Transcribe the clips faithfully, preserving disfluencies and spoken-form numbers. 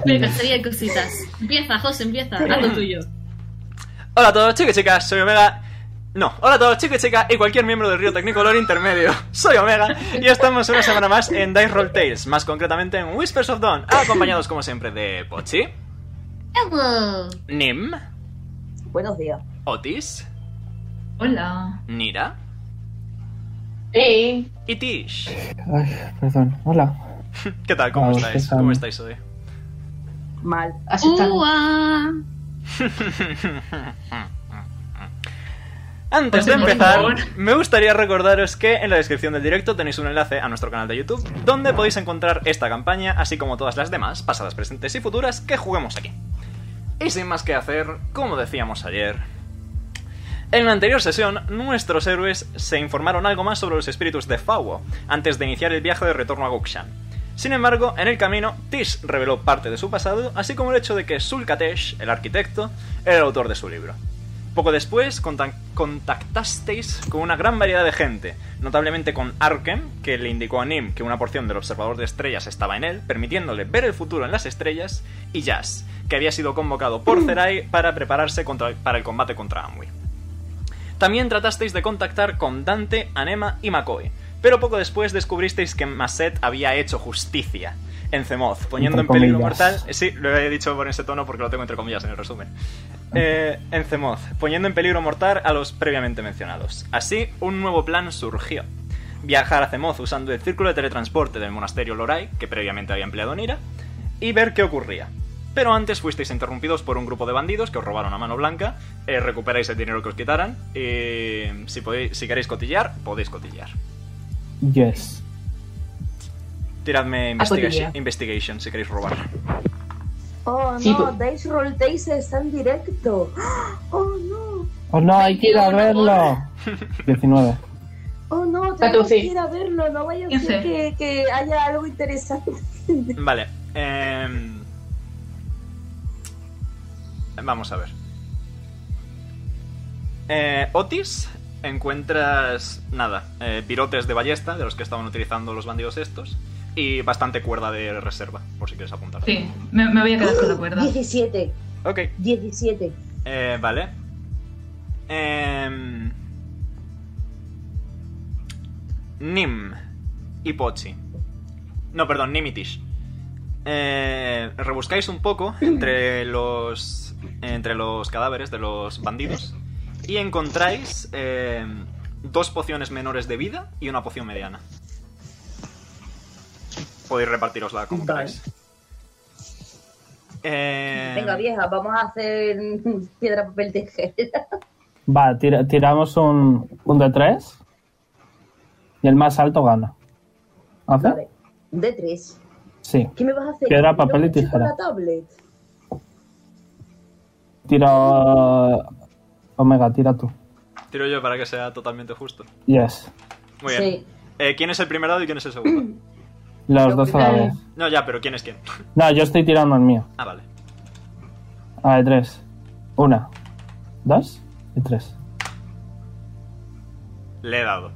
Venga, sería cositas. Empieza, José, empieza. Haz lo tuyo. Hola a todos, chicos y chicas, soy Omega. No, hola a todos, chicos y chicas y cualquier miembro del Río Tecnicolor intermedio. Soy Omega y estamos una semana más en Dice Roll Tales, más concretamente en Whispers of Dawn, acompañados como siempre de Pochi, Hello. Nim, Buenos días. Otis, Hola. Nira Hey. y Tish. Ay, perdón. Hola. ¿Qué tal? ¿Cómo Hola, estáis? ¿qué tal? ¿Cómo estáis hoy? Mal. Así está. Ua. Antes de Pues, por empezar, favor. me gustaría recordaros que en la descripción del directo tenéis un enlace a nuestro canal de YouTube, donde podéis encontrar esta campaña, así como todas las demás, pasadas, presentes y futuras, que juguemos aquí. Y sin más que hacer, como decíamos ayer, en la anterior sesión, nuestros héroes se informaron algo más sobre los espíritus de Fawo, antes de iniciar el viaje de retorno a Gukshan. Sin embargo, en el camino, Tish reveló parte de su pasado, así como el hecho de que Sulkatesh, el arquitecto, era el autor de su libro. Poco después, contac- contactasteis con una gran variedad de gente, notablemente con Arkem, que le indicó a Nim que una porción del observador de estrellas estaba en él, permitiéndole ver el futuro en las estrellas, y Jazz, que había sido convocado por Zerai para prepararse contra- para el combate contra Amway. También tratasteis de contactar con Dante, Anema y McCoy, pero poco después descubristeis que Maset había hecho justicia en Zemoth, poniendo Entre en peligro comillas. mortal... Sí, lo he dicho por ese tono porque lo tengo entre comillas en el resumen. Eh, en Zemoth, poniendo en peligro mortal a los previamente mencionados. Así, un nuevo plan surgió. Viajar a Zemoth usando el círculo de teletransporte del monasterio Lorai, que previamente había empleado Nira, y ver qué ocurría. Pero antes fuisteis interrumpidos por un grupo de bandidos que os robaron a mano blanca, eh, recuperáis el dinero que os quitaran, y si, podéis, si queréis cotillear, podéis cotillear. Yes. Tiradme A investigation, cotillear. investigation si queréis robar. Oh, Sí, no, pues. Dice Roll Tales está en directo. Oh, no. Oh no, hay que ir a veintiuno, verlo. diecinueve. Oh, no, tenemos catorce. que ir a verlo. No vaya a quince. ser que, que haya algo interesante. Vale. Eh... Vamos a ver. Eh, Otis, encuentras, nada, eh, pirotes de ballesta, de los que estaban utilizando los bandidos estos, y bastante cuerda de reserva, por si quieres apuntar. Sí, me, me voy a quedar con la cuerda. diecisiete. Ok, diecisiete. eh, vale. Eh... Nim y Pochi. No, perdón, Nim y Tish. Eh, rebuscáis un poco entre los entre los cadáveres de los bandidos y encontráis eh, dos pociones menores de vida y una poción mediana. Podéis repartirosla como Vale. queráis. Eh, Venga, vieja, vamos a hacer piedra, papel, tijera. Va, tira- tiramos un, un de tres y el más alto gana. ¿Hace? Vale. De tres. Sí. ¿Qué me vas a hacer? Piedra, ¿Lo papel y que he hecho con tijera. la tablet? Tiro... Omega, tira tú. Tiro yo para que sea totalmente justo. Yes. Muy bien. Sí. Eh, ¿Quién es el primer dado y quién es el segundo? Los Yo dos a la primero. vez. No, ya, pero ¿quién es quién? No, yo estoy tirando el mío. Ah, vale. A ver, tres. Una, dos y tres. Le he dado.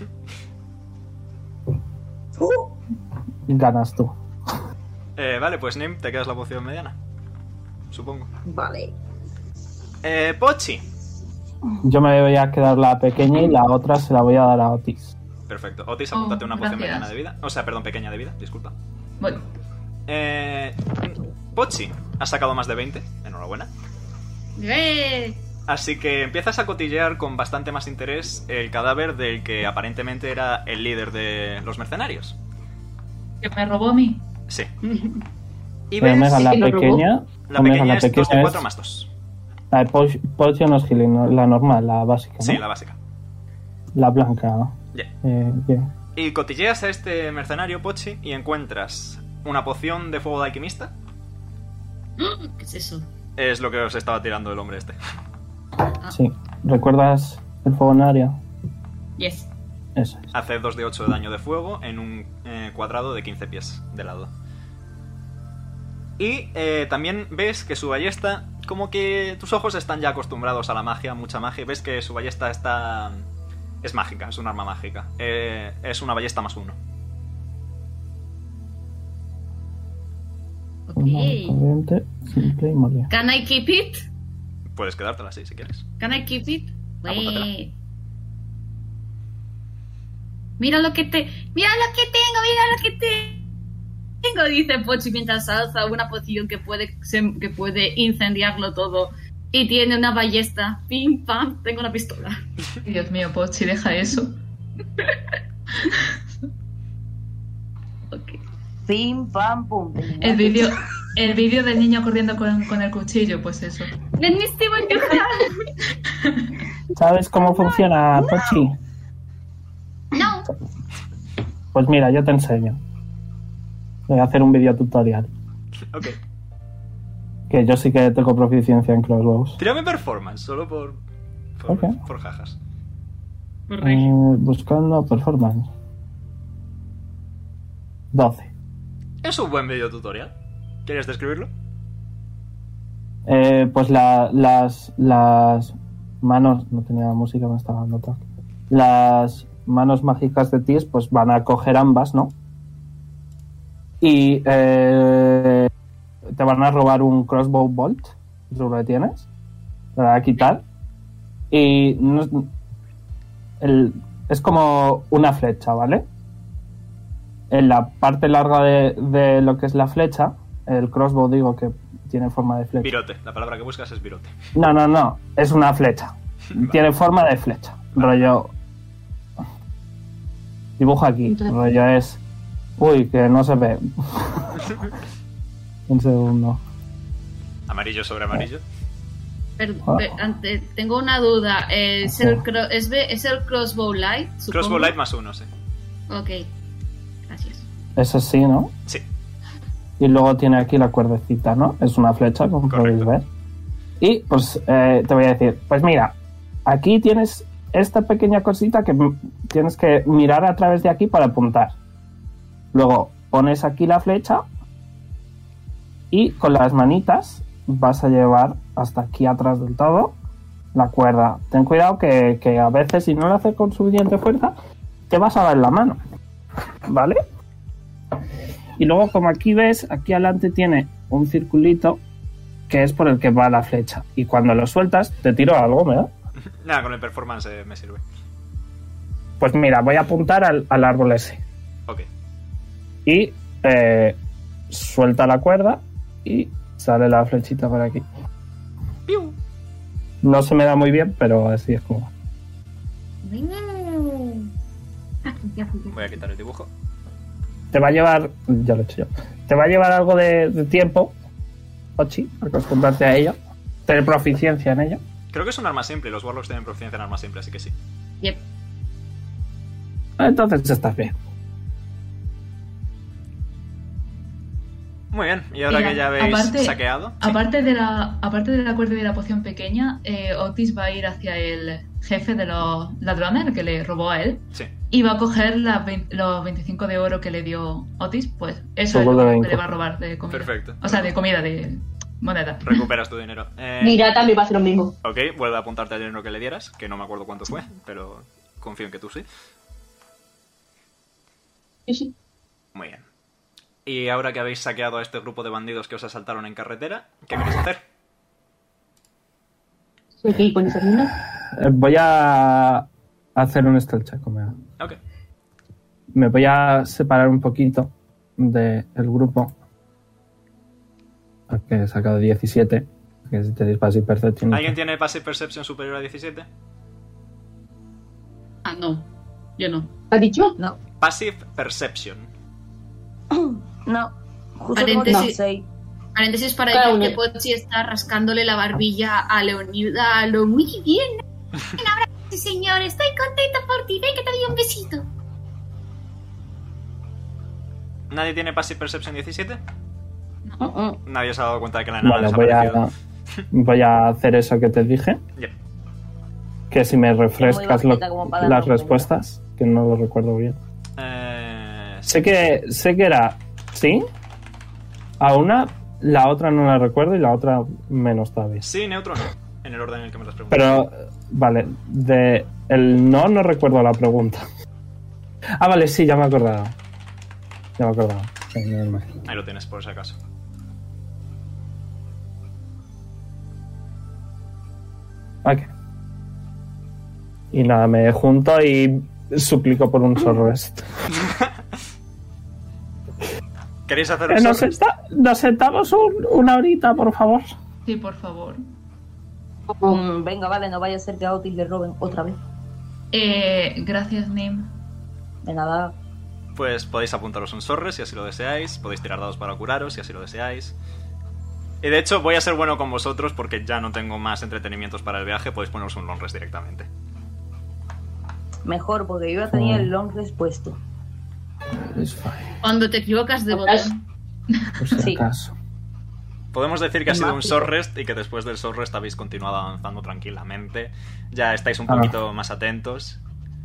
Uh, Ganas tú. Eh, vale, pues Nim, te quedas la poción mediana. Supongo. vale. Eh, Pochi. Yo me voy a quedar la pequeña y la otra se la voy a dar a Otis. Perfecto. Otis, Oh, apúntate una poción gracias. mediana de vida. O sea, perdón, pequeña de vida, disculpa. Bueno, Eh, Pochi, has sacado más de veinte. Enhorabuena. ¡eh! Así que empiezas a cotillear con bastante más interés el cadáver del que aparentemente era el líder de los mercenarios. Que me robó a mí. Sí. Y Pero ves... Omega, la que lo robó. pequeña. La Omega, pequeña la es dos de pequeña cuatro es- más dos. La de Poch- Potion no es healing, ¿no? La normal, la básica, ¿no? Sí, la básica. La blanca, ¿no? Ya. Eh, bien. Y cotilleas a este mercenario, Pochi, y encuentras una poción de fuego de alquimista. ¿Qué es eso? Es lo que os estaba tirando el hombre este. Sí. ¿Recuerdas el fuego en área? Yes. Eso es. Hace dos de ocho de daño de fuego en un eh, cuadrado de quince pies de lado. Y eh, también ves que su ballesta, como que tus ojos están ya acostumbrados a la magia, mucha magia, y ves que su ballesta está... es mágica, es un arma mágica. Eh, es una ballesta más uno. Ok. Una corriente simple y molida. Can I keep it? Puedes quedártela así si quieres. Can I keep it? Apúntatela. Wait. Mira lo que te... Mira lo que tengo, mira lo que te... Tengo, dice Pochi mientras alza una poción que puede, se- que puede incendiarlo todo. Y tiene una ballesta. Pim, pam, tengo una pistola. Dios mío, Pochi, deja eso. Ok. Pim, pam, pum. El vídeo el vídeo del niño corriendo con, con el cuchillo, pues eso. Let me see what you have. ¿Sabes cómo funciona, Pochi? No. Pues mira, yo te enseño. Voy a hacer un video tutorial. Ok. Que yo sí que tengo proficiencia en crossbows. Tírame performance, solo por... Por, Ok. por jajas. Eh, buscando performance. doce. Es un buen video tutorial. ¿Quieres describirlo? Eh, pues la, las, las manos... No tenía música, me estaba dando toque. Las manos mágicas de Tis pues van a coger ambas, ¿no? Y eh, te van a robar un crossbow bolt. ¿Tú lo tienes? Te lo van a quitar. Y no, el, es como una flecha, ¿vale? En la parte larga de, de lo que es la flecha, el crossbow digo que tiene forma de flecha. Virote. La palabra que buscas es virote. No, no, no. Es una flecha. Tiene forma de flecha. Rollo... Dibujo aquí. Rollo es... Uy, que no se ve. Un segundo. Amarillo sobre amarillo. Per- per- ante- tengo una duda. ¿Es el, cro- es, ve- ¿Es el crossbow light? Supongo? Crossbow light más uno, sí. Ok. Gracias. Eso sí, ¿no? Sí. Y luego tiene aquí la cuerdecita, ¿no? Es una flecha, como Correcto. podéis ver. Y pues eh, te voy a decir, pues mira, aquí tienes esta pequeña cosita que m- tienes que mirar a través de aquí para apuntar. Luego pones aquí la flecha y con las manitas vas a llevar hasta aquí atrás del todo la cuerda. Ten cuidado que, que a veces si no lo haces con suficiente fuerza te vas a dar la mano, ¿vale? Y luego como aquí ves, aquí adelante tiene un circulito que es por el que va la flecha. Y cuando lo sueltas, te tiro algo, ¿verdad? Nada, con el performance eh, me sirve. Pues mira, voy a apuntar al, al árbol ese. Ok. Y eh, suelta la cuerda y sale la flechita por aquí. ¡Piu! No se me da muy bien, pero así es como. Ah, ya fui, ya fui. Voy a quitar el dibujo. Te va a llevar, ya lo he hecho yo, te va a llevar algo de, de tiempo, Ochi, acostumbrarte a ello, tener proficiencia en ello. Creo que es un arma simple. Los Warlocks tienen proficiencia en armas simple, así que sí. Yep. Entonces estás bien. Muy bien. Y ahora Mira, que ya habéis aparte- saqueado... Sí. Aparte de la aparte de la cuerda y de la poción pequeña, eh, Otis va a ir hacia el jefe de los ladrones, el que le robó a él, Sí. y va a coger las vein- los veinticinco de oro que le dio Otis, pues eso es Seguro lo de que veinte. le va a robar de comida. Perfecto. O sea, de comida, de moneda. Recuperas tu dinero. Eh, Mira, también va a hacer lo mismo. Ok, vuelve a apuntarte el dinero que le dieras, que no me acuerdo cuánto fue, pero confío en que tú sí. Sí, sí. Muy bien. Y ahora que habéis saqueado a este grupo de bandidos que os asaltaron en carretera, ¿qué queréis hacer? Soy que con esa mina. Eh, Voy a hacer un stealth check. Me, Ok. me voy a separar un poquito del grupo. Que he sacado diecisiete. Que si tenéis passive perception. ¿Alguien tiene Passive Perception superior a diecisiete? Ah, no. Yo no. ¿Has dicho? No, Passive Perception. no. Justo Paréntesis. como seis. Paréntesis para Cada decir uno. que Pochi está rascándole la barbilla a Leonida. A lo muy bien. Un abrazo, señor. Estoy contenta por ti. Ven que te doy un besito. ¿Nadie tiene Passive Perception diecisiete? Uh -uh. Nadie se ha dado cuenta de que la enana Vale, ha voy desaparecido. a, voy a hacer eso que te dije. Yep. Que si me refrescas lo- bajita como para las darnos cuenta. respuestas, que no lo recuerdo bien. Eh, sí. Sé que, sé que era sí, a una, la otra no la recuerdo y la otra menos todavía. Sí, neutro no. En el orden en el que me las preguntas. Pero, vale, de el no no recuerdo la pregunta. Ah, vale, sí, ya me he acordado. Ya me he acordado. Sí, normal. Ahí lo tienes, por si acaso. Ok. Y nada, me junto y suplico por un short rest. ¿Queréis hacer Eh, un nos, short rest? está- nos sentamos un- una horita, por favor. Sí, por favor. Mm, venga, vale, no vaya a ser que a Otis le roben otra vez. Eh, gracias, Nim. De nada. Pues podéis apuntaros un short rest si así lo deseáis. Podéis tirar dados para curaros si así lo deseáis. Y de hecho voy a ser bueno con vosotros porque ya no tengo más entretenimientos para el viaje. Podéis poneros un long rest directamente. Mejor, porque yo ya tenía el long rest puesto. It's fine. Cuando te equivocas de botón. Por si Sí. acaso. Podemos decir que ha sido un Mágico. short rest y que después del short rest habéis continuado avanzando tranquilamente. Ya estáis un Ah. poquito más atentos.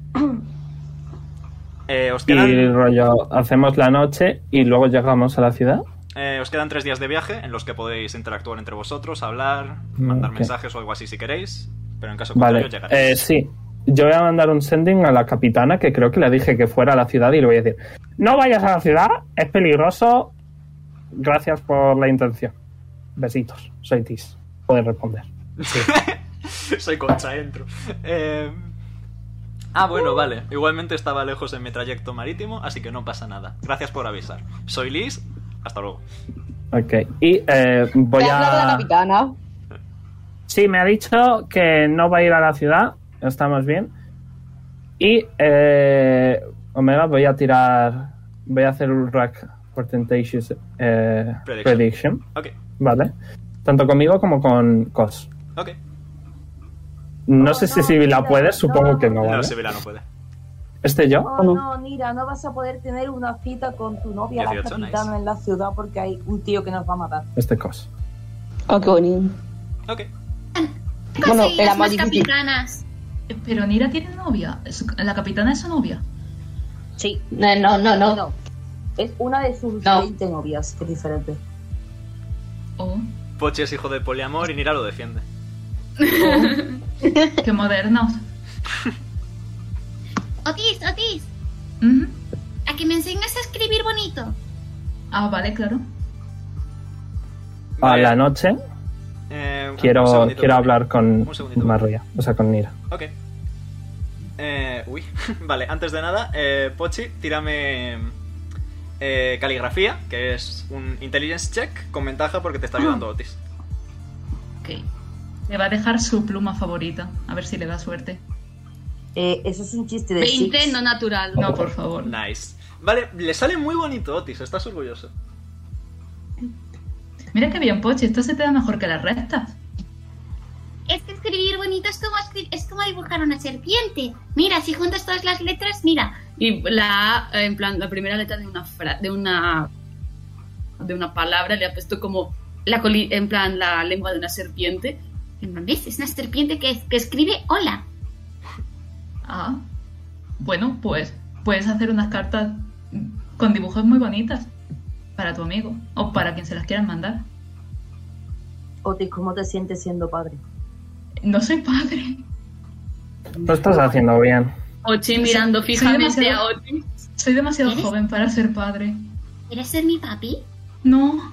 Eh, os Y quedan... rollo, hacemos la noche y luego llegamos a la ciudad. Eh, os quedan tres días de viaje en los que podéis interactuar entre vosotros, hablar, mandar ok. mensajes o algo así si queréis, pero en caso contrario Vale, llegaréis. eh, sí. Yo voy a mandar un sending a la capitana, que creo que le dije que fuera a la ciudad, y le voy a decir: no vayas a la ciudad, es peligroso. Gracias por la intención. Besitos. Soy Tis. Puedes responder. Soy concha, entro. Eh... Ah, bueno, vale. Igualmente estaba lejos en mi trayecto marítimo, así que no pasa nada. Gracias por avisar. Soy Liz. Hasta luego. Ok. Y eh, voy ¿Te habla de la a... capitana? Sí, me ha dicho que no va a ir a la ciudad. Estamos bien. Y, eh, Omega, voy a tirar... Voy a hacer un rack Portentatious eh, Prediction. prediction. Ok, Vale. Tanto conmigo como con Cos. ok. No Oh, sé si no, Sibila mira, puede, supongo no. que no, No, ¿vale? Sibila no puede. ¿Este yo? Oh, no? no, Nira, no vas a poder tener una cita con tu novia, la dieciocho, capitana, nice. en la ciudad porque hay un tío que nos va a matar. Este Cos. Oh, qué bonito. Ok. Bueno, Conseguí era las más más difícil. capitanas. Eh, Pero Nira tiene novia. Su- La capitana es su novia. Sí. No, no, no, no. No. Es una de sus No. veinte novias, que es diferente. Oh, Pochi es hijo de poliamor y Nira lo defiende. oh. Qué modernos. Otis, Otis, Ujú. a que me enseñas a escribir bonito. Ah, vale, claro. A Vale. la noche Eh, un quiero, segundito, quiero Pochi. hablar con Un segundito. Maria, o sea, con Nira. Ok. Eh, uy. Vale, antes de nada, eh, Pochi, tírame eh, caligrafía, que es un intelligence check con ventaja porque te está ayudando Otis. Ok. Le va a dejar su pluma favorita. A ver si le da suerte. Eh, eso es un chiste de veinte, Six. no natural. No, por favor. Nice. Vale, le sale muy bonito Otis, estás orgulloso. Mira qué bien, Pochi. Esto se te da mejor que las rectas. Es que escribir bonito es como, escri- es como dibujar una serpiente. Mira, si juntas todas las letras, mira. Y la A, en plan, la primera letra de una fra- de una de una palabra le ha puesto como la coli- en plan la lengua de una serpiente. En plan, ¿ves? Es una serpiente que, que escribe hola. Ah. Bueno, pues puedes hacer unas cartas con dibujos muy bonitas para tu amigo o para quien se las quieran mandar. Otis, ¿cómo te sientes siendo padre? No soy padre. Lo estás haciendo bien. Ochi mirando Soy fijamente demasiado- a Otis. Soy demasiado ¿Eres? joven para ser padre. ¿Quieres ser mi papi? No.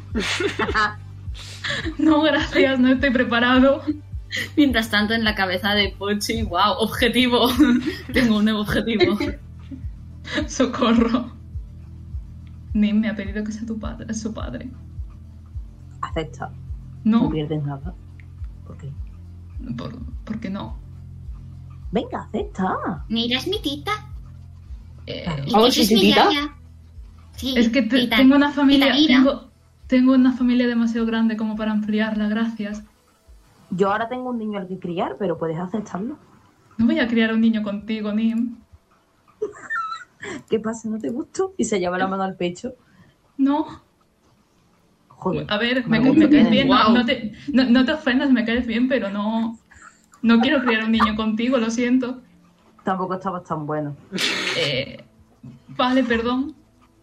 No, gracias, no estoy preparado. Mientras tanto, en la cabeza de Pochi, wow, objetivo. Tengo un nuevo objetivo. Socorro. Nim me ha pedido que sea tu padre, su padre. Acepta. No No, pierdes nada. ¿Por qué? por, ¿por qué no? Venga, acepta. Mira, es mi tita. Eh, ¿Y Oh, qué ¿sí, es sí, mi tita? yaya? Sí, es que te- tita. tengo una familia, Tita Ira. tengo, tengo una familia demasiado grande como para ampliarla, gracias. Yo ahora tengo un niño al que criar, pero puedes aceptarlo. No voy a criar a un niño contigo, Nim. ¿Qué pasa? ¿No te gustó? Y se lleva la mano al pecho. No. Joder. A ver, me, Me ca- me gusta caes que- bien, no, Guau. no te, no, no te ofendas, me caes bien, pero no, no quiero criar a un niño contigo, lo siento. Tampoco estabas tan bueno. Eh, vale, perdón.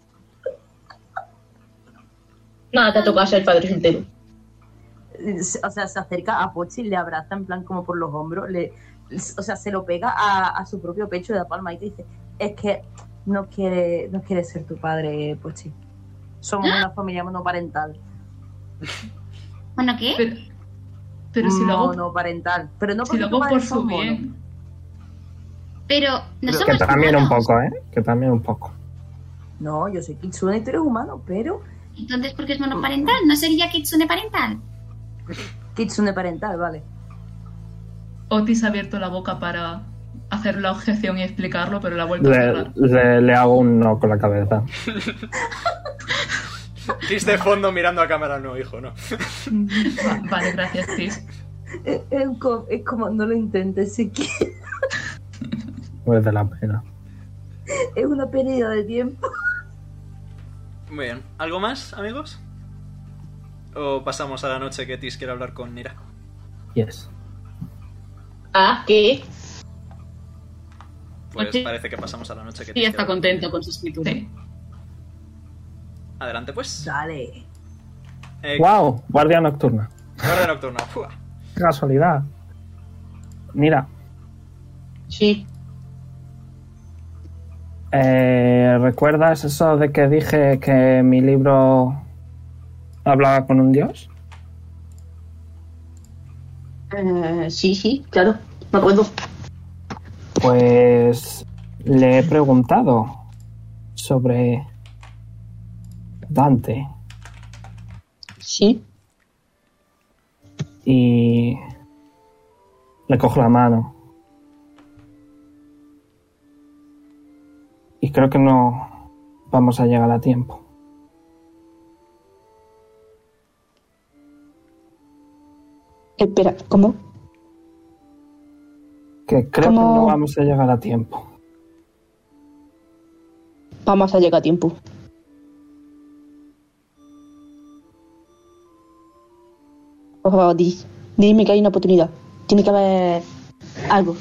Nada, te toca ser padre soltero. O sea, se acerca a Pochi, le abraza en plan como por los hombros, le, o sea, se lo pega a, a su propio pecho de la palma y te dice, es que no quiere, no quiere ser tu padre, Pochi. Somos una familia monoparental. Bueno, ¿qué? Pero, Pero si lo hago, Monoparental. Pero no si porque lo tu hago madre por sea su un mono. bien. Pero no Que somos también un humanos. poco, ¿eh? Que también un poco. No, yo soy Kitsune y tú eres humano, pero Entonces, ¿por qué es monoparental? ¿No sería kitsune parental? Kitsune parental, vale. Otis ha abierto la boca para hacer la objeción y explicarlo, pero la ha vuelto a Le, cerrar. le, le hago un no con la cabeza. Tis de fondo mirando a cámara, no, hijo, no. Va- vale, gracias, Tis. Es, es co- es como no lo intentes, si quieres. Pues de la pena. Es una pérdida de tiempo. Muy bien. ¿Algo más, amigos? ¿O pasamos a la noche que Tis quiere hablar con Nira? Yes. Ah, ¿qué? Pues Oye. parece que pasamos a la noche que Y Tis está quiere hablar. contento con su escritura. Sí. Adelante, pues. Dale. Eh, ¡Wow! Guardia nocturna. Guardia nocturna. Fua. Qué casualidad. Mira, Sí. eh, ¿recuerdas eso de que dije que mi libro hablaba con un dios? Eh, sí, sí, claro. Me acuerdo. Pues le he preguntado sobre Dante Sí. y le cojo la mano. Y creo que no vamos a llegar a tiempo. Espera, ¿cómo? Que creo ¿Cómo? que no vamos a llegar a tiempo. Vamos a llegar a tiempo. Por favor, di- dime que hay una oportunidad. Tiene que haber algo.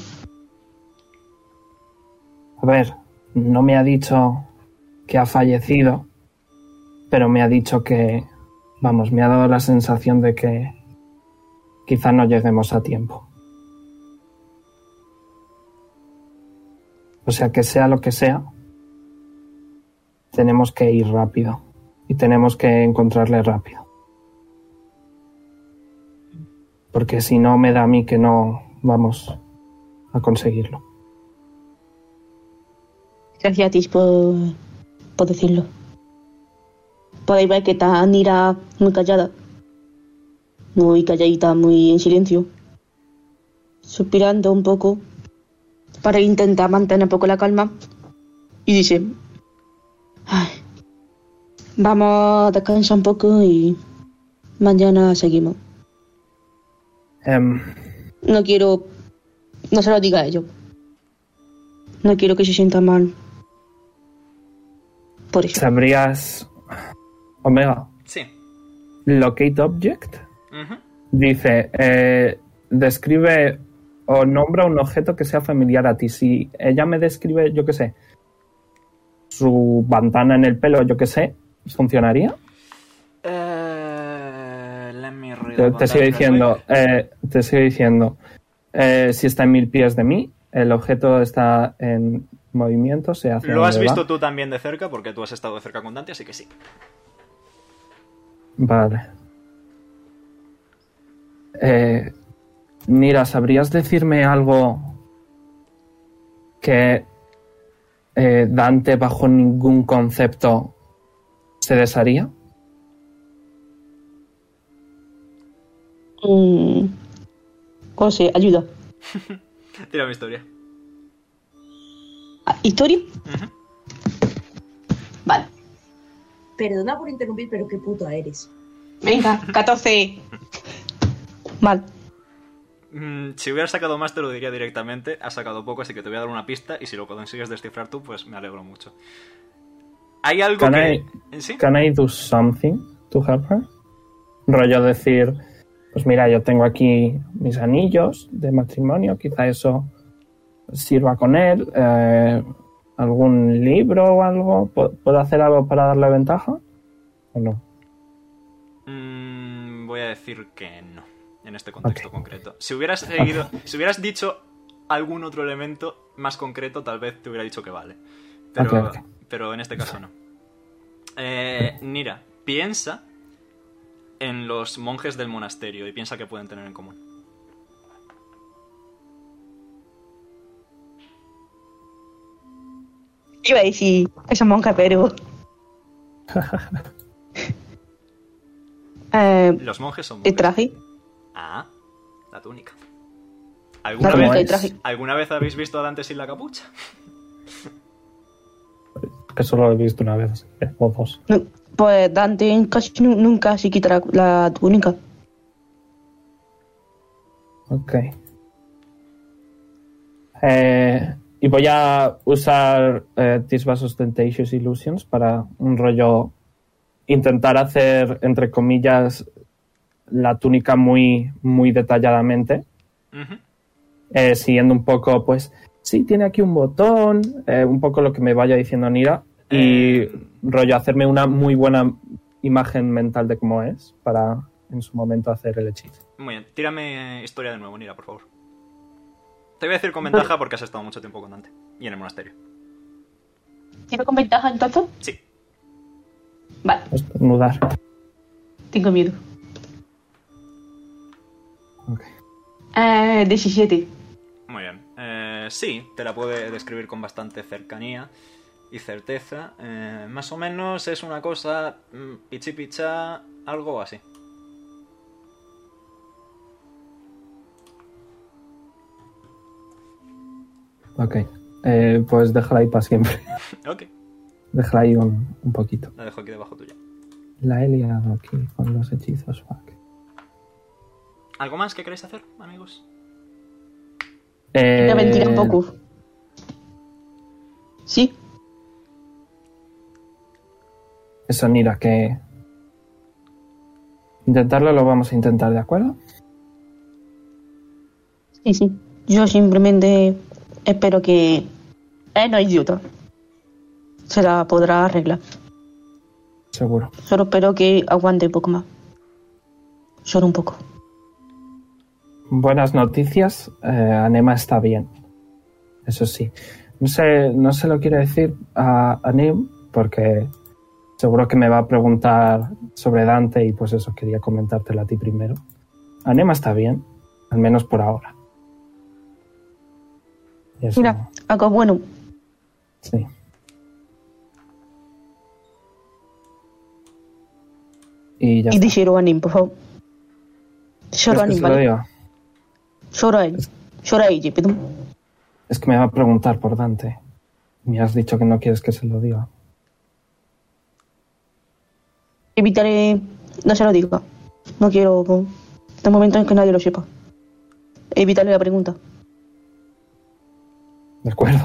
A ver, no me ha dicho que ha fallecido, pero me ha dicho que, vamos, me ha dado la sensación de que quizá no lleguemos a tiempo. O sea, que sea lo que sea, tenemos que ir rápido y tenemos que encontrarle rápido. Porque si no, me da a mí que no vamos a conseguirlo. Gracias a ti por, por decirlo. Podéis ver que está Nira muy callada. Muy calladita, muy en silencio. Suspirando un poco para intentar mantener un poco la calma. Y dice... Ay, vamos a descansar un poco y mañana seguimos. Em, No quiero... No se lo diga a ellos. No quiero que se sienta mal. Por eso. ¿Sabrías... Omega, Sí. locate object? Ujú. Dice, eh, describe o nombra un objeto que sea familiar a ti. Si ella me describe, yo qué sé, su bandana en el pelo, yo qué sé, ¿funcionaría? Eh, let me read Te, about te that sigo real diciendo, quick. eh, te sigo diciendo, eh, si está en mil pies de mí, el objeto está en movimiento, se hace. Lo has visto tú también de cerca, porque tú has estado de cerca con Dante, así que sí. Vale. Eh, mira, ¿sabrías decirme algo que eh, Dante bajo ningún concepto se desharía? Mm, José, ayuda. Tira mi historia. Ah, ¿Historia? Ujú. Vale. Perdona por interrumpir, pero qué puta eres. Venga, catorce. Mal. Mm, si hubieras sacado más te lo diría directamente. Has sacado poco, así que te voy a dar una pista. Y si lo consigues descifrar tú, pues me alegro mucho. Hay algo Can que... I- ¿Sí? Can I do something to help her? Rollo decir, pues mira, yo tengo aquí mis anillos de matrimonio, quizá eso sirva con él. Eh, ¿Algún libro o algo? ¿Pu- ¿Puedo hacer algo para darle ventaja? ¿O no? Mm, voy a decir que no, en este contexto Ok. concreto. Si hubieras seguido, si hubieras dicho algún otro elemento más concreto, tal vez te hubiera dicho que vale. Pero, Ok, ok. pero en este caso no. Eh, Nira, piensa en los monjes del monasterio y piensa que pueden tener en común. Iba a decir que son monjas, pero... eh, Los monjes son ¿el monjes. traje? Ah, la túnica. ¿Alguna, La túnica vez, y traje. ¿Alguna vez habéis visto a Dante sin la capucha? Que solo lo he visto una vez, así que, o dos. No, pues Dante casi nu- nunca se quita la, la túnica. Ok. Eh, y voy a usar eh, This was Ostentatious Illusions para un rollo... Intentar hacer, entre comillas, la túnica muy, muy detalladamente. Ujú. Eh, siguiendo un poco, pues... Sí, tiene aquí un botón, eh, un poco lo que me vaya diciendo Nira. Y Eh. rollo, hacerme una muy buena imagen mental de cómo es para en su momento hacer el hechizo. Muy bien, tírame eh, historia de nuevo, Nira, por favor. Te voy a decir con ventaja porque has estado mucho tiempo con Dante. Y en el monasterio. ¿Tiene con ventaja entonces? Sí. Vale, Estornudar. tengo miedo. Ok. Eh, diecisiete. Muy bien. Eh, sí, te la puede describir con bastante cercanía y certeza. Eh, más o menos es una cosa mm, pichi picha, algo así. Ok. Eh, pues déjala ahí para siempre. Ok, Déjala ahí un, un poquito. la dejo aquí debajo tuya. La he liado aquí con los hechizos. Fuck. ¿Algo más que queréis hacer, amigos? Eh, Ya mentira un poco. Sí. Eso, Nira, que... Intentarlo lo vamos a intentar, ¿de acuerdo? Sí, sí. Yo simplemente espero que... Eh, no, idiota. Se la podrá arreglar. Seguro. Solo espero que aguante un poco más. Solo un poco. Buenas noticias. Eh, Anema está bien. Eso sí. No sé, no se lo quiero decir a Anem porque seguro que me va a preguntar sobre Dante y pues eso, quería comentártelo a ti primero. Anema está bien, al menos por ahora. Y eso, Mira, algo bueno. sí. Y ya Y está. díselo a Anim, por favor. Solo a ¿Quieres que Anim, se lo ¿vale? diga? Solo a él. Solo a ella, perdón. Es que me va a preguntar por Dante. Me has dicho que no quieres que se lo diga. Evitaré... No se lo diga. No quiero... De momento en que nadie lo sepa. Evitaré la pregunta. De acuerdo.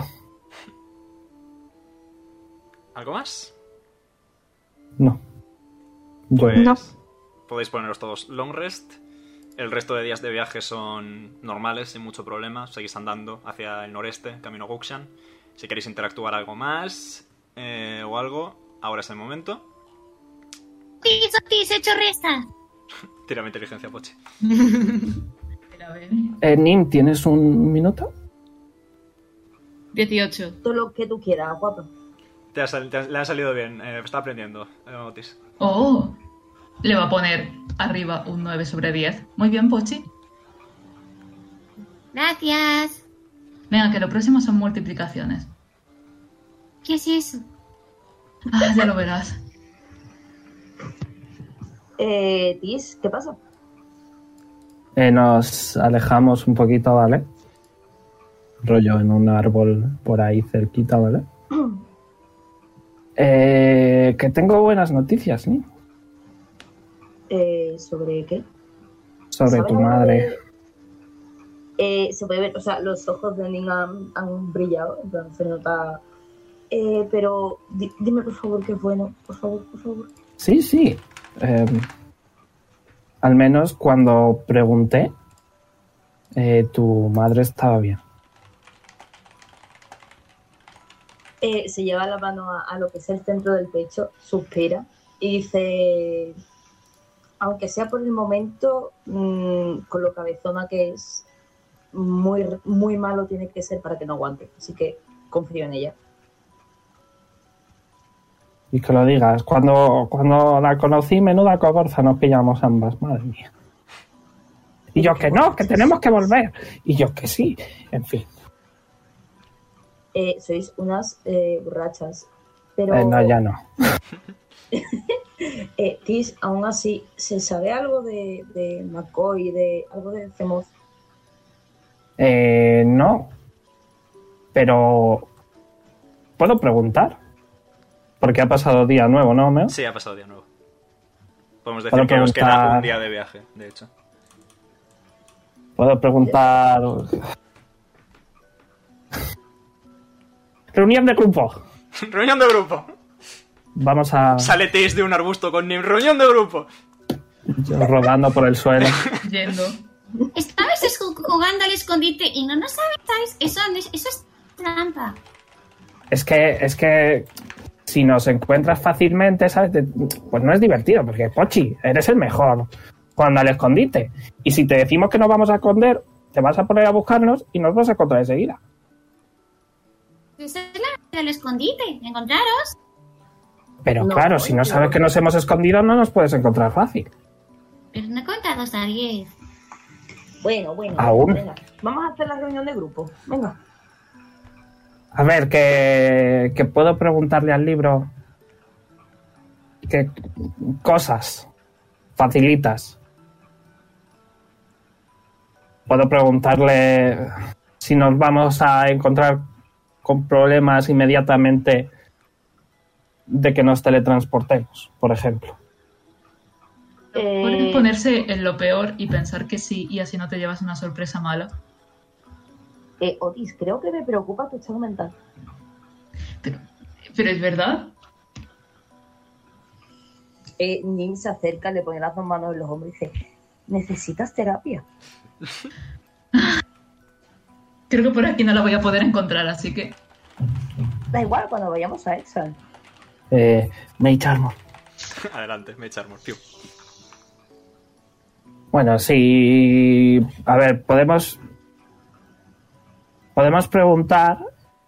¿Algo más? No. Yo Pues No. podéis poneros todos long rest. El resto de días de viaje son normales, sin mucho problema. Seguís andando hacia el noreste, camino a Gukshan. Si queréis interactuar algo más eh, o algo, ahora es el momento. ¡Otis, Otis, he hecho resta! Tírame inteligencia, Pochi. Mira, a ver. Eh, Nim, ¿tienes un minuto? dieciocho. Todo lo que tú quieras, guapo. Te ha sal- te ha- le ha salido bien. Eh, está aprendiendo, eh, Otis. Oh, le va a poner arriba un nueve sobre diez. Muy bien, Pochi. Gracias. Venga, que lo próximo son multiplicaciones. ¿Qué es eso? Ah, ya lo verás. Eh, Tis, ¿qué pasa? Eh, nos alejamos un poquito, ¿vale? Rollo en un árbol por ahí cerquita, ¿vale? Eh, que tengo buenas noticias, ¿no? Eh, ¿Sobre qué? Sobre ¿Sabes tu algo madre. de- Eh, se puede ver, o sea, los ojos de Ning han, han brillado, en plan, se nota. Eh, pero di- dime por favor que es bueno, por favor, por favor. Sí, sí. Eh, al menos cuando pregunté, eh, tu madre estaba bien. Eh, se lleva la mano a, a lo que es el centro del pecho, suspira y dice, aunque sea por el momento, mmm, con lo cabezona que es, muy, muy malo tiene que ser para que no aguante. Así que confío en ella. Y que lo digas. Cuando, cuando la conocí, menuda cogorza nos pillamos ambas. Madre mía. Y yo que no, que tenemos que volver. Y yo que sí. En fin. Eh, sois unas eh, borrachas. Pero... Eh, no, ya no. eh, Tis, aún así, ¿se sabe algo de, de McCoy, de algo de Zemoth? Eh, no. Pero... ¿puedo preguntar? Porque ha pasado día nuevo, ¿no, Meo? Sí, ha pasado día nuevo. Podemos decir Puedo que nos queda preguntar- un día de viaje, de hecho. Puedo preguntar... Reunión de grupo. Reunión de grupo. Vamos a... Sale Tis de un arbusto con Nim. Reunión de grupo. yo rodando por el suelo. Yendo. Estabais es- jugando al escondite y no nos sabéis. Eso, eso es trampa. Es que, es que si nos encuentras fácilmente, ¿sabes? Te- Pues no es divertido, porque Pochi, eres el mejor jugando al escondite. Y si te decimos que nos vamos a esconder, te vas a poner a buscarnos y nos vas a encontrar enseguida. Esa es la del escondite. Encontraros. Pero No, claro, si no sabes que nos hemos escondido, no nos puedes encontrar fácil. Pero no he contado hasta diez. Bueno, bueno. ¿Aún? Venga, vamos a hacer la reunión de grupo. Venga. A ver, que, que puedo preguntarle al libro qué cosas facilitas. Puedo preguntarle si nos vamos a encontrar con problemas inmediatamente de que nos teletransportemos, por ejemplo. Puedes Eh, ponerse en lo peor y pensar que sí, y así no te llevas una sorpresa mala. eh, Otis, creo que me preocupa tu estado mental. Pero, pero es verdad. Eh, Nim se acerca, le pone las dos manos en los hombros y dice, ¿necesitas terapia? Creo que por aquí no la voy a poder encontrar, así que... Da igual, cuando vayamos a Exxon. Eh, Mage Armor. Adelante, me echa armor, tío. Bueno, sí. A ver, podemos. Podemos preguntar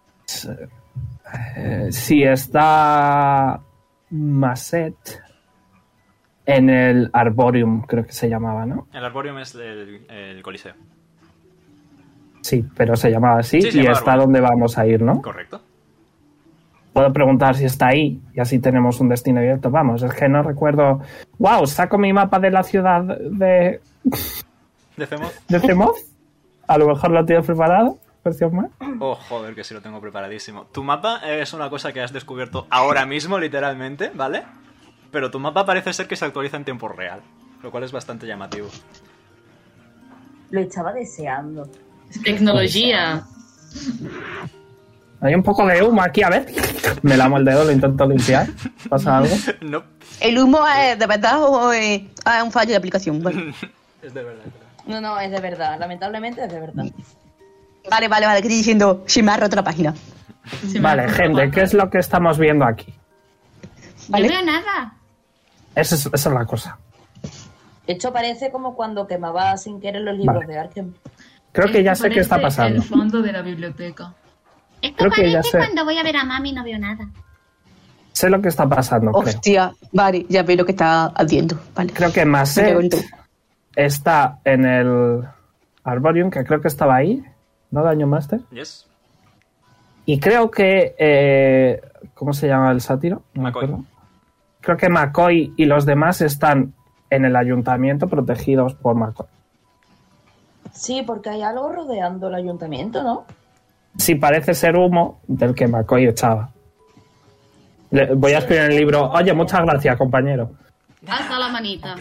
eh, si está Maset en el Arborium, creo que se llamaba, ¿no? El Arborium es el, el Coliseo. Sí, pero se llamaba así Sí, se y llama está Arborium. donde vamos a ir, ¿no? Correcto. Puedo preguntar si está ahí y así tenemos un destino abierto. Vamos, es que no recuerdo. ¡Wow! Saco mi mapa de la ciudad de, ¿De Zemoth? de Zemoth. A lo mejor lo tienes preparado. Versión más. Oh, joder, que sí lo tengo preparadísimo. Tu mapa es una cosa que has descubierto ahora mismo, literalmente, ¿vale? Pero tu mapa parece ser que se actualiza en tiempo real, lo cual es bastante llamativo. Lo estaba deseando. Tecnología. Hay un poco de humo aquí, a ver. Me lamo el dedo, lo intento limpiar. ¿Pasa algo? No, ¿El humo es de verdad o es ah, un fallo de aplicación? Vale, es de verdad. No, no, es de verdad. Lamentablemente es de verdad. vale, vale, vale, que estoy diciendo, si me ha roto la página. si me Vale, acuerdo gente, mal. ¿qué es lo que estamos viendo aquí? Vale. No veo nada. Esa es, esa es la cosa. Esto parece como cuando quemaba sin querer los libros Vale. de Arkham. Creo que ya sé qué está Parece pasando. el fondo de la biblioteca. Esto Creo que ya parece sé. cuando voy a ver a mami y no veo nada. Sé lo que está pasando, creo. Hostia, vale, ya veo lo que está haciendo. Vale. Creo que Me Maset pregunto. está en el Arborium, que creo que estaba ahí, ¿no, Daño Master? Yes. Y creo que... eh, ¿cómo se llama el sátiro? No me McCoy. acuerdo. Creo que McCoy y los demás están en el ayuntamiento protegidos por McCoy. Sí, porque hay algo rodeando el ayuntamiento, ¿no? Sí, parece ser humo del que McCoy echaba. Le- voy a escribir en el libro, oye, muchas gracias, compañero. Alza la manita.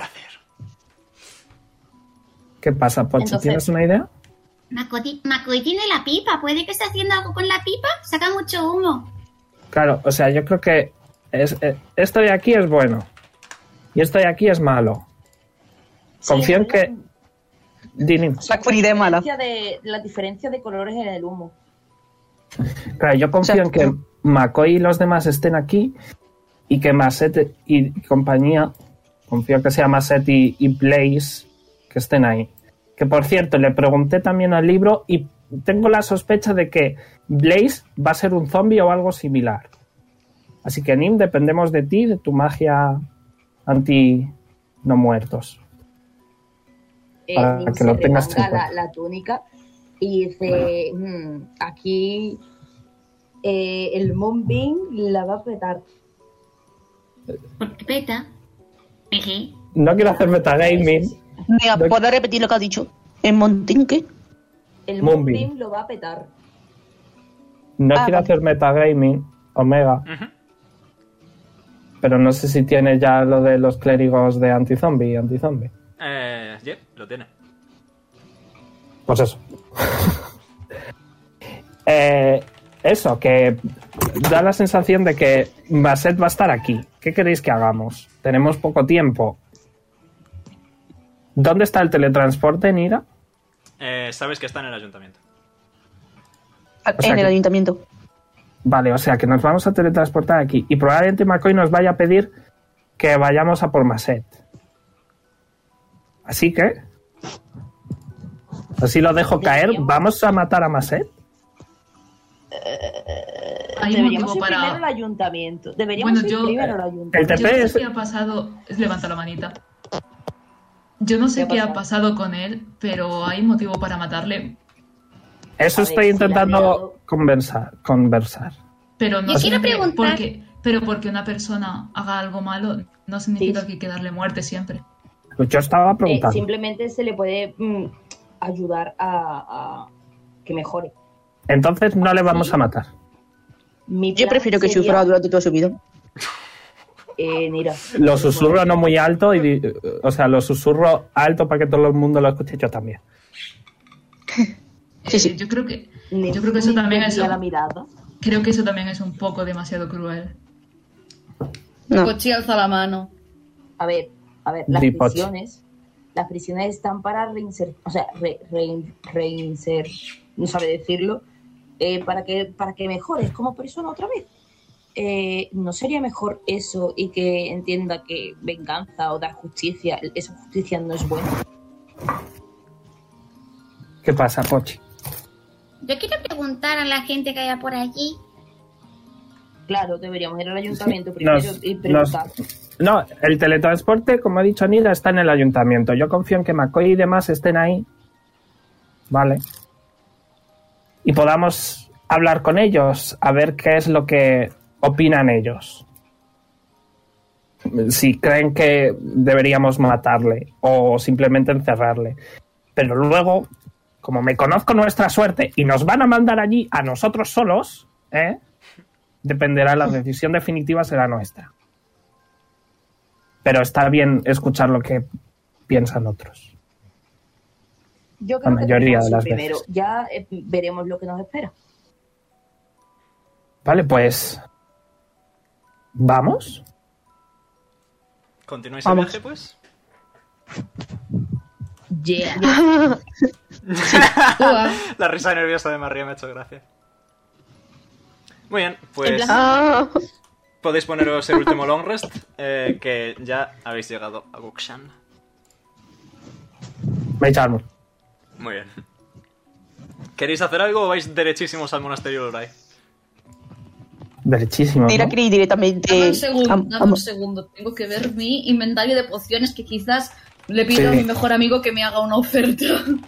¿Qué pasa, Pochi? Entonces- ¿Tienes una idea? Macoti- Macoy tiene la pipa. ¿Puede que esté haciendo algo con la pipa? Saca mucho humo. Claro, o sea, yo creo que es, eh, esto de aquí es bueno y esto de aquí es malo. Confío en Sí, que... Dini. La oscuridad es mala. diferencia de, la diferencia de colores en el humo. Claro, yo confío en que McCoy y los demás estén aquí y que Maset y compañía, confío que sea Maset y, y Blaze, que estén ahí. Que por cierto, le pregunté también al libro y tengo la sospecha de que Blaze va a ser un zombie o algo similar. Así que, Nim, dependemos de ti, de tu magia anti-no muertos. Eh, Para Nim que lo se tengas en remanga la, cuenta. la túnica y dice, "Mm, aquí eh, el Moonbeam la va a petar. Porque peta. Eje. No quiero hacer metagaming. Mira, No- ¿puedo repetir lo que has dicho? ¿En Montín qué? El Moonbeam. Moonbeam lo va a petar. No Ah, quiero vale. hacer metagaming, Omega, Ujú. pero no sé si tiene ya lo de los clérigos de anti-zombie, anti-zombie. Eh, yeah, lo tiene. Pues eso. Eh, eso, que da la sensación de que Basset va a estar aquí. ¿Qué queréis que hagamos? Tenemos poco tiempo. ¿Dónde está el teletransporte, Nira? Eh, sabes que está en el ayuntamiento. O sea en el que- ayuntamiento. Vale, o sea que nos vamos a teletransportar aquí. Y probablemente McCoy nos vaya a pedir que vayamos a por Basset. Así que... Así lo dejo caer. Deberíamos- ¿Vamos a matar a Basset? Hay Deberíamos motivo ir primero para... al ayuntamiento. Deberíamos Bueno, ir yo- primero al El ayuntamiento. Yo no T P sé es... qué ha pasado... Levanta la manita. Yo no sé ¿Qué ha qué ha pasado? pasado con él, pero hay motivo para matarle. Eso A ver, estoy si intentando la ha liado- conversar, conversar. Pero no Yo quiero siempre- preguntar- Porque, pero porque una persona haga algo malo no significa Sí. que hay que darle muerte siempre. Pues yo estaba Eh, preguntando. simplemente se le puede mm, ayudar a, a que mejore. Entonces no le vamos a matar. Mi Yo plan prefiero que sería, sufra durante toda su vida. Eh, mira, Lo susurro no muy alto, y di- o sea, lo susurro alto para que todo el mundo lo escuche, yo también. Sí, sí. Eh, yo creo que Ni- yo creo que eso ni también desvía es la mirada. creo que eso también es un poco demasiado cruel. No. Pochi alza la mano. A ver, a ver, las Di, Poch. prisiones, las prisiones están para reinser, o sea, re, rein- reinser, no sabe decirlo, eh, para que para que mejores como persona otra vez. Eh, ¿No sería mejor eso y que entienda que venganza o dar justicia, esa justicia no es buena? ¿Qué pasa, Pochi? Yo quiero preguntar a la gente que haya por allí. Claro, deberíamos ir al ayuntamiento Nos- primero y preguntar. No, el teletransporte, como ha dicho Nira, está en el ayuntamiento. Yo confío en que McCoy y demás estén ahí. Vale. Y podamos hablar con ellos, a ver qué es lo que opinan ellos. Si creen que deberíamos matarle o simplemente encerrarle. Pero luego, como me conozco nuestra suerte y nos van a mandar allí a nosotros solos, ¿eh? Dependerá, la decisión definitiva será nuestra. Pero está bien escuchar lo que piensan otros. Yo creo la que mayoría tenemos de que las ir primero. veces. Ya eh, veremos lo que nos espera. Vale, pues... ¿Vamos? ¿Continuáis el Vamos. viaje, pues? Yeah. Ua. La risa nerviosa de María me ha hecho gracia. Muy bien, pues En plan- Ah, podéis poneros el último long rest, eh, que ya habéis llegado a Gukshan. Mage Armor. Muy bien. ¿Queréis hacer algo o vais derechísimos al monasterio Lorai? Derechísimo, mira ¿no? que ir directamente. Dame un segundo, Am- dame un am- segundo. Tengo que ver mi inventario de pociones que quizás le pido a Sí. mi mejor amigo que me haga una oferta.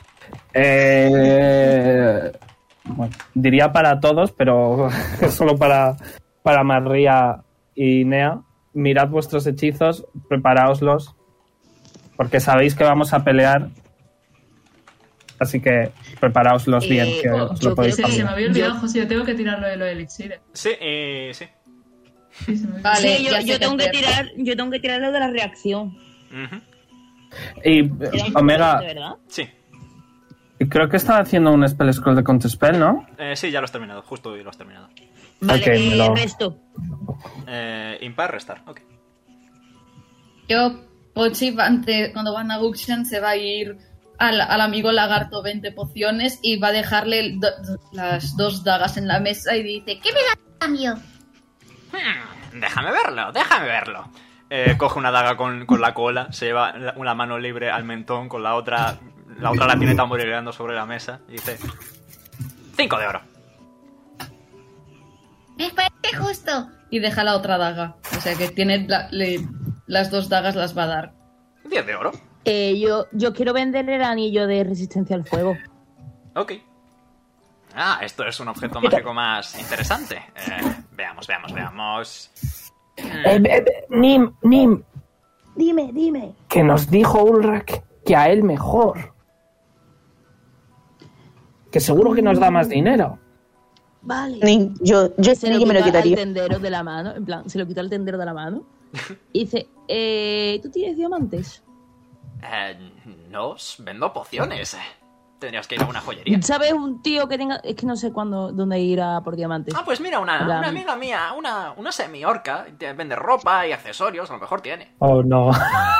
Eh, bueno, diría para todos, pero solo para, para María y Nea. Mirad vuestros hechizos, preparaoslos, porque sabéis que vamos a pelear. Así que preparaoslos Eh, bien, que oh, os yo lo podéis Sí, creo se me cambiar. había olvidado, Yo- José, yo tengo que tirarlo de lo del elixir. Sí, y sí. Sí, se me olvidó. Vale, Sí, yo, ya yo sé tengo qué que hacer. tirar, yo tengo que tirar lo de la reacción. Ujú. Y Era eh, un Omega, poquito, ¿verdad? Sí. creo que estaba haciendo un spell scroll de Counterspell, ¿no? Eh, sí, ya lo has terminado, justo hoy lo has terminado. Vale, Ok, eh, me lo- resto. Eh, impar, restar, ok. Yo, Pochi, ante- cuando van a Guxian, se va a ir al, al amigo lagarto veinte pociones y va a dejarle do- las dos dagas en la mesa y dice: ¿qué me da a cambio? Hmm, déjame verlo, déjame verlo. Eh, coge una daga con, con la cola, se lleva la- una mano libre al mentón, con la otra la otra la tiene tamborileando sobre la mesa y dice: cinco de oro. Me parece justo. y deja la otra daga. O sea que tiene la- le- las dos dagas las va a dar. diez de oro. Eh, yo, yo quiero vender el anillo de resistencia al fuego. Ok. Ah, esto es un objeto mágico más interesante. Eh, veamos, veamos, veamos. Eh, eh, eh, Nim, Nim, Dime, dime. que nos dijo Ulrak que a él mejor. Que seguro que nos da más dinero. Vale. Ni- Yo, yo Se ni lo que me lo quita al quitaría. tendero de la mano, en plan, se lo quita al tendero de la mano. Y dice, eh, ¿tú tienes diamantes? Eh, no, os vendo pociones. Tendrías que ir a una joyería. ¿Sabes un tío que tenga...? Es que no sé cuándo, dónde ir a por diamantes. Ah, pues mira, una, Hola. una amiga mía, una, una semi-orca, te vende ropa y accesorios, a lo mejor tiene. Oh, no.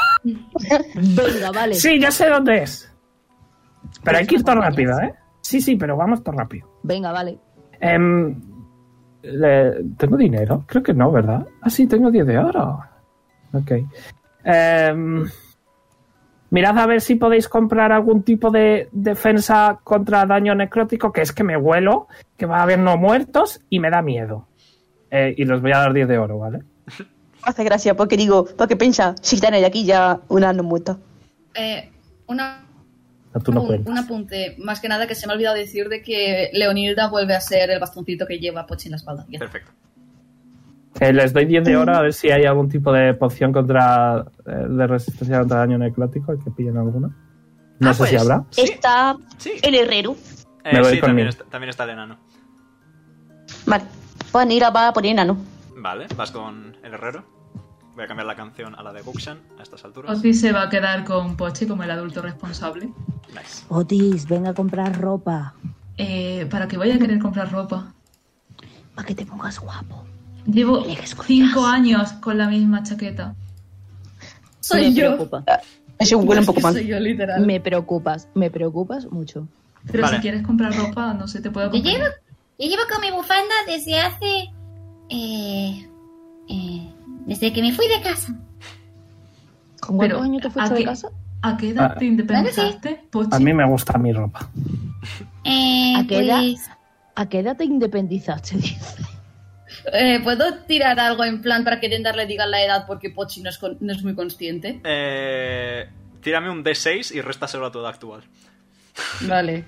Venga, vale. Sí, ya sé dónde es. Pero hay que ir todo rápido, ¿eh? Sí, sí, pero vamos todo rápido. Venga, vale. Em, le- ¿Tengo dinero? Creo que no, ¿verdad? Ah, sí, tengo diez de oro. Ok. Em, mirad a ver si podéis comprar algún tipo de defensa contra daño necrótico, que es que me huelo, que va a haber no muertos y me da miedo. Eh, y los voy a dar diez de oro, ¿vale? Hace gracia porque digo, porque piensa, si están aquí ya una no muerta. Eh, una, No, tú no un, cuentas. un apunte, más que nada que se me ha olvidado decir de que Leonilda vuelve a ser el bastoncito que lleva Pochi en la espalda. Ya. Perfecto. Eh, les doy diez de oro a ver si hay algún tipo de poción contra eh, de resistencia contra daño necrótico, que pillen alguna. No Ah, sé pues, si habrá. Sí. Está Sí. el herrero. Eh, Me voy sí, con también mí. está, también está el enano. Vale. Pues Nira va a poner enano. Vale, vas con el herrero. Voy a cambiar la canción a la de Gukshan a estas alturas. Otis se va a quedar con Pochi como el adulto responsable. Nice. Otis, venga a comprar ropa. Eh, ¿Para qué voy a querer comprar ropa? Para que te pongas guapo. Llevo Eres gordas. cinco años con la misma chaqueta. Soy me yo. Preocupa. Eso huele un poco mal. Soy yo, literal. Me preocupas, me preocupas mucho. Pero Vale. si quieres comprar ropa, no sé, te puedo Yo llevo, comprar. yo llevo con mi bufanda desde hace... Eh, eh, desde que me fui de casa. ¿Con cuántos Pero, años te ¿a fuiste de qué- casa? ¿A qué edad Ah. te independizaste, Pochi? A mí me gusta mi ropa. Eh, ¿A qué edad? pues, ¿A qué edad te independizaste? Dice. Eh, ¿Puedo tirar algo en plan para que Dendar le diga la edad porque Pochi no es, con- no es muy consciente? Eh, tírame un D seis y réstaselo a tu edad actual. Vale.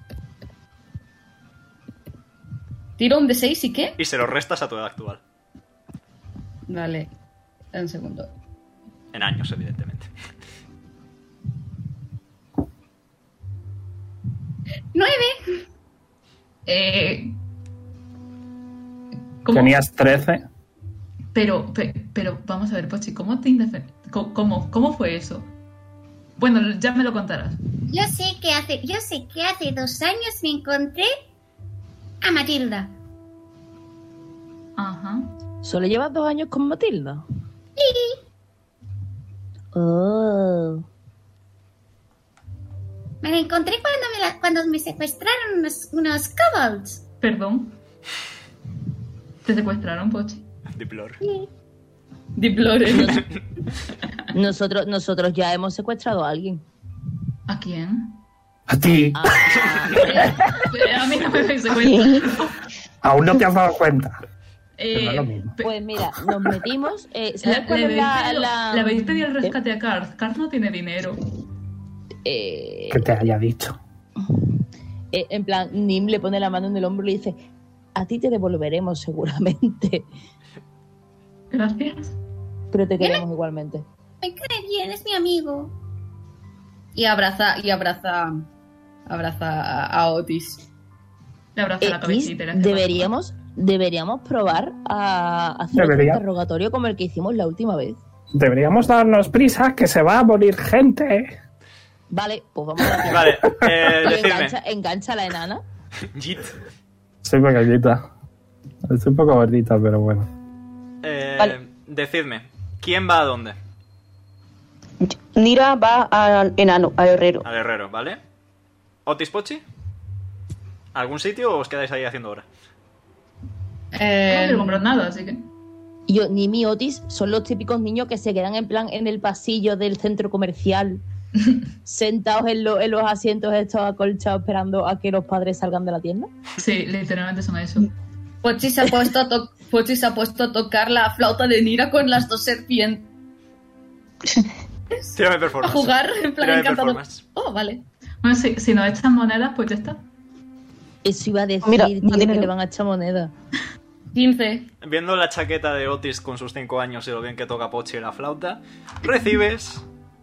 ¿Tiro un D seis y qué? Y se lo restas a tu edad actual. Vale. Un segundo. En años, evidentemente. nueve. Eh, ¿Cómo? Tenías trece. Pero, pe- pero, vamos a ver, Pochi, ¿cómo te indefendiste? ¿Cómo, ¿Cómo fue eso? Bueno, ya me lo contarás. Yo sé que hace, yo sé que hace dos años me encontré a Matilda. Ajá. ¿Solo llevas dos años con Matilda? Oh. Me la encontré cuando me, la- cuando me secuestraron unos, unos kobolds. Perdón. ¿Te secuestraron, Pochi? Diplor. Diplore. Nosotros, nosotros ya hemos secuestrado a alguien. ¿A quién? A ti. Ah, A mí no me secuestraron. Aún no te has dado cuenta. Eh, Pero no es lo mismo. pe- pues mira, nos metimos. Eh, le, ¿Sabes cuál le es la, habéis la- pedido- le habéis pedido el rescate a Karth. Karth no tiene dinero. Eh, Que te haya dicho. eh, en plan, Nim le pone la mano en el hombro y le dice: a ti te devolveremos seguramente, Gracias. pero te queremos igualmente. Me cae bien, es mi amigo. Y abraza, y abraza, abraza a, a Otis. Le abraza Eh, la cabecita. y le hace deberíamos, deberíamos probar a hacer un Debería. interrogatorio como el que hicimos la última vez. Deberíamos darnos prisa, que se va a morir gente. Vale, pues vamos a hacer. Vale, eh, Y decidme. engancha, engancha a la enana. Jit. Soy pequeñita. Estoy un poco gordita, pero bueno. Eh, Vale. Decidme. ¿Quién va a dónde? Nira va al enano, al herrero. Al herrero, ¿vale? ¿Otis Pochi? ¿Algún sitio o os quedáis ahí haciendo hora? No Eh, quiero comprar nada, así que... Y yo, ni mi Otis son los típicos niños que se quedan en plan en el pasillo del centro comercial, sentados en, lo- en los asientos estos acolchados esperando a que los padres salgan de la tienda. Sí, literalmente son eso. Pochi se ha puesto a, to- Pochi se ha puesto a tocar la flauta de Nira con las dos serpientes. Tírame A performance. jugar en plan Tírame encantado. performance. Oh, vale. Bueno, si, si nos echan monedas, pues ya está. Eso iba a decir, Mira, tío, no que tiene- le van a echar moneda. quince. Viendo la chaqueta de Otis con sus cinco años y lo bien que toca Pochi la flauta, recibes...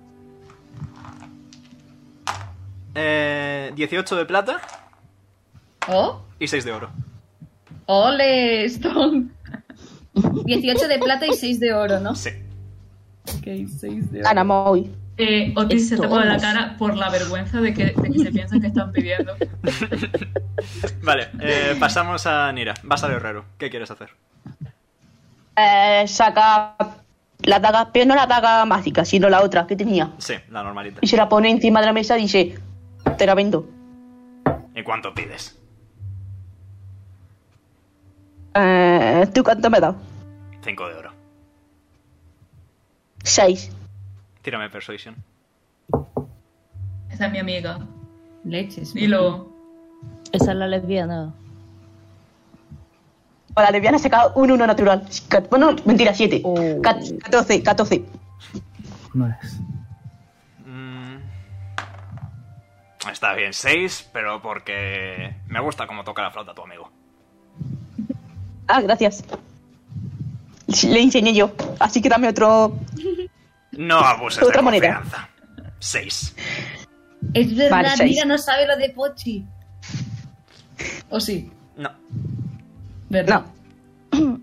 Eh, dieciocho de plata Oh, y seis de oro. ole, Stone. dieciocho de plata y seis de oro, ¿no? Sí. Ok, seis de oro. Ganamos hoy. Eh, Otis se Esto, tapa la vamos. cara por la vergüenza de que, de que se piensan que están pidiendo. Vale, eh, pasamos a Nira. Vas al herrero. ¿Qué quieres hacer? Eh, saca la daga, pero no la daga mágica, sino la otra que tenía. Sí, la normalita. Y se la pone encima de la mesa y dice, te la vendo. ¿Y cuánto pides? Eh, ¿Tú cuánto me das? Cinco de oro. Seis. Tírame Persuasion. Esa es mi amiga. Leches. Dilo. Esa es la lesbiana. Para la lesbiana saca un uno natural. Cat- Bueno, mentira, siete. Oh. Cat- catorce, catorce. No es. Mm, está bien, seis, pero porque me gusta cómo toca la flauta tu amigo. Ah, gracias. Le enseñé yo. Así que dame otro. No abuses Otra de moneda. confianza. Seis. Es verdad, Vale, seis. Nira no sabe lo de Pochi. ¿O sí? No. ¿Verdad? No.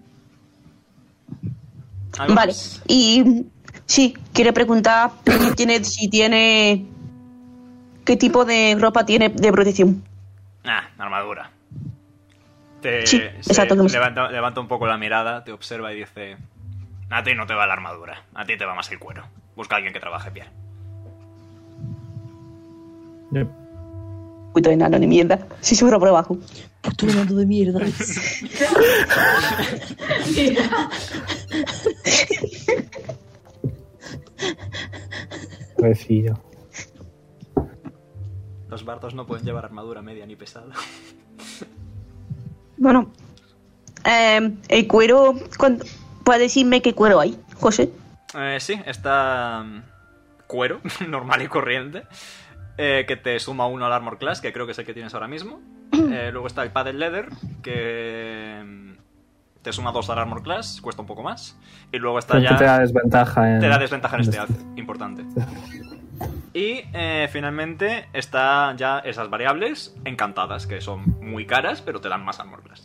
¿Algo Vale. más? Y sí, quiere preguntar si tiene, si tiene. ¿Qué tipo de ropa tiene de protección? Ah, armadura. Te, Sí, se exacto, que me- levanta, levanta un poco la mirada, te observa y dice: a ti no te va la armadura, a ti te va más el cuero. Busca a alguien que trabaje piel. Yep. Puto enano de mierda. Si sube por abajo. Puto enano de mierda. Pobrecillo. Los bardos no pueden llevar armadura media ni pesada. Bueno. Eh, el cuero. ¿cuándo- ¿Puede decirme qué cuero hay, José? Eh, sí, está mm, cuero, normal y corriente, eh, que te suma uno al Armor Class, que creo que es el que tienes ahora mismo. Eh, luego está el Padded Leather, que mm, te suma dos al Armor Class, cuesta un poco más. Y luego está Pero ya... te da desventaja en... Te da desventaja en este alce, importante. Y eh, finalmente está ya esas variables encantadas, que son muy caras, pero te dan más Armor Class.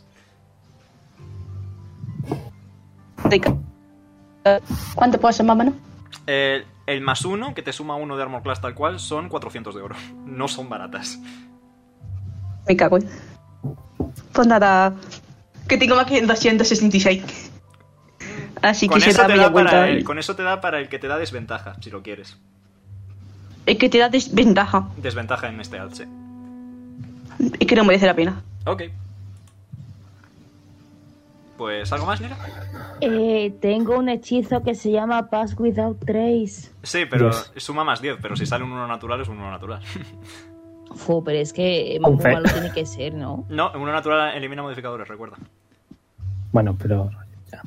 Rica. Eh, ¿Cuánto puede ser más o menos? El, el más uno, que te suma uno de Armor Class tal cual, son cuatrocientos de oro. No son baratas. Me cago en. Pues nada. Que tengo más que doscientos sesenta y seis. Así Con que se eso, da te media da para vuelta. el, y- con eso te da para el que te da desventaja, si lo quieres. Es que te da desventaja. Desventaja en este alce. Es que no merece la pena. Ok. Pues, ¿algo más, Nira? Eh, tengo un hechizo que se llama Pass Without Trace. Sí, pero Yes. suma más diez, pero si sale un uno natural, es un uno natural. Fu, pero es que muy Once. malo tiene que ser, ¿no? No, un uno natural elimina modificadores, recuerda. Bueno, pero... ya.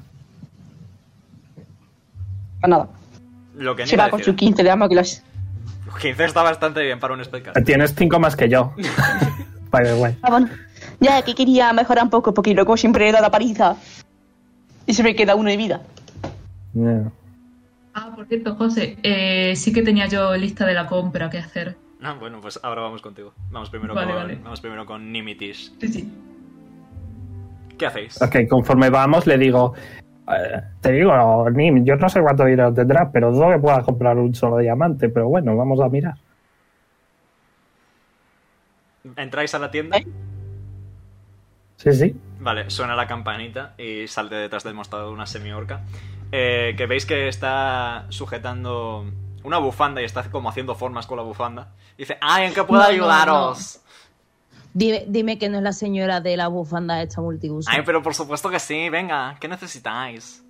Pues nada. Lo que Se Nira va con decida. su quince de arma class. quince está bastante bien para un spellcaster. Tienes cinco más que yo. By the way. Ah, bueno. Ya que quería mejorar un poco, porque luego siempre he dado la paliza. Y se me queda uno de vida. Yeah. Ah, por cierto, José, eh, sí que tenía yo lista de la compra que hacer. Ah, bueno, pues ahora vamos contigo. Vamos primero Vale, con, vale. Vamos primero con Nimitis. Sí, sí. ¿Qué hacéis? Ok, conforme vamos le digo... eh, te digo, Nim, yo no sé cuánto dinero tendrás, pero dudo que puedas comprar un solo diamante. Pero bueno, vamos a mirar. ¿Entráis a la tienda? Sí, sí. Vale, suena la campanita y sale detrás del mostrador una semiorca. Eh, que veis que está sujetando una bufanda y está como haciendo formas con la bufanda. Dice, ¡ay, en qué puedo No, no, ayudaros! Dime, dime que no es la señora de la bufanda hecha multiuso. Ay, pero por supuesto que sí, venga, ¿qué necesitáis?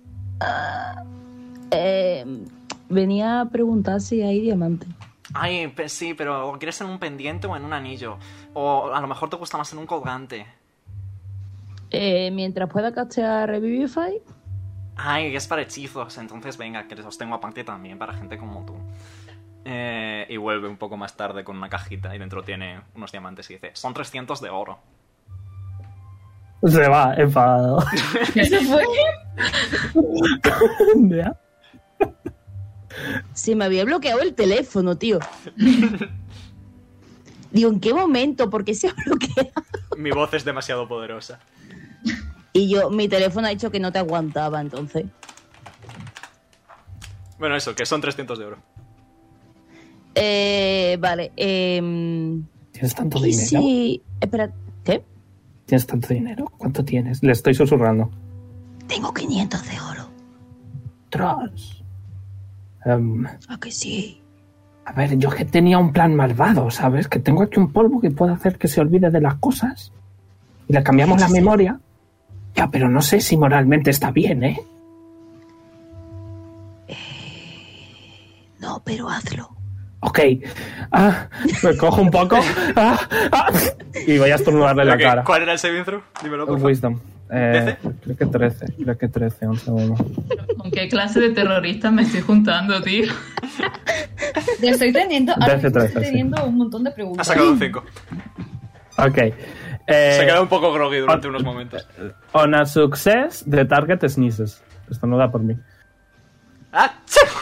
Eh, venía a preguntar si hay diamante. Ay, pe- sí, pero ¿quieres en un pendiente o en un anillo? O a lo mejor te gusta más en un colgante. Eh, mientras pueda castear Revivify. Ay, es para hechizos, entonces venga, que los tengo aparte también para gente como tú. Eh, y vuelve un poco más tarde con una cajita y dentro tiene unos diamantes y dice, son trescientos de oro. Se va, enfadado. ¿Qué se fue? ¿Ya? Se me había bloqueado el teléfono, tío. Digo, ¿en qué momento? ¿Por qué se ha bloqueado? Mi voz es demasiado poderosa. Y yo, mi teléfono ha dicho que no te aguantaba, entonces. Bueno, eso, que son trescientos de oro. Eh, vale. Eh, ¿Tienes tanto ¿y dinero? si... Espera, ¿qué? ¿Tienes tanto dinero? ¿Cuánto tienes? Le estoy susurrando. Tengo quinientos de oro. Tras. Um, ¿A que sí? a ver, yo que tenía un plan malvado, ¿sabes? Que tengo aquí un polvo que puede hacer que se olvide de las cosas. Y le cambiamos la memoria. Ya, pero no sé si moralmente está bien, ¿eh? No, pero hazlo. Ok. Ah, me cojo un poco. Ah, ah, y voy a estornudarle la Ok, cara. ¿cuál era el saving throw? Dímelo, por favor. Wisdom. Eh, ¿trece? creo que trece. Creo que trece. Un segundo. ¿Con qué clase de terroristas me estoy juntando, tío? Ya estoy teniendo, ahora trece, mismo estoy trece, sí. teniendo un montón de Ha preguntas. sacado un cinco. Ok. Eh, Se queda un poco groggy durante unos momentos. On a success, the target sneezes. Esto no da por mí. ¡Ah!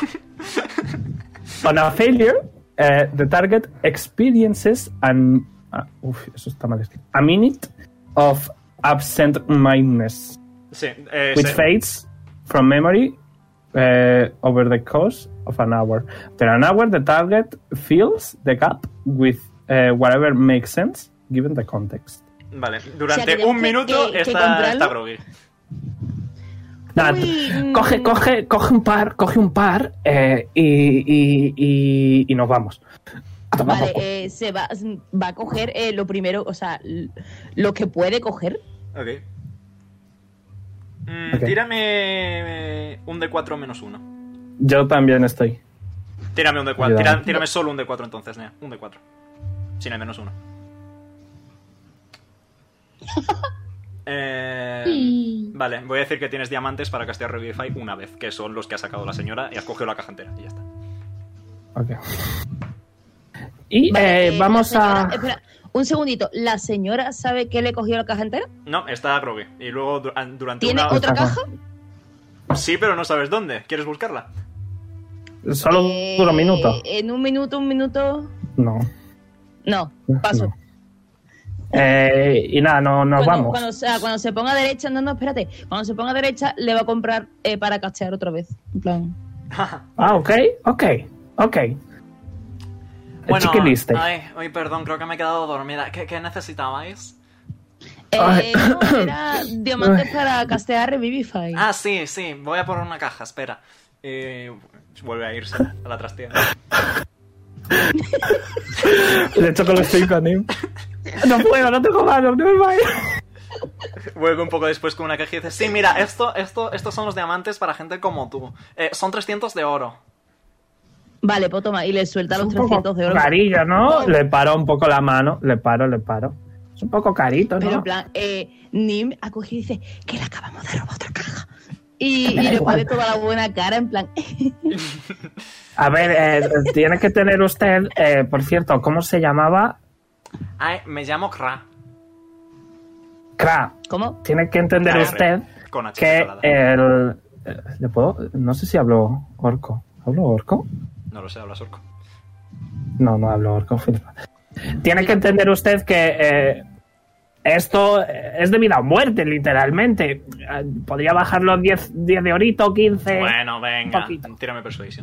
On a failure, uh, the target experiences an... Uh, uf, eso está mal escrito. A minute of absent-mindedness, Sí, eh, which sí. fades from memory uh, over the course of an hour. After an hour, the target fills the gap with uh, whatever makes sense, given the context. Vale, O sea, durante que tengo un que- minuto que- que está, comprarlo. está groggy. Nada, Uy, mm. coge, coge, coge un par, coge un par eh, y, y, y, y nos vamos. A tomar Vale, por culo. eh, se va, va a coger eh, lo primero, o sea, l- lo que puede coger. Ok. Mm, Ok. Tírame un D cuatro menos uno. Yo también estoy. Tírame un D cuatro. Ayuda. Tira- tírame solo un D cuatro entonces, Nea. Un D cuatro. Sin el menos uno. Eh, vale, voy a decir que tienes diamantes para castear Revivify una vez, que son los que ha sacado la señora y has cogido la caja entera y ya está. Ok. Y Vale, eh, eh, vamos la señora- a... Espera, un segundito. ¿La señora sabe que le cogió la caja entera? No, está groggy. Y luego du- durante ¿Tiene una... otra caja? Sí, pero no sabes dónde. ¿Quieres buscarla? Solo Eh, dura un minuto. En un minuto, un minuto. No. No, paso. no. Eh, y nada, no, nos Cuando, vamos. cuando, o sea, cuando se ponga derecha, no, no, espérate. Cuando se ponga derecha, le va a comprar eh, para castear otra vez. En plan. Ah, ok, ok, ok. Bueno, Chiquiliste. ay, ay, perdón, creo que me he quedado dormida. ¿Qué, qué necesitabais? Eh, Ay. no, era diamantes para castear Revivify. Ah, sí, sí, voy a por una caja, espera. Eh, vuelve a irse a la trastienda. De hecho, con los cinco, Nim. No puedo, no tengo manos, no me vaya. Vuelve un poco después con una caja y dice, sí, mira, esto, esto, estos son los diamantes para gente como tú. Eh, son trescientos de oro. Vale, pues toma, y le suelta los Un poco trescientos de oro. carillo, ¿no? Le paro un poco la mano, le paro, le paro. Es un poco carito, Pero ¿no? en plan, eh, Nim ha cogido y dice que le acabamos de robar otra caja. Y, y Da le igual. pone toda la buena cara, en plan. A ver, eh, tiene que tener usted, eh, por cierto, ¿cómo se llamaba? Ay, me llamo Kra. Kra. ¿Cómo? Tiene que entender K R, usted con H que separada. el... eh, ¿Le puedo? No sé si hablo orco. ¿Hablo orco? No lo sé, hablas orco. No, no hablo orco. Tiene que entender usted que eh, esto es de vida o muerte, literalmente. Eh, Podría bajarlo diez, diez de orito, quince... Bueno, venga, poquito. tírame persuasion.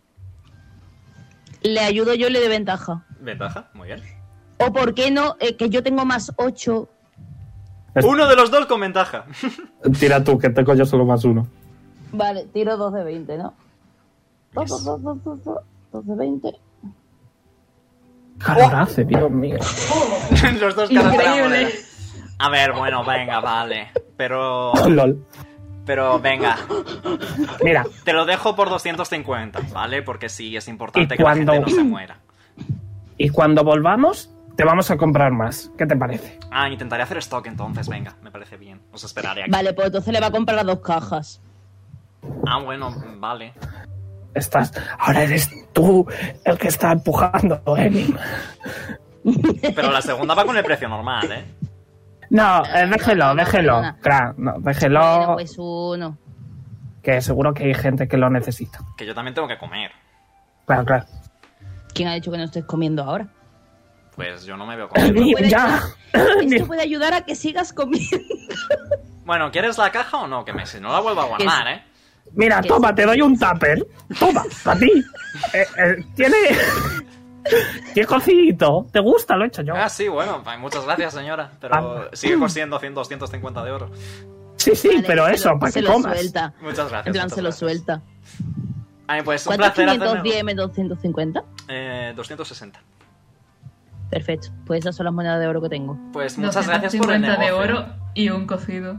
Le ayudo yo y le de ventaja. Ventaja, muy bien. O por qué no, eh, que yo tengo más ocho. Es- Uno de los dos con ventaja. Tira tú, que tengo yo solo más uno. Vale, tiro dos de veinte, ¿no? Dos, Yes. dos, dos, dos, dos, dos de veinte. Calor hace, Dios mío. Los dos caras de la Increíble. moneda. A ver, bueno, venga, vale. Pero... LOL. Pero venga, Mira, te lo dejo por doscientos cincuenta, ¿vale? Porque sí, es importante Y que cuando- la gente no se muera. y cuando volvamos, te vamos a comprar más. ¿Qué te parece? Ah, intentaré hacer stock entonces, venga, me parece bien. Os esperaré aquí. Vale, pues entonces le va a comprar las dos cajas. Ah, bueno, vale. Estás... Ahora eres tú el que está empujando, Enim. Pero la segunda va con el precio normal, ¿eh? No, eh, déjelo, no, no, déjelo. no. Claro, no, déjelo. Bueno, pues uno. Que seguro que hay gente que lo necesita. Que yo también tengo que comer. Claro, claro. ¿Quién ha dicho que no estés comiendo ahora? Pues yo no me veo comiendo. Enim, puede- ya. Esto puede ayudar a que sigas comiendo. Bueno, ¿quieres la caja o no? Que me si no la vuelvo a guardar, ¿eh? Mira, Que toma, sí. te doy un tupper. Toma, para ti. Eh, eh, tiene... Qué cosito. ¿Te gusta? Lo he hecho yo. Ah, sí, bueno, ay, muchas gracias, señora. Pero Ah. sigue costando cien, doscientos cincuenta de oro. Sí, sí, Vale, pero se eso, lo- para se que lo comas. suelta. Muchas gracias. En plan, muchas se lo gracias. suelta. Ay, pues un ¿Cuántos placer quinientos hacerme... diez menos doscientos cincuenta? Eh, doscientos sesenta. Perfecto. Pues esas son las monedas de oro que tengo. Pues muchas gracias por el doscientos cincuenta de negocio. oro y un cocido.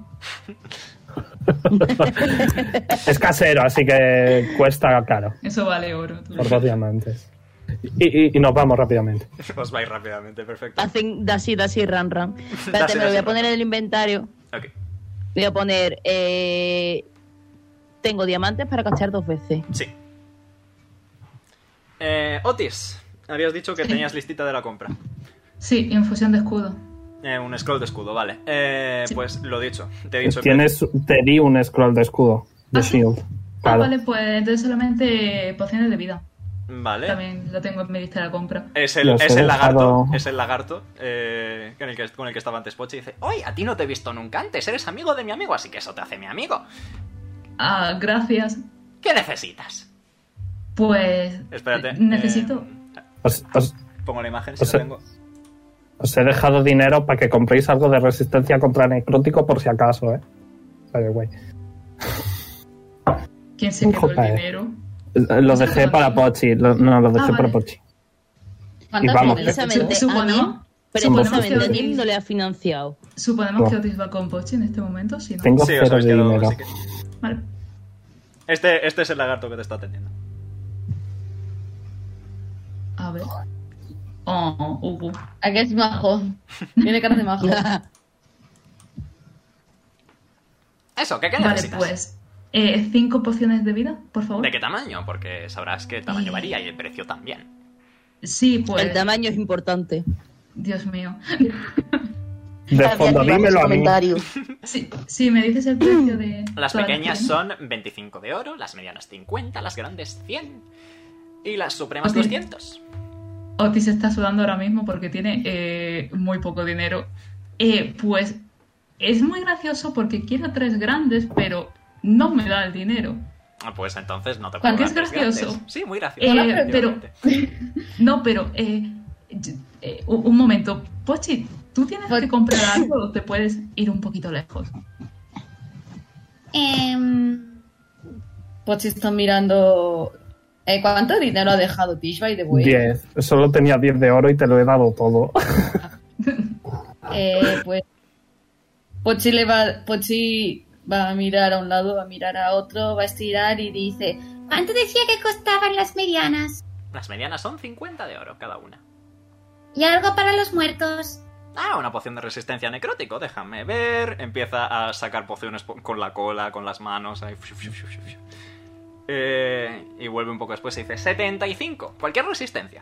Es casero, así que cuesta caro. Eso vale oro. tú. Por dos diamantes. Y, y, y nos vamos rápidamente. Os vais rápidamente, perfecto. Hacen dashi, dashi, ran, ran. Espérate, Dashi, me lo voy dashi, a poner ran. en el inventario. Ok. Voy a poner... Eh... Tengo diamantes para castear dos veces. Sí. Eh, Otis, habías dicho que tenías listita de la compra. Sí, infusión de escudo. Eh, un scroll de escudo, vale. Eh, Sí. Pues lo dicho, te he dicho Tienes, te di un scroll de escudo. De ¿Ah, sí? shield. Ah, Claro. vale, pues entonces solamente pociones de vida. que... Vale. También lo tengo en mi lista de compra. Es el, Los es he el lagarto, dejado- es el lagarto eh, con, el que, con el que estaba antes Pochi y dice: Oye, a ti no te he visto nunca antes, eres amigo de mi amigo, así que eso te hace mi amigo. Ah, gracias. ¿Qué necesitas? Pues... Espérate. Necesito... eh, Os, os- pongo la imagen si O sea, la tengo. os he dejado dinero para que compréis algo de resistencia contra necrótico por si acaso, ¿eh? Vale, güey. ¿Quién se quedó el Joder. dinero? Lo dejé para Pochi. Lo- no, lo dejé Ah, para vale. Pochi. ¿Cuántas vamos. tienes? Precisamente a Suponemos- mí... Precisamente suponemos a que- mí no le ha financiado. Suponemos No. que Otis va con Pochi en este momento, si no. Tengo Sí, os cero habéis de quedado, dinero. así que... Vale. Este, este es el lagarto que te está atendiendo. A ver. Oh, Hugo. ¿A qué es majo? Tiene cara de majo. Eso, ¿qué, qué Vale, necesitas? pues. Eh, cinco pociones de vida, por favor. ¿De qué tamaño? Porque sabrás qué tamaño Eh. varía y el precio también. Sí, pues. El tamaño es importante. Dios mío. De fondo, dímelo a mí. comentario. Sí, sí, me dices el precio de. Las todas pequeñas que son veinticinco de oro, las medianas cincuenta, las grandes cien y las supremas Ok. doscientos. Otis está sudando ahora mismo porque tiene eh, muy poco dinero. Eh, pues es muy gracioso porque quiero tres grandes, pero no me da el dinero. Ah, pues entonces no te ¿Cuál puedo que dar es tres gracioso? grandes. Sí, muy gracioso. Eh, pero- efectivamente. No, pero eh, eh, un un momento. Pochi, ¿tú tienes que comprar algo o te puedes ir un poquito lejos? Em, Pochi está mirando. Eh, ¿Cuánto dinero ha dejado Tish, by the way? diez. Solo tenía diez de oro y te lo he dado todo. Eh, pues. Pochi le va. Pochi va a mirar a un lado, va a mirar a otro, va a estirar y dice: ¿Cuánto decía que costaban las medianas? Las medianas son cincuenta de oro cada una. ¿Y algo para los muertos? Ah, una poción de resistencia necrótico, déjame ver. Empieza a sacar pociones po- con la cola, con las manos. Ahí. Eh, y vuelve un poco después y dice setenta y cinco. Cualquier resistencia.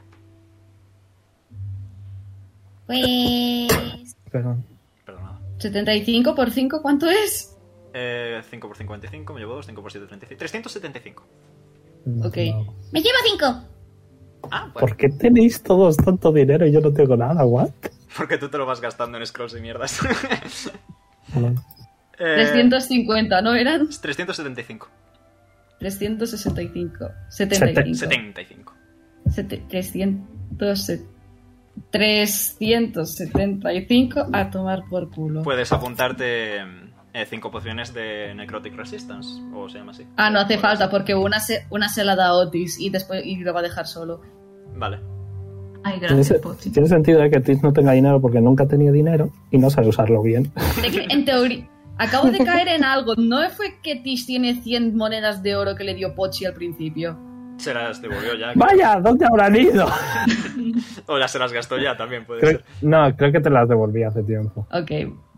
Pues... Perdón. Perdonad. setenta y cinco por cinco, ¿cuánto es? Eh, cinco por cincuenta y cinco, me llevo dos. cinco por siete, treinta y cinco. trescientos setenta y cinco. No, Ok. no. Me llevo cinco. Ah, pues. ¿Por qué tenéis todos tanto dinero y yo no tengo nada? ¿What? Porque tú te lo vas gastando en scrolls y mierdas. No. Eh, trescientos cincuenta, ¿no eran? trescientos setenta y cinco. trescientos sesenta y cinco. setenta y cinco. setenta y cinco. Sete- trescientos se- trescientos setenta y cinco a tomar por culo. Puedes apuntarte cinco pociones de Necrotic Resistance, o se llama así. Ah, no hace Por falta eso. porque una se, una se la da a Otis y después y lo va a dejar solo. Vale. Ay, Tiene, gracias, se- Pochi. tiene sentido de que Tis no tenga dinero porque nunca ha tenido dinero y no sabe usarlo bien. De que, en teoría, acabo de caer en algo. ¿No fue que Tish tiene cien monedas de oro que le dio Pochi al principio? Se las devolvió ya. Vaya, ¿dónde habrán ido? O ya se las gastó ya, también puede Creo- ser. no, creo que te las devolví hace tiempo. Ok.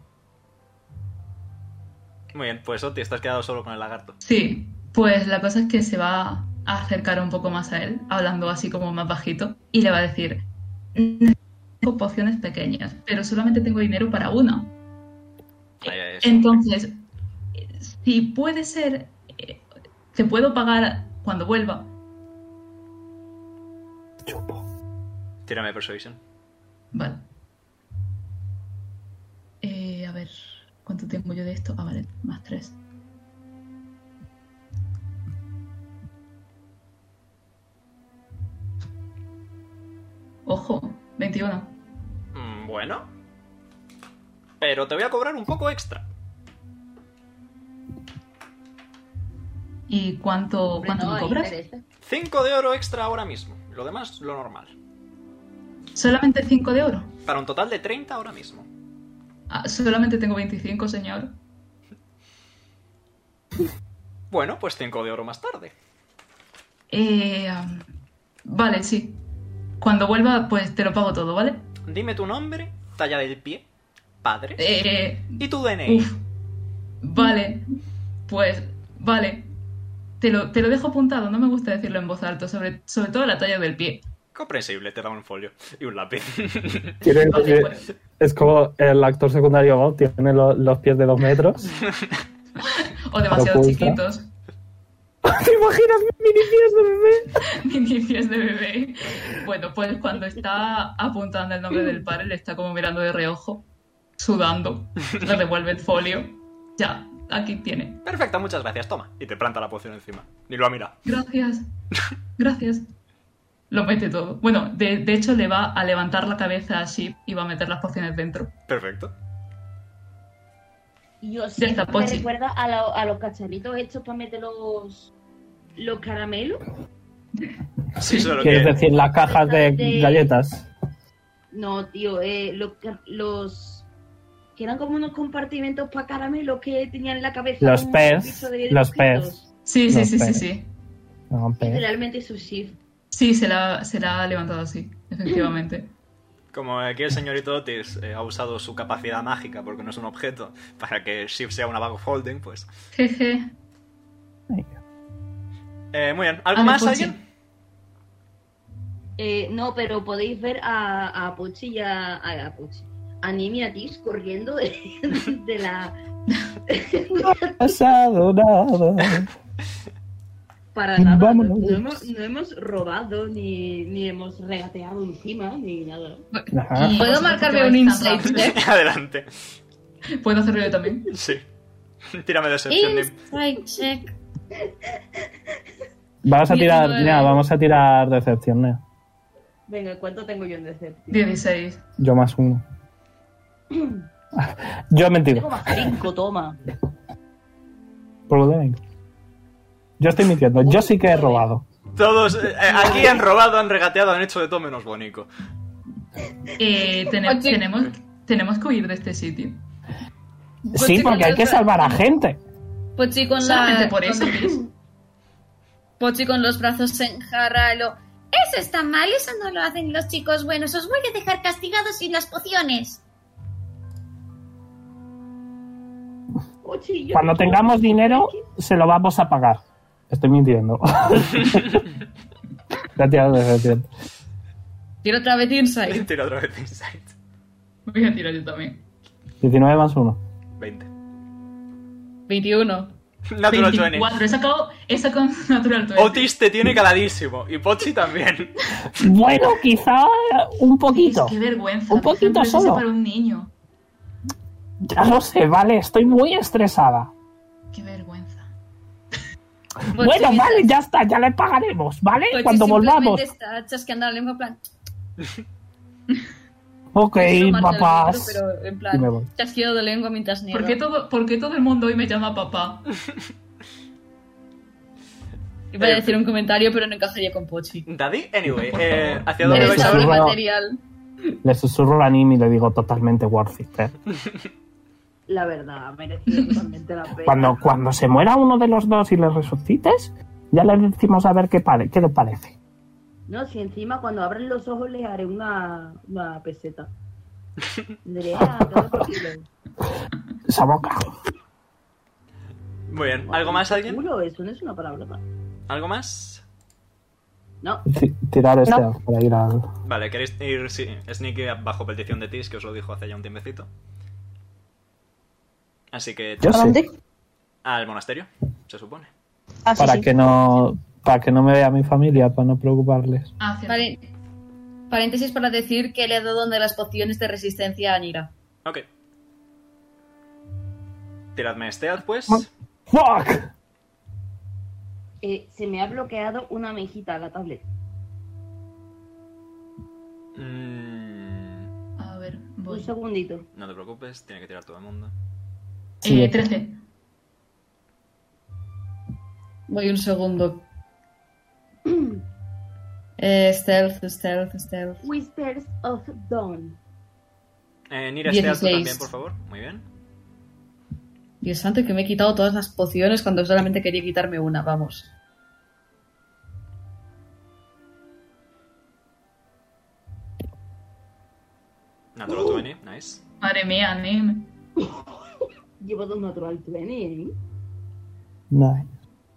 Muy bien, pues Oti, estás quedado solo con el lagarto. Sí, pues la cosa es que se va a acercar un poco más a él, hablando así como más bajito, y le va a decir: tengo pociones pequeñas, pero solamente tengo dinero para una. Ahí, ahí, eso. Entonces, si puede ser, eh, te puedo pagar cuando vuelva. Chupo. Tírame Persuasion. Vale. Eh, a ver, ¿cuánto tengo yo de esto? Ah, vale, más tres. Ojo, veintiuno. Mm, bueno. Pero te voy a cobrar un poco extra. ¿Y cuánto, Hombre, cuánto no, me ahí cobras? merece. cinco de oro extra ahora mismo. Lo demás, lo normal. ¿Solamente cinco de oro? Para un total de treinta ahora mismo. Ah, solamente tengo veinticinco, señor. Bueno, pues cinco de oro más tarde. Eh, um, vale, sí. Cuando vuelva, pues te lo pago todo, ¿vale? Dime tu nombre, talla del pie, padre Eh, y tu D N I. uf. Vale. Pues, vale. Te lo, te lo dejo apuntado, no me gusta decirlo en voz alta, sobre, sobre todo la talla del pie. Comprensible, te da un folio y un lápiz. Tiene- Vale, eh, pues. Es como el actor secundario Bob, tiene lo- los pies de dos metros. O demasiado oculta. chiquitos. ¿Te imaginas mis mini pies de bebé? Mini pies de bebé. Bueno, pues cuando está apuntando el nombre del padre, le está como mirando de reojo, sudando. Le devuelve el folio. Ya, aquí tiene. Perfecto, muchas gracias, toma. Y te planta la poción encima. Ni lo ha mirado. Gracias. Gracias. Lo mete todo. Bueno, de, de hecho le va a levantar la cabeza a Sheep y va a meter las pociones dentro. Perfecto. Yo Ya sí, está, me Pochi. recuerda a, lo- a los cacharritos estos para meter los, los caramelos. Sí, solo ¿Quieres que... decir las cajas de De- galletas? No, tío, eh, los, ca- los que eran como unos compartimentos para caramelos que tenían en la cabeza. Los un pez, piso de los dibujitos. pez. Sí, sí, No, sí, sí, espera. sí. No, pe- Literalmente su shift. Sí, se la, se la ha levantado así, efectivamente. Como aquí el señorito Otis eh, ha usado su capacidad mágica, porque no es un objeto, para que Shift sea una bag of holding, pues... Jeje. Eh, muy bien. ¿Algo Vale, más, Pochi. alguien? Eh, no, pero podéis ver a, a Pochi y a, a, a Pochi. A Nimi y a Tis corriendo de, de la. No ha pasado nada. Para nada. No, Vámonos. no hemos, no hemos robado, ni, ni hemos regateado encima, ni nada. Ajá. Y ¿Puedo vosotros marcarme que un vais tan insight rápido. check? Adelante. ¿Puedo hacerlo yo también? Sí. Tírame Deception, Nim. Insight check. Vamos a tirar, diecinueve. mira, vamos a tirar decepción, Nea. Venga, ¿cuánto tengo yo en Deception? dieciséis. Yo más uno. Yo he mentido. Tengo más cinco, toma. Por lo de Yo estoy mintiendo. Yo sí que he robado. Todos eh, aquí han robado, han regateado, han hecho de todo menos Bonico. Eh, tene- Oye. tenemos, tenemos que huir de este sitio. Sí, porque hay que salvar a gente. Pochi con Solamente la. por eso, con- Chris. Pochi con los brazos en jarra. Lo... Eso está mal, eso no lo hacen los chicos buenos. Os voy a dejar castigados sin las pociones. Pochi, yo- Cuando tengamos dinero, se lo vamos a pagar. Estoy mintiendo. Ya he tirado decepción. Tiro otra vez insight. Tira otra vez Insight. Voy a tirar yo también. diecinueve más uno. veinte. veintiuno. Natural veinte. veinticuatro. He sacado, he sacado un natural veinte. Otis te tiene caladísimo. Y Pochi también. Bueno, quizá un Es poquito. que vergüenza. Un poquito Ejemplo, eso solo. para un niño. Ya lo sé, vale, estoy muy estresada. Qué vergüenza. Pochi Bueno, mientras- vale, ya está, ya le pagaremos, ¿vale? Pochi Cuando volvamos. simplemente está chasqueando la lengua en plan. Ok, Eso marca el papás. libro, pero en Y me plan, voy. chasquido de lengua mientras niega. ¿Por qué, todo, ¿Por qué todo el mundo hoy me llama papá? Iba a decir un comentario, pero no encajaría con Pochi. Daddy, anyway, eh, ¿hacia dónde Eres vais Eres ahora? doble ahora? material. Le susurro a Nim y le digo totalmente worth it, ¿eh? La verdad, ha merecido totalmente la pena. Cuando, cuando se muera uno de los dos y le resucites, Ya le decimos a ver qué, pare qué le parece. No, si encima cuando abren los ojos les haré una, una peseta. Le diré, ah, todo por kilo. Esa boca. Muy bien. ¿Algo más, alguien? Culo, eso no es una palabrota. ¿Algo más? No. T tirar este No. para ir al... Vale, ¿queréis ir sí, sneaky bajo petición de Tis, que os lo dijo hace ya un tiempecito? Así que... Yo ¿A sí. dónde? Al monasterio, se supone. Ah, sí, Para sí. que no... Para que no me vea mi familia, para no preocuparles. Ah, cierto. Vale. Paréntesis para decir que le he dado una de las pociones de resistencia a Nira. Ok. Tiradme stealth, pues. ¡Fuck! Eh, se me ha bloqueado una mejita a la tablet. Mm, A ver, Un voy. segundito. no te preocupes, tiene que tirar todo el mundo. Sí. Eh, trece. Voy un segundo. Eh, stealth, stealth, stealth. Whispers of Dawn. Eh, Nira, stealth tú dieciséis. también, por favor. Muy bien. Dios santo, que me he quitado todas las pociones cuando solamente quería quitarme una, vamos. Natural veinte, nice. Madre mía, Nim. Llevo dos natural veinte, ¿eh? Nice.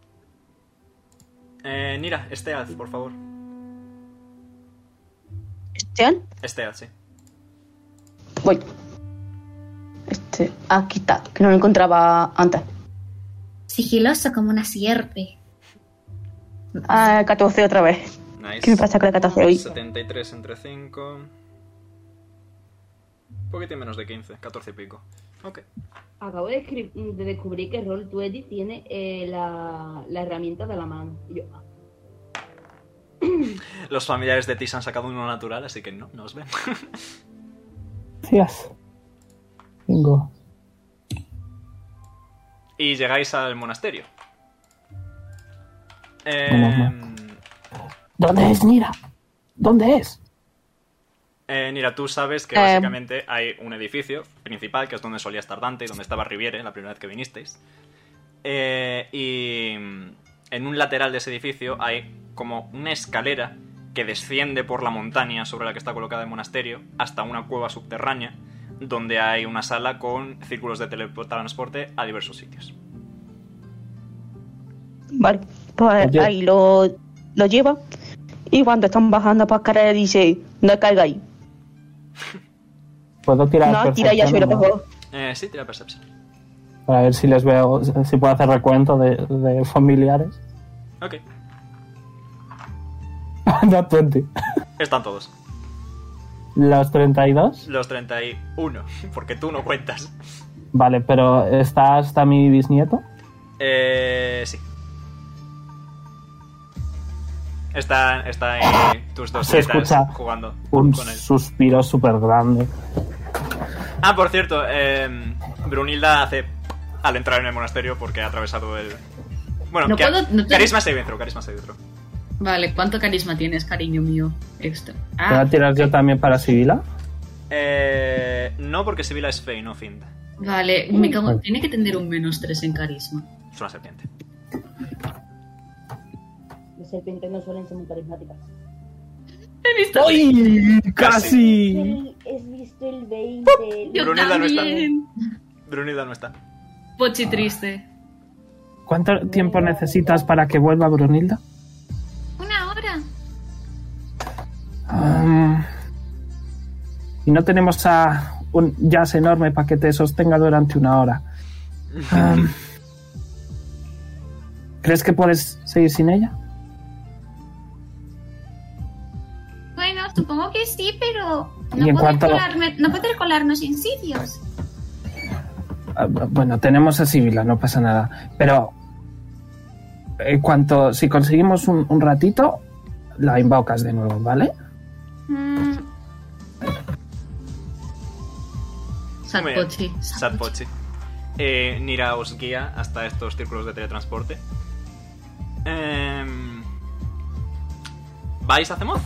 Eh, Nira, stealth, por favor. ¿Estean? Stealth, sí. Voy. Este, aquí está, que no lo encontraba antes. Sigiloso como una sierpe. Ah, catorce otra vez. Nice. ¿Qué me pasa con la catorce hoy? setenta y tres entre cinco. Un poquitín menos de quince, catorce y pico. Ok. Acabo de, escri- de descubrir que roll veinte tiene eh, la, la herramienta de la mano. Y yo, ah, Los familiares de Tis han sacado uno natural, así que no, no os ven. Gracias. Bingo. Y llegáis al monasterio. Eh, Menos ¿Dónde es, Nira? ¿Dónde es? eh, Mira, tú sabes que Eh. básicamente hay un edificio principal, que es donde solía estar Dante y donde estaba Riviere la primera vez que vinisteis. Eh, y en un lateral de ese edificio hay como una escalera que desciende por la montaña sobre la que está colocada el monasterio hasta una cueva subterránea, donde hay una sala con círculos de teletransporte a diversos sitios. Vale, pues Oye. ahí lo, lo lleva. Y cuando están bajando para escalera dice, no caiga ahí. ¿Puedo tirar No, tira ya percepción sobre o no? por favor. Eh, sí, tira Perception. Para ver si les veo, si puedo hacer recuento de, de familiares. Ok, No, veinte. están todos. Los treinta y dos. Los treinta y uno, porque tú no cuentas. Vale, pero ¿está hasta mi bisnieto? Eh, sí. Está, está ahí tus dos Se nietas escucha jugando Un con él. suspiro súper grande. Ah, por cierto, eh, Brunilda hace al entrar en el monasterio porque ha atravesado el... Bueno, No que- puedo- no te- carisma saving throw, carisma saving throw. Vale, ¿cuánto carisma tienes, cariño mío? Extra. ¿Te voy Ah, a tirar yo también para Sibila? Eh, no, porque Sibila es Fey, no Fiend. vale, me cago- tiene que tener un menos tres en carisma. Es una serpiente. las serpientes no suelen ser muy carismáticas. He visto. ¡Ay! ¡Casi! El- ¿Has visto el veinte? Yo Brunilda no está. también. Brunilda no está. Pochi triste. ¿Cuánto tiempo necesitas para que vuelva Brunilda? Una hora. Um, y no tenemos a un jazz enorme para que te sostenga durante una hora. Um, ¿Crees que puedes seguir sin ella? Bueno, supongo que sí, pero Y no en poder, cuanto- colarme- no poder colarnos en sitios. Ah, bueno, tenemos a Sibila, no pasa nada. Pero en cuanto, si conseguimos un, un ratito, la invocas de nuevo, ¿vale? Mm, Sad Muy bien. Pochi. Sad Pochi. Eh, Nira os guía hasta estos círculos de teletransporte. Em, ¿Vais a Zemoth?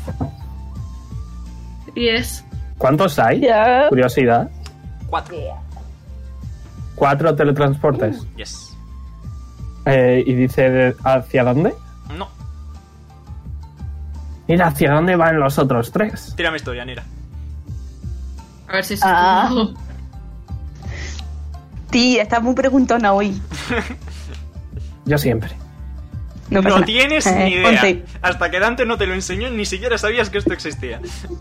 Yes. ¿Cuántos hay? Ya. Curiosidad. Cuatro. Cuatro teletransportes. Yes. Eh, ¿Y dice de- hacia dónde? No. Mira, ¿hacia dónde van los otros tres? Tírame historia, Nira. A ver si es Ah. algo. Tía, estás muy preguntona hoy. Yo siempre. No, pasa No nada. tienes Eh, ni idea. once. Hasta que Dante no te lo enseñó, ni siquiera sabías que esto existía.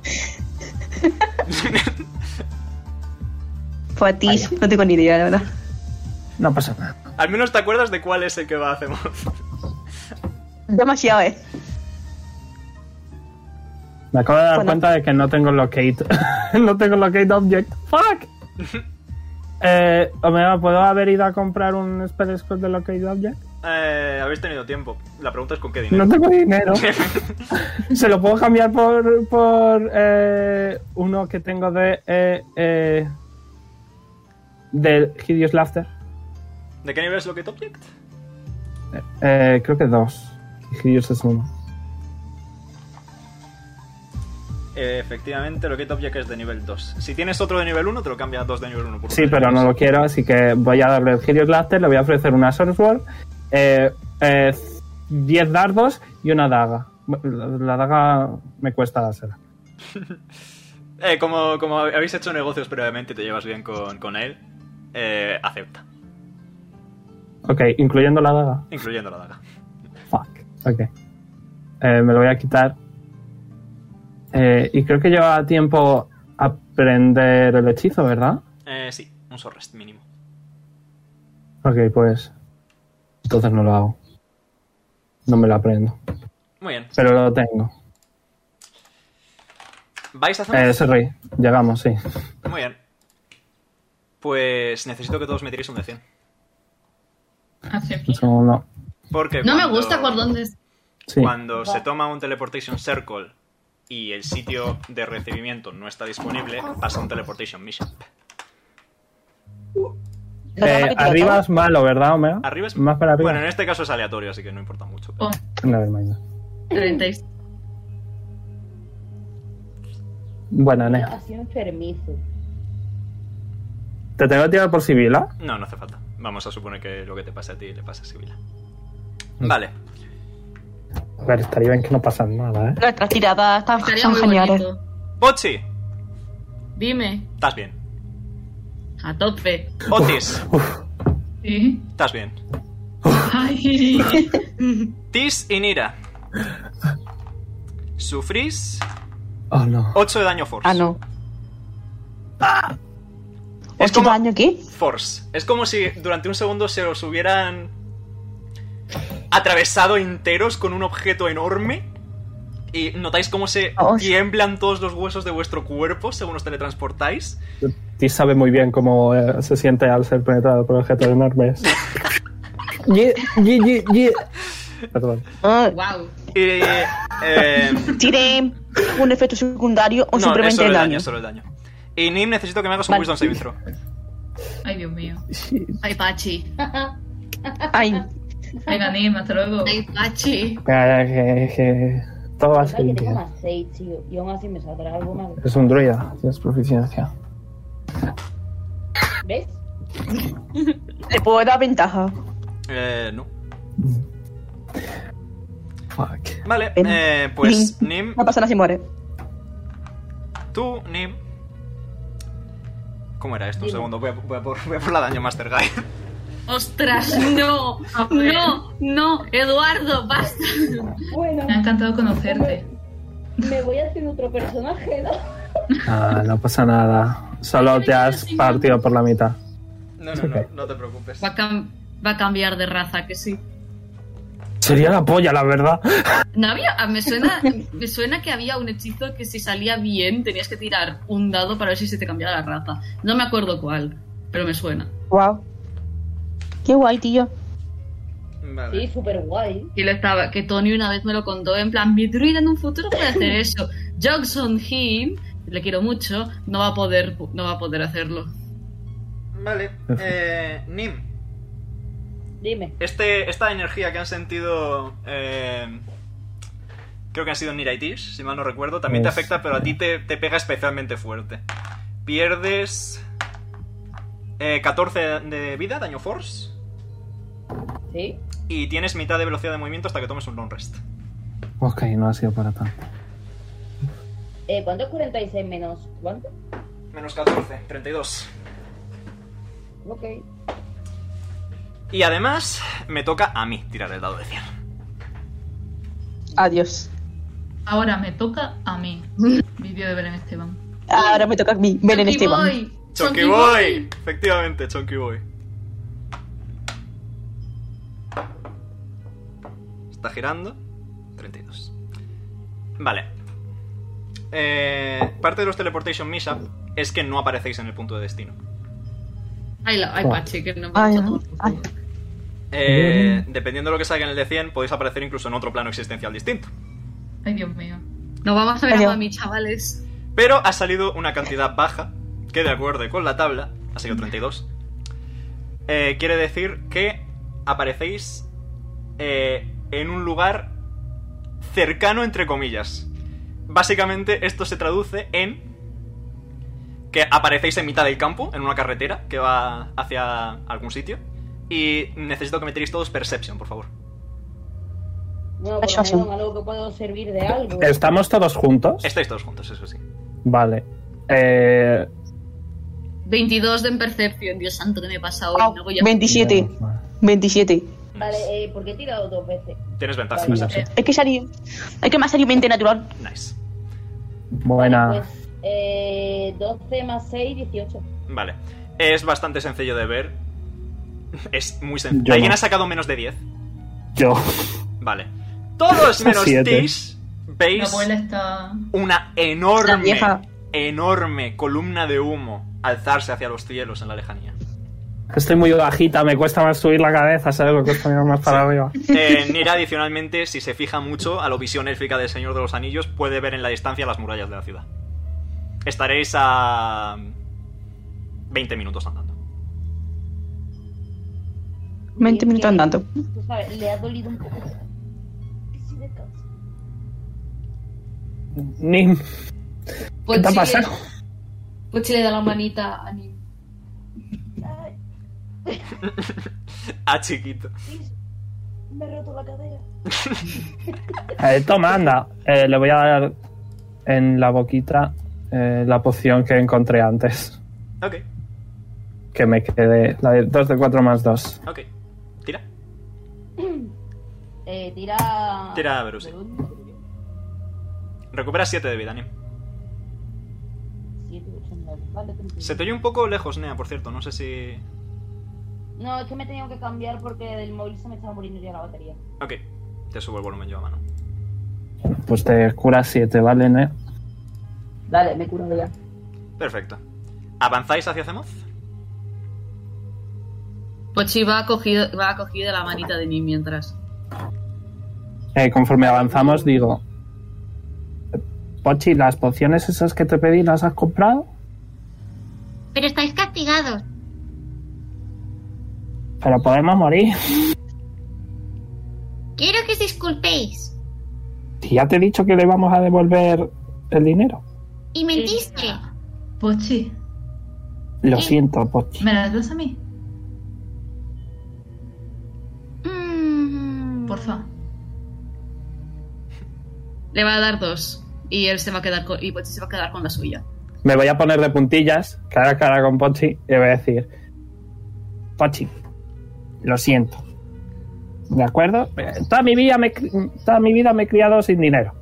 Pues a ti, no tengo ni idea, la verdad. No pasa nada. Al menos te acuerdas de cuál es el que va a hacemos. Demasiado, eh. Me acabo de dar Bueno. cuenta de que no tengo locate. no tengo locate object. ¡Fuck! eh, Omega, ¿puedo haber ido a comprar un spell scroll de locate object? Eh, habéis tenido tiempo. La pregunta es con qué dinero. No tengo dinero. Se lo puedo cambiar por, por eh, uno que tengo de... Eh, eh, del Hideous Laughter. ¿De qué nivel es Locate Object? Eh, creo que dos. Y Hideous es uno. Eh, efectivamente, Locate Object es de nivel dos. Si tienes otro de nivel uno, te lo cambia a dos de nivel uno por uno Sí, de pero nivel no dos. lo quiero, así que voy a darle el Hideous Laughter, le voy a ofrecer una Swordsword, eh, eh, diez dardos y una daga. La, la daga me cuesta dársela. Eh, como, como habéis hecho negocios previamente y te llevas bien con, con él, eh, acepta. Ok, incluyendo la daga. Incluyendo la daga. Fuck. Ok. Eh, me lo voy a quitar. Eh, y creo que lleva tiempo aprender el hechizo, ¿verdad? Eh, sí, un short rest mínimo. Ok, pues... Entonces no lo hago. No me lo aprendo. Muy bien. Pero lo tengo. ¿Vais a hacer? Eh, Serrey, llegamos, sí. Muy bien. Pues necesito que todos me tiréis un de cien. Hace Un segundo. Porque No me cuando- gusta por dónde es. Sí. Cuando se toma un Teleportation Circle y el sitio de recibimiento no está disponible, pasa un Teleportation Mission. Eh, arriba es malo, ¿verdad, Omega? Arriba es... Más para arriba. Bueno, en este caso es aleatorio, así que no importa mucho. pero- Oh, Nevermind. treinta y seis. Bueno, Nea. Así enfermizo. ¿Te tengo que tirar por Sibila? No, no hace falta. Vamos a suponer que lo que te pasa a ti le pasa a Sibila. Vale. A ver, estaría bien que no pasa nada, ¿eh? Nuestras tiradas están, Estaría son muy geniales. bonito. Pochi, Dime, estás bien. a tope. Otis, sí. estás bien. Ay. Tis y Nira. Sufrís Oh, no. ocho de daño force. Ah, no. Es ¿Ocho como- daño aquí? Force. Es como si durante un segundo se os hubieran atravesado enteros con un objeto enorme y notáis cómo se Oh. tiemblan todos los huesos de vuestro cuerpo según os teletransportáis. Ti sabe muy bien cómo eh, se siente al ser penetrado por objetos enormes. Ye- ye- ye- ye. Perdón. Ah, Wow. Y... Eh, ¿Tiene un efecto secundario o no, es simplemente solo el el daño? daño, es solo el daño. Y Nim, necesito que me hagas un Vale. Wisdom Saving Throw. Ay, Dios mío. Ay, Pachi. Ay, Venga, Nim, hasta luego. Ay, Pachi. Eh, que, que todo va a ser Que tengo limpio. más seis, tío. Y aún así me saldrá algo más. Es un druida, tienes proficiencia. ¿Ves? ¿te puedo dar ventaja? Eh, no. Fuck. Vale, Ven. eh, pues Nim, No pasa nada si muere. tú, Nim... ¿Cómo era esto? Un Dime. segundo, voy a, voy a por, voy a por la daño Master Guy. Ostras, no. A ver. No, no. Eduardo, basta. Bueno, Me ha encantado conocerte. me voy a hacer otro personaje, ¿no? Ah, no pasa nada. Solo te has partido por la mitad. No, no, no, no te preocupes. Va a, cam- va a cambiar de raza, que sí. Sería la polla, la verdad. No había, ah, me suena, me suena que había un hechizo que si salía bien tenías que tirar un dado para ver si se te cambiaba la raza. No me acuerdo cuál, pero me suena. Wow. Qué guay, tío. Vale. Sí, súper guay. Y le estaba, que Tony una vez me lo contó, en plan, mi druida en un futuro puede hacer eso. Johnson Him, le quiero mucho, no va a poder, no va a poder hacerlo. Vale, eh, Nim, Dime. este, esta energía que han sentido, eh, creo que han sido Nira y Tish, si mal no recuerdo, también te Pues- afecta, pero a ti te, te pega especialmente fuerte. Pierdes eh, catorce de vida, daño force, ¿Sí? Y tienes mitad de velocidad de movimiento hasta que tomes un long rest. Ok, no ha sido para tanto. Eh, ¿Cuánto es cuarenta y seis menos? ¿Cuánto? Menos catorce, treinta y dos. Ok. Y además, me toca a mí tirar el dado de cien. Adiós. Ahora me toca a mí. Vídeo de Belén Esteban. Ahora me toca a mí, Belén Chunky Esteban. Boy. Chunky Boy. Efectivamente, Chunky Boy. Está girando. treinta y dos. Vale. Eh, parte de los teleportation mishap es que no aparecéis en el punto de destino. Ay, la, ay, Pachi, que no me Ay, gusta no. todo. Ay. Eh, dependiendo de lo que salga en el de cien, podéis aparecer incluso en otro plano existencial distinto. Ay, Dios mío. No vamos a ver Adiós. a mami, chavales. Pero ha salido una cantidad baja, que de acuerdo con la tabla, ha sido treinta y dos. Eh, quiere decir que aparecéis eh, en un lugar cercano, entre comillas. Básicamente esto se traduce en que aparecéis en mitad del campo, en una carretera que va hacia algún sitio. Y necesito que metéis todos Perception, por favor. Bueno, por lo menos algo que puedo servir de algo. ¿Estamos todos juntos? Estáis todos juntos, eso sí. Vale. Eh... veintidós de percepción, Dios santo, ¿qué me pasa hoy? Ah, No voy a... veintisiete. veintisiete. Vale, eh, ¿por qué he tirado dos veces? Tienes ventaja en Sí. Perception. Es que salió. Es que me ha salido veinte natural. Nice. Buena. Vale, pues, eh, doce más seis, dieciocho. Vale. Es bastante sencillo de ver. Es muy sencillo. Yo ¿Alguien no. ha sacado menos de diez? Yo. Vale. Todos menos Siete. Tis Mi veis abuela está... una La enorme, vieja. enorme columna de humo alzarse hacia los cielos en la lejanía. Estoy muy bajita, me cuesta más subir la cabeza, ¿sabes? Me cuesta mirar más para arriba. Eh, Nira, adicionalmente, si se fija mucho a la visión élfica del Señor de los Anillos, puede ver en la distancia las murallas de la ciudad. Estaréis a veinte minutos andando. veinte minutos andando. Tú sabes, le ha dolido un poco. Sí, descansa. Nim, Pues ¿qué te ha sí, pasado? Pues sí le da la manita a Nim. Ah, chiquito. Me he roto la cadera. Eh, toma, anda. Eh, le voy a dar en la boquita eh, la poción que encontré antes. Ok, Que me quedé. La de dos de cuatro más dos. ok. Tira. Eh, tira. Tira, Verus, sí. Recupera siete de vida, Nim. siete, ocho, nueve. Vale, treinta y uno. Se te oye un poco lejos, Nea, por cierto. No sé si... No, es que me he tenido que cambiar porque del móvil se me estaba muriendo ya la batería. Ok, te subo el volumen yo a mano. Pues te curas siete, ¿vale, Ne? Dale, me curo ya. Perfecto. ¿Avanzáis hacia Zemoth? Pochi va cogido, va cogido de la manita de Nim mientras. Eh, conforme avanzamos, digo. Pochi, ¿las pociones esas que te pedí las has comprado? Pero estáis castigados. Pero podemos morir. Quiero que os disculpéis. Si ya te he dicho que le vamos a devolver el dinero. Y mentiste. Pochi, Lo siento, Pochi. ¿me las das a mí? Mm. Porfa. Le va a dar dos. Y él se va a quedar con, y Pochi se va a quedar con la suya. Me voy a poner de puntillas, cara a cara con Pochi, y le voy a decir: Pochi, lo siento. ¿De acuerdo? Toda mi vida me, toda mi vida me he criado sin dinero.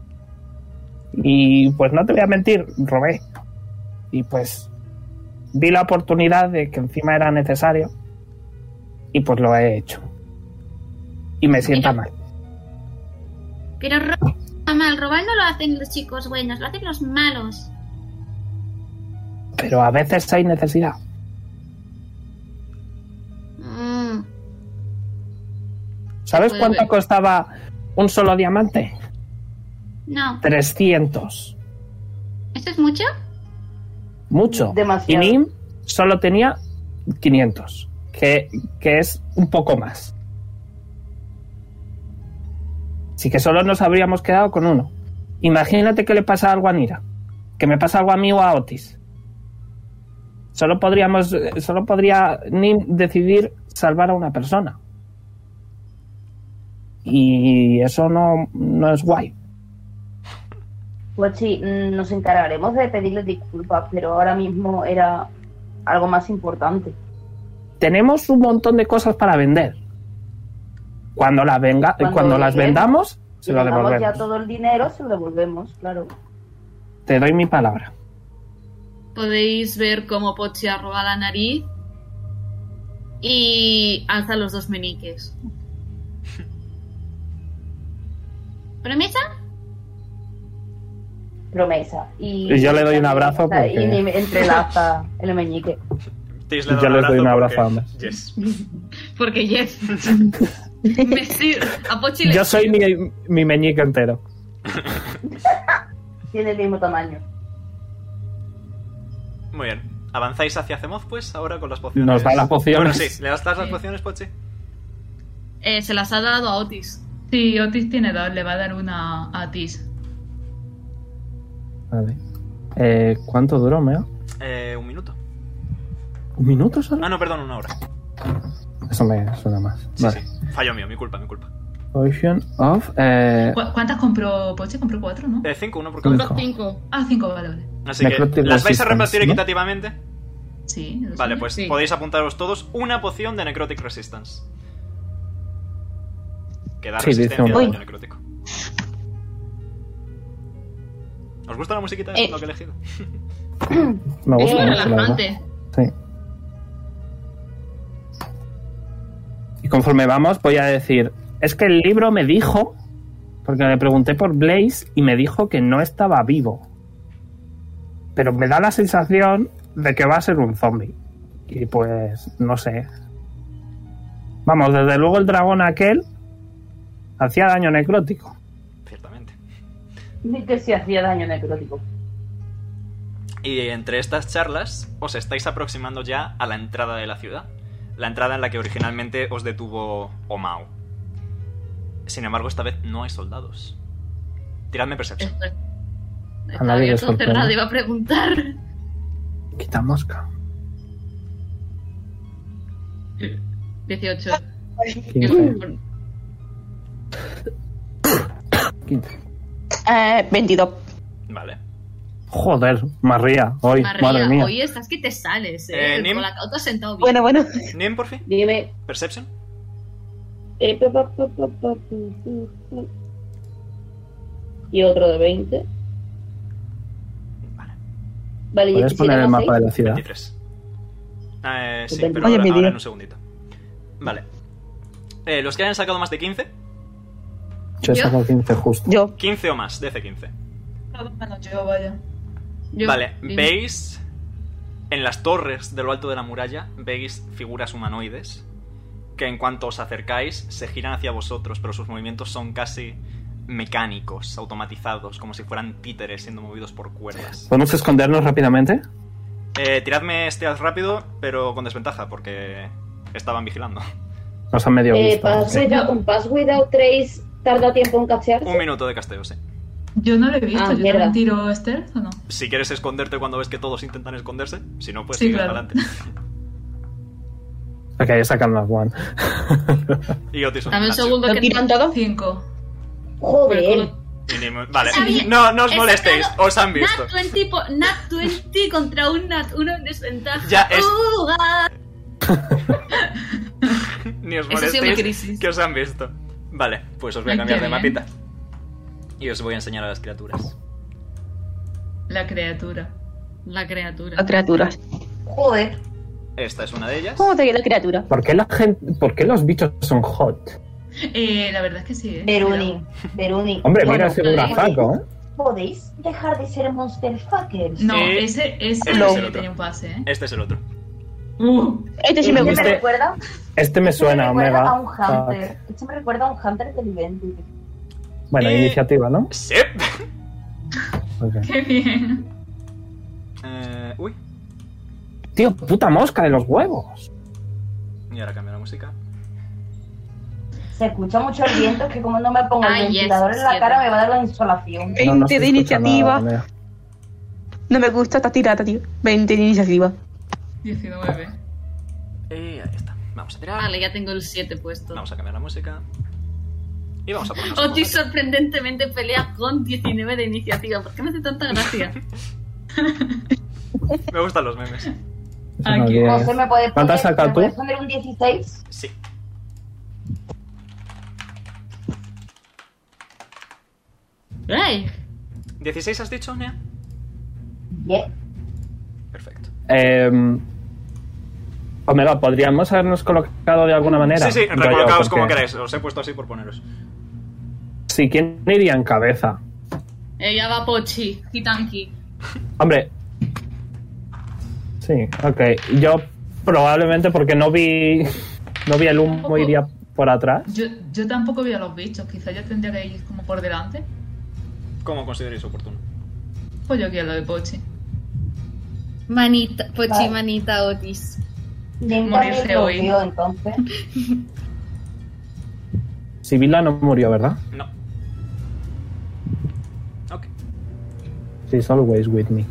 Y pues no te voy a mentir, robé. Y pues vi la oportunidad de que encima era necesario. Y pues lo he hecho. Y me sienta Pero- mal. Pero robar mal, robar no lo hacen los chicos buenos, lo hacen los malos. Pero a veces hay necesidad. Mm. ¿Sabes puede cuánto ver. costaba un solo diamante? No. trescientos. ¿Esto es mucho? Mucho. Demasiado. Y Nim solo tenía quinientos, que, que es un poco más. Así que solo nos habríamos quedado con uno. Imagínate que le pasa algo a Nira, que me pasa algo a mí o a Otis. Solo podríamos, solo podría Nim decidir salvar a una persona. y eso no, no es guay. Pues sí, nos encargaremos de pedirles disculpas, pero ahora mismo era algo más importante. Tenemos un montón de cosas para vender. Cuando las, venga, cuando, Cuando las lleguemos, vendamos, Si se lo tengamos devolvemos. ya todo el dinero, se lo devolvemos, claro. Te doy mi palabra. Podéis ver cómo Pochi arruga la nariz y alza los dos meniques. ¿Promesa? Promesa. Y, Y yo le doy un abrazo porque- Y me entrelaza el meñique. Tis le da Yo les doy un abrazo porque- a ambas. Yes. Porque Jeff. Me sirve. A Pochi le Yo soy mi, mi meñique entero. Tiene el mismo tamaño. Muy bien. ¿Avanzáis hacia Zemoz, pues, ahora con las pociones? Nos da las pociones. Bueno, sí. ¿Le das las pociones, Pochi? Eh, se las ha dado a Otis. Sí, Otis tiene dos, le va a dar una a Tis. Vale. Eh, ¿Cuánto duró, Meo? Eh, un minuto. ¿Un minuto solo? Ah, no, perdón, una hora. Eso me suena más. Sí, vale. sí. Fallo mío, mi culpa, mi culpa. Potion of... Eh, ¿Cu- ¿Cuántas compró Pochi? Compró cuatro, ¿no? Eh, cinco, uno por Cinco. cada. Cinco. Ah, cinco, vale, vale. Así que, Necrotic ¿las vais a Resistance, repartir ¿no? equitativamente? Sí. lo Vale, sé. pues Sí. podéis apuntaros todos una poción de Necrotic Resistance. Que da Sí, dice resistencia un- al daño Uy. necrótico. ¿Os gusta la musiquita? Eh. Lo que he elegido. me Es gusta muy mucho, la verdad. relajante. Sí. Y conforme vamos, voy a decir... Es que el libro me dijo... Porque le pregunté por Blaze y me dijo que no estaba vivo. Pero me da la sensación de que va a ser un zombie. Y pues, no sé. Vamos, desde luego el dragón aquel hacía daño necrótico. Ciertamente. Ni que se hacía daño necrótico. Y entre estas charlas os estáis aproximando ya a la entrada de la ciudad. La entrada en la que originalmente os detuvo Omao. Sin embargo, esta vez no hay soldados. Tiradme Perception. Esto- A Está nadie le abierto, sorprende. cerrado, iba a preguntar. Quita mosca. dieciocho. quince. quince. Eh, veintidós. Vale. Joder, María, hoy, María, madre mía. hoy estás que te sales, Eh, eh. Nim. Con la cauta sentado bien. Bueno, bueno. Nim, por fin. Dime. Perception. eh, pa, pa, pa, pa, pa, pa, pa. Y otro de veinte. Vale. Vale, y ¿Puedes si poner el éramos mapa de seis, la ciudad? veintitrés. Eh, sí, Oye, pero ahora, mi ahora día. en un segundito. Vale. Eh, los que hayan sacado más de quince, Yo he ¿Yo? sacado quince justo. Yo. quince o más, D C quince. Bueno, yo vaya. Yo- Vale, dime. veis en las torres de lo alto de la muralla, veis figuras humanoides que en cuanto os acercáis se giran hacia vosotros, pero sus movimientos son casi mecánicos, automatizados, como si fueran títeres siendo movidos por cuerdas. ¿Podemos escondernos rápidamente? Eh, tiradme este rápido, pero con desventaja, porque estaban vigilando. Nos han medio Eh, visto. pass Sí. without- un pass without trace tarda tiempo en cachearse. Un minuto de casteo, sí. Yo no lo he visto. Ah, ¿Yo mierda. también tiro stealth o no? Si quieres esconderte cuando ves que todos intentan esconderse, si no, pues Sí, sigues claro. adelante. Ok, ya sacan las one. Y Otis. Dame un segundo ¿Lo que tiran todos? Cinco. Joder. Mínimo- Vale, Está bien. no, no os He molestéis, sacado os han visto. Nat veinte, po- Nat veinte contra un Nat uno en desventaja. Ya, es- Uh, ah. Ni os Eso ha sido mi molestéis, crisis. que os han visto. Vale, pues os voy a Ay, cambiar qué de bien. mapita. Y os voy a enseñar a las criaturas. La criatura. La criatura. Las criaturas. Joder. Esta es una de ellas. ¿Cómo te queda criatura? ¿Por qué la gente, por qué los bichos son hot? Eh, la verdad es que sí, ¿eh? Veruni. Veruni. Hombre, Bueno, mira ese brazaco, ¿eh? ¿Podéis dejar de ser monsterfuckers? No, Eh, ese, ese este no. es el otro. tenía un pase, ¿eh? Este es el otro. Uh, Este sí me Este gusta. me recuerda, Este me este suena, me recuerda Omega. a un Hunter. Este me recuerda a un Hunter del Inventive. Bueno, Eh. iniciativa, ¿no? Sí. Ok. qué bien. Eh, uy. Tío, puta mosca de los huevos. Y ahora cambio la música. Se escucha mucho el viento, es que como no me pongo el Ah, yes, ventilador en la siete. cara me va a dar la insolación. No, no se veinte de escucha iniciativa. nada, Omega. No me gusta esta tirada, tío. veinte de iniciativa. diecinueve. Y ahí está. Vamos a tirar. Vale, ya tengo el siete puesto. Vamos a cambiar la música. Y vamos a ponernos Otis cómodos. sorprendentemente pelea con diecinueve de iniciativa. ¿Por qué me hace tanta gracia? Me gustan los memes. Aquí. Eso no José, ¿me puedes ¿Cuánto has poner, sacado ¿me tú? puedes poner un dieciséis? Sí. ¡Ay! ¿dieciséis has dicho, Nea? Yeah. Perfecto. Eh, Omega, ¿podríamos habernos colocado de alguna manera? Sí, sí, Rollo, recolocaos porque- como queráis. Os he puesto así por poneros. Sí, ¿quién iría en cabeza? Ella va Pochi, Hitanki. Hombre. Sí, ok. Yo probablemente porque no vi no vi el humo iría por atrás. Yo, yo tampoco vi a los bichos, quizás yo tendría que ir como por delante. Como consideréis oportuno. Pues yo quiero lo de Pochi. Manita, Pochi, Vale. manita, Otis. Jim Morirse también lo hoy. vio, entonces. Sibila no murió, ¿verdad? No. Ok. She's always with me.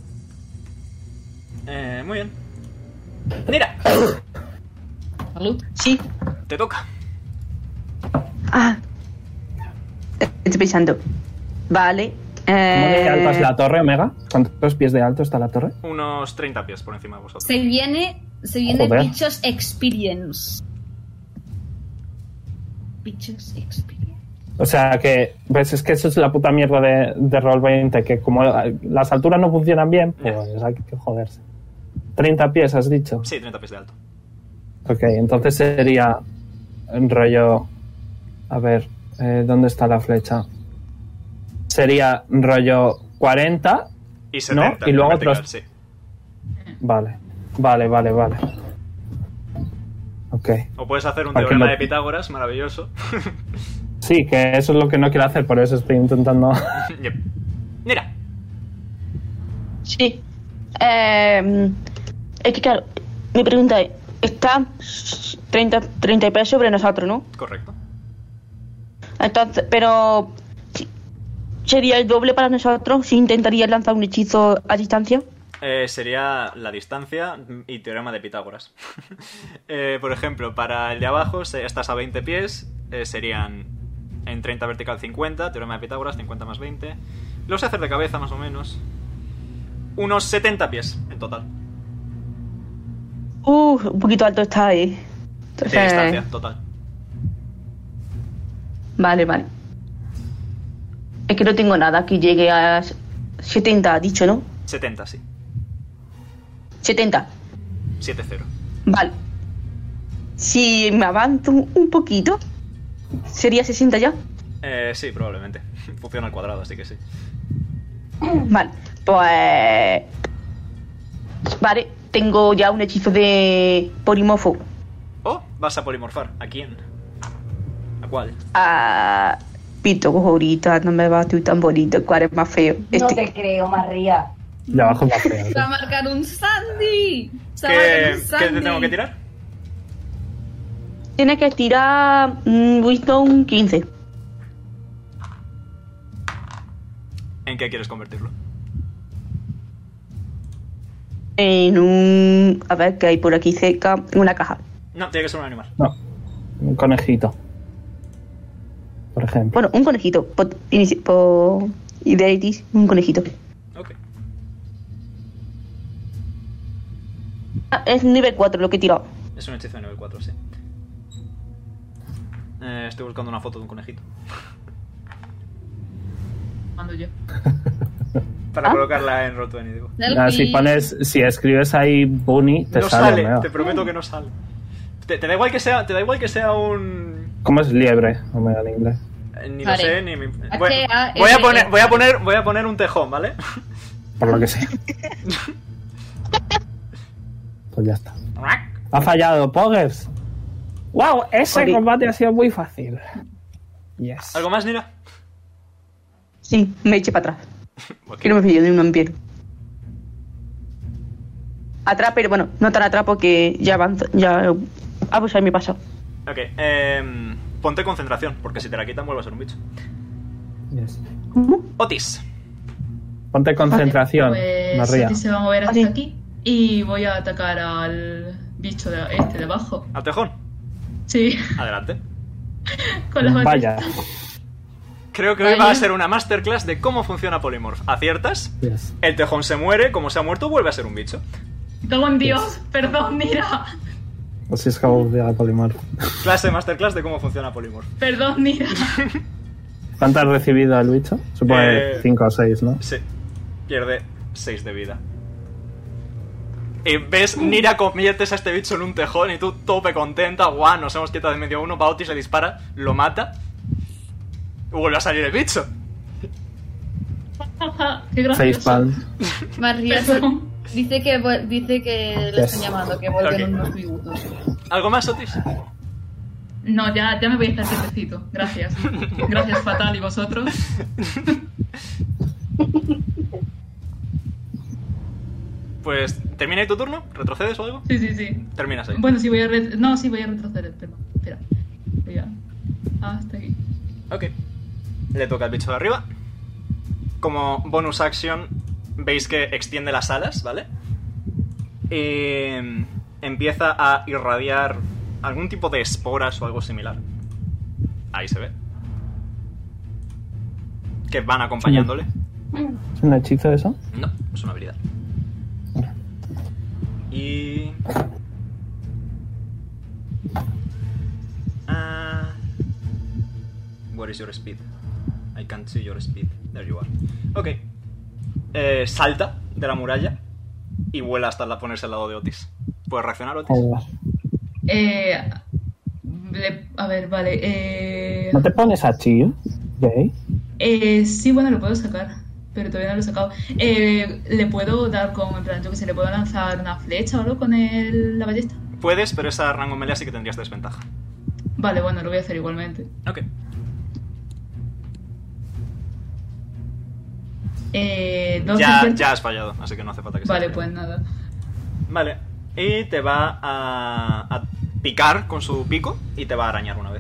Eh, muy bien. Mira, Salud. Sí. te toca. Ah. Estoy pensando. Vale. ¿Cómo de alta es Eh, la torre, Omega? ¿Cuántos pies de alto está la torre? Unos treinta pies por encima de vosotros. Se viene, se viene Joder. bichos experience. Bichos experience. O sea que, ves, es que eso es la puta mierda de, de Roll veinte, que como las alturas no funcionan bien, pues hay que joderse. treinta pies, has dicho. Sí, treinta pies de alto. Ok, entonces sería un rollo... A ver, eh, ¿dónde está la flecha? Sería rollo cuarenta. Y setenta. Y luego en vertical, otros- Sí. Vale, vale, vale, vale. Ok. O puedes hacer un Porque teorema lo- de Pitágoras, maravilloso. Sí, que eso es lo que no quiero hacer, por eso estoy intentando... Yep. Mira, sí. Eh, es que claro, mi pregunta es, está treinta, treinta pies sobre nosotros, ¿no? correcto. Entonces, pero sí, sería el doble para nosotros si intentaría lanzar un hechizo a distancia. Eh, sería la distancia y teorema de Pitágoras. Eh, por ejemplo, para el de abajo, se- estás a veinte pies, eh, serían en treinta vertical cincuenta, teorema de Pitágoras, cincuenta más veinte. Lo sé hacer de cabeza, más o menos. Unos setenta pies en total. Uh, un poquito alto está ahí. De Entonces, distancia, total. Vale, vale. Es que no tengo nada que llegue a setenta, ha dicho, ¿no? setenta, sí. setenta. siete cero. Vale. Si me avanzo un poquito, sería sesenta ya. Eh, sí, probablemente. Funciona al cuadrado, así que sí. Vale, pues... Vale, tengo ya un hechizo de polimorfo. Oh, vas a polimorfar. ¿A quién? ¿A cuál? A Pito, ahorita no me va tú tan bonito. ¿Cuál es más feo? No Este. te creo, María. De abajo más feo. Se va a marcar un Sandy. Se va a ¿Qué, marcar un ¿Qué Sandy. te tengo que tirar? Tienes que tirar mm, Wisdom quince. ¿En qué quieres convertirlo? En un... A ver, ¿qué hay por aquí cerca? Una caja. No, tiene que ser un animal. No, un conejito. Por ejemplo. Bueno, un conejito. Por, inici- por Idealities, un conejito. Ok. Ah, es nivel cuatro lo que he tirado. Es un hechizo de nivel cuatro, sí. Eh, estoy buscando una foto de un conejito. Mando yo. Para Ah. colocarla en Roll veinte, digo. Ah, si pones, si escribes ahí Bunny, te No sale. sale, Omega. te prometo que no sale. Te, te da igual que sea, te da igual que sea un... ¿Cómo es liebre, Omega en inglés? eh, Ni Vale. lo sé, ni me... Voy, H A R E. voy a poner, voy a poner, voy a poner un tejón, ¿vale? Por lo que sea. Pues ya está. Ha fallado, Poggers. ¡Wow! Ese Ori. combate ha sido muy fácil. Yes. ¿Algo más, Nira? Sí, me eché para atrás. Ok. Que no me pillo ni un vampiro. Atrás, pero bueno, no tan atrás porque ya avanza, ya... Ah, pues ahí me pasa. Ok, eh, ponte concentración, porque si te la quitan vuelve a ser un bicho. Yes. ¿Cómo? Otis. Ponte concentración, Pues María. Otis se va a mover hasta Vale. aquí y voy a atacar al bicho de este debajo. Al tejón. Sí. Adelante. Con la Vaya. Creo que hoy Vaya. va a ser una masterclass de cómo funciona Polymorph. ¿Aciertas? Yes. El tejón se muere, como se ha muerto, vuelve a ser un bicho. Cago en Dios, perdón, mira. Así es como funciona Polymorph. Clase masterclass de cómo funciona Polymorph. Perdón, mira. ¿Cuánto has recibido el bicho? Supongo Eh, cinco o seis, ¿no? Sí. Pierde seis de vida. Y ves, Nira conviertes a este bicho en un tejón y tú tope contenta. Guau, nos hemos quitado de medio uno. Baotis le dispara, lo mata. Y vuelve a salir el bicho. Qué gracioso. Facepalm. María Perdón. dice que vu- dice que le Yes. están llamando, que vuelven Ok. unos minutos. ¿Algo más, Otis? No, ya, ya me voy a estar quietecito. Gracias. Gracias, Fatal, y vosotros. Pues, ¿termina ahí tu turno? ¿Retrocedes o algo? Sí, sí, sí. Terminas ahí. Bueno, sí, voy a... Re- no, sí, voy a retroceder, perdón. Espera. Voy a... Hasta aquí. Ok. Le toca al bicho de arriba. Como bonus action, veis que extiende las alas, ¿vale? Y empieza a irradiar algún tipo de esporas o algo similar. Ahí se ve. Que van acompañándole. ¿Es un hechizo eso? No, es una habilidad. Y... Ah... What is your speed? I can't see your speed. There you are. Ok. Eh, salta de la muralla y vuela hasta la ponerse al lado de Otis. ¿Puedes reaccionar, Otis? Joder. Eh... le- a ver, vale. Eh... ¿No te pones a chill, Jay? Eh, sí, bueno, lo puedo sacar, pero todavía no lo he sacado. Eh, ¿Le puedo dar con, en plan, yo que sé, le puedo lanzar una flecha o algo con el, la ballesta? Puedes, pero esa rango melee sí que tendrías desventaja. Vale, bueno, lo voy a hacer igualmente. Ok. Eh, ¿dos Ya, de ya has fallado, así que no hace falta que Vale, sea. pues nada. Vale. Y te va a, a picar con su pico y te va a arañar una vez.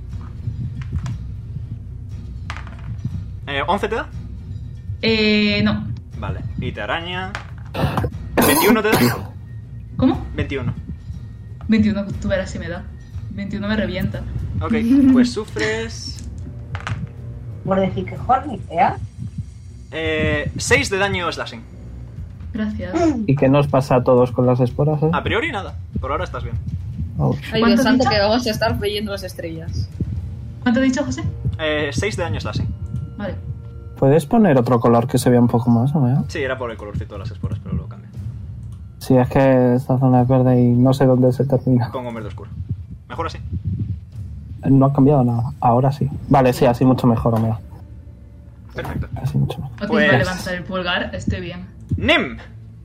Eh, ¿once te da? Eh, no. Vale. Y te araña... ¿veintiuno te da? ¿Cómo? veintiuno. veintiuno, tú verás si me da. veintiuno me revienta. Ok, pues sufres... Por decir que Horny, ¿eh? Eh, seis de daño slashing. Gracias. ¿Y qué nos pasa a todos con las esporas? eh? A priori nada. Por ahora estás bien. Oh, Ay, ¿Cuánto Dios has santo, dicho? que vamos a estar leyendo las estrellas. ¿Cuánto has dicho, José? Eh, seis de daño slashing. Vale. ¿Puedes poner otro color que se vea un poco más, no veo? Sí, era por el colorcito de las esporas, pero lo cambié. Sí, es que esta zona es verde y no sé dónde se termina. Pongo un verde oscuro. Mejor así. No ha cambiado nada. Ahora sí. Vale, sí, así mucho mejor, Omega. Perfecto. Así mucho mejor. Otis Pues- va a levantar el pulgar, estoy bien. Nim.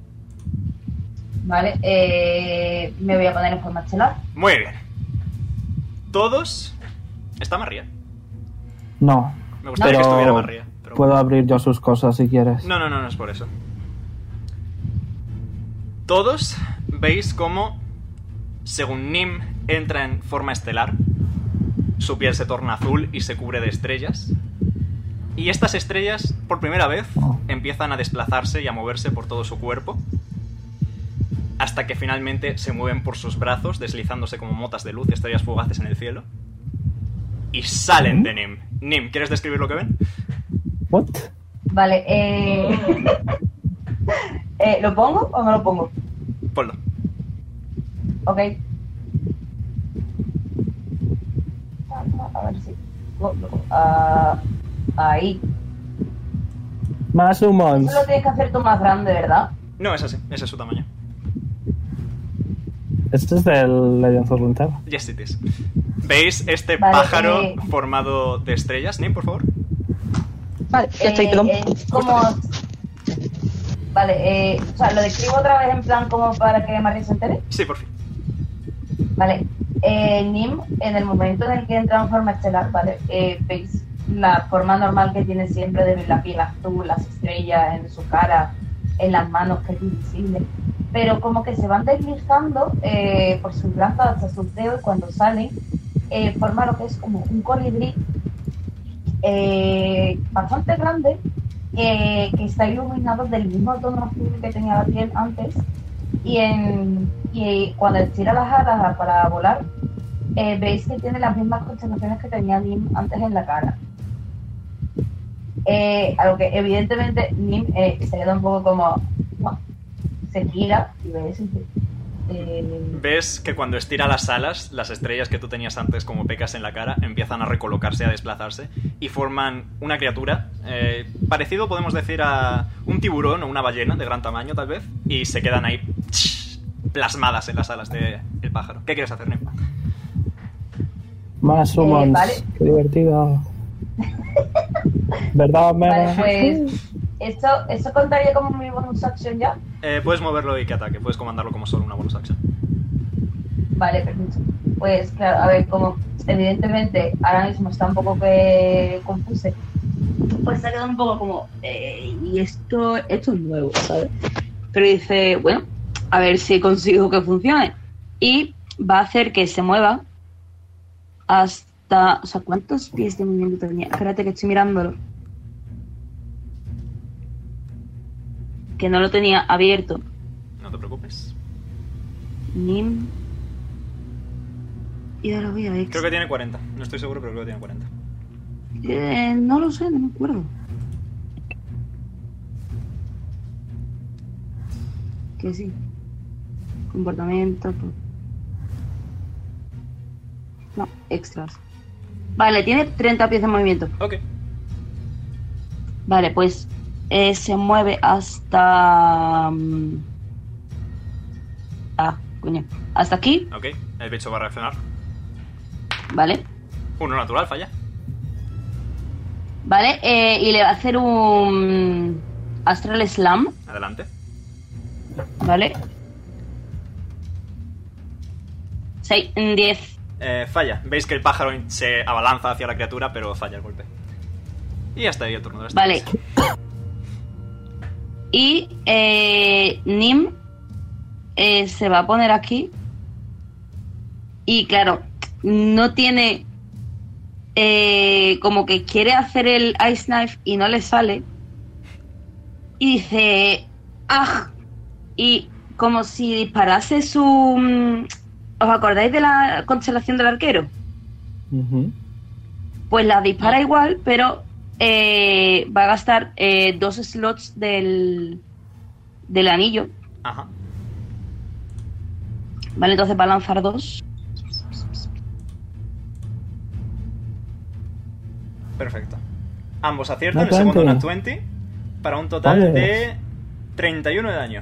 Vale, eh, me voy a poner en forma estelar. Muy bien. Todos... ¿Está María? No. Me gustaría Pero que estuviera María. Pero... puedo abrir yo sus cosas si quieres. No, no, no, no es por eso. Todos veis cómo, según Nim entra en forma estelar, su piel se torna azul y se cubre de estrellas. Y estas estrellas, por primera vez, empiezan a desplazarse y a moverse por todo su cuerpo, hasta que finalmente se mueven por sus brazos, deslizándose como motas de luz, estrellas fugaces en el cielo, y salen de Nim. Nim, ¿quieres describir lo que ven? What? Vale, eh... eh, ¿lo pongo o no lo pongo? Ponlo. Ok. A ver si... lo- lo- ah, ahí. Más humans. Eso lo tienes que hacer tú más grande, ¿verdad? No, es así, ese es su tamaño. Este es del Legends of Runeterra. Yes, it is. ¿Veis este Vale, pájaro eh. formado de estrellas? Nim, por favor. Vale, ya estoy, Eh, perdón. es como... Vale, eh, o sea, lo describo otra vez en plan como para que María se entere. Sí, por fin. Vale, eh, Nim, en el momento en el que entra en forma estelar, ¿vale? Eh, veis la forma normal que tiene siempre de la piel azul, las estrellas en su cara, en las manos, que es invisible. Pero como que se van deslizando eh, por sus brazos hasta sus dedos y cuando salen, eh, forma lo que es como un colibrí eh, bastante grande eh, que está iluminado del mismo tono azul que tenía la piel antes. Y, en, y cuando estira las alas para volar, eh, veis que tiene las mismas constelaciones que tenía Nim antes en la cara. Eh, a lo que evidentemente Nim eh, se queda un poco como... Bueno, se gira y veis... Eh... Ves que cuando estira las alas, las estrellas que tú tenías antes como pecas en la cara empiezan a recolocarse, a desplazarse y forman una criatura eh, parecido, podemos decir, a un tiburón o una ballena de gran tamaño tal vez, y se quedan ahí plasmadas en las alas del pájaro. ¿Qué quieres hacer, Nim? Más summons. Eh, vale. Qué divertido. ¿Verdad, Omega? Vale, pues... ¿Esto, ¿Esto contaría como mi bonus action ya? Eh, puedes moverlo y que ataque, puedes comandarlo como solo una bonus action. Vale, perfecto. Pues claro, a ver, como evidentemente ahora mismo está un poco que confuse, pues se ha quedado un poco como, eh, y esto, esto es nuevo, ¿sabes? Pero dice, bueno, a ver si consigo que funcione. Y va a hacer que se mueva hasta, o sea, ¿cuántos pies de movimiento tenía? Espérate que estoy mirándolo. Que no lo tenía abierto. No te preocupes. Nim. Y ahora voy a ver. Creo que tiene cuarenta. No estoy seguro, pero creo que tiene cuarenta. Eh, no lo sé, no me acuerdo. Que sí. Comportamiento. Pues... No, extras. Vale, tiene treinta pies de movimiento. Ok. Vale, pues eh, se mueve hasta... um, Ah, coño. Hasta aquí, Ok. El bicho va a reaccionar. ¿vale? Uno natural, falla. Vale, eh, y le va a hacer un Astral Slam, Adelante. ¿vale? seis, diez. Eh, falla. Veis que el pájaro se abalanza hacia la criatura, pero falla el golpe. Y hasta ahí el turno de las Vale. Y eh, Nim eh, se va a poner aquí. Y claro, no tiene... Eh, como que quiere hacer el Ice Knife y no le sale. Y dice... ¡Ah! Y como si disparase su... mm, ¿Os acordáis de la constelación del arquero? Ujú. Pues la dispara igual, pero eh, va a gastar eh, dos slots del, del anillo. Ajá. Vale, entonces va a lanzar dos. Perfecto. Ambos aciertan, el Nat segundo veinte. Nat veinte, para un total Vale. de treinta y uno de daño.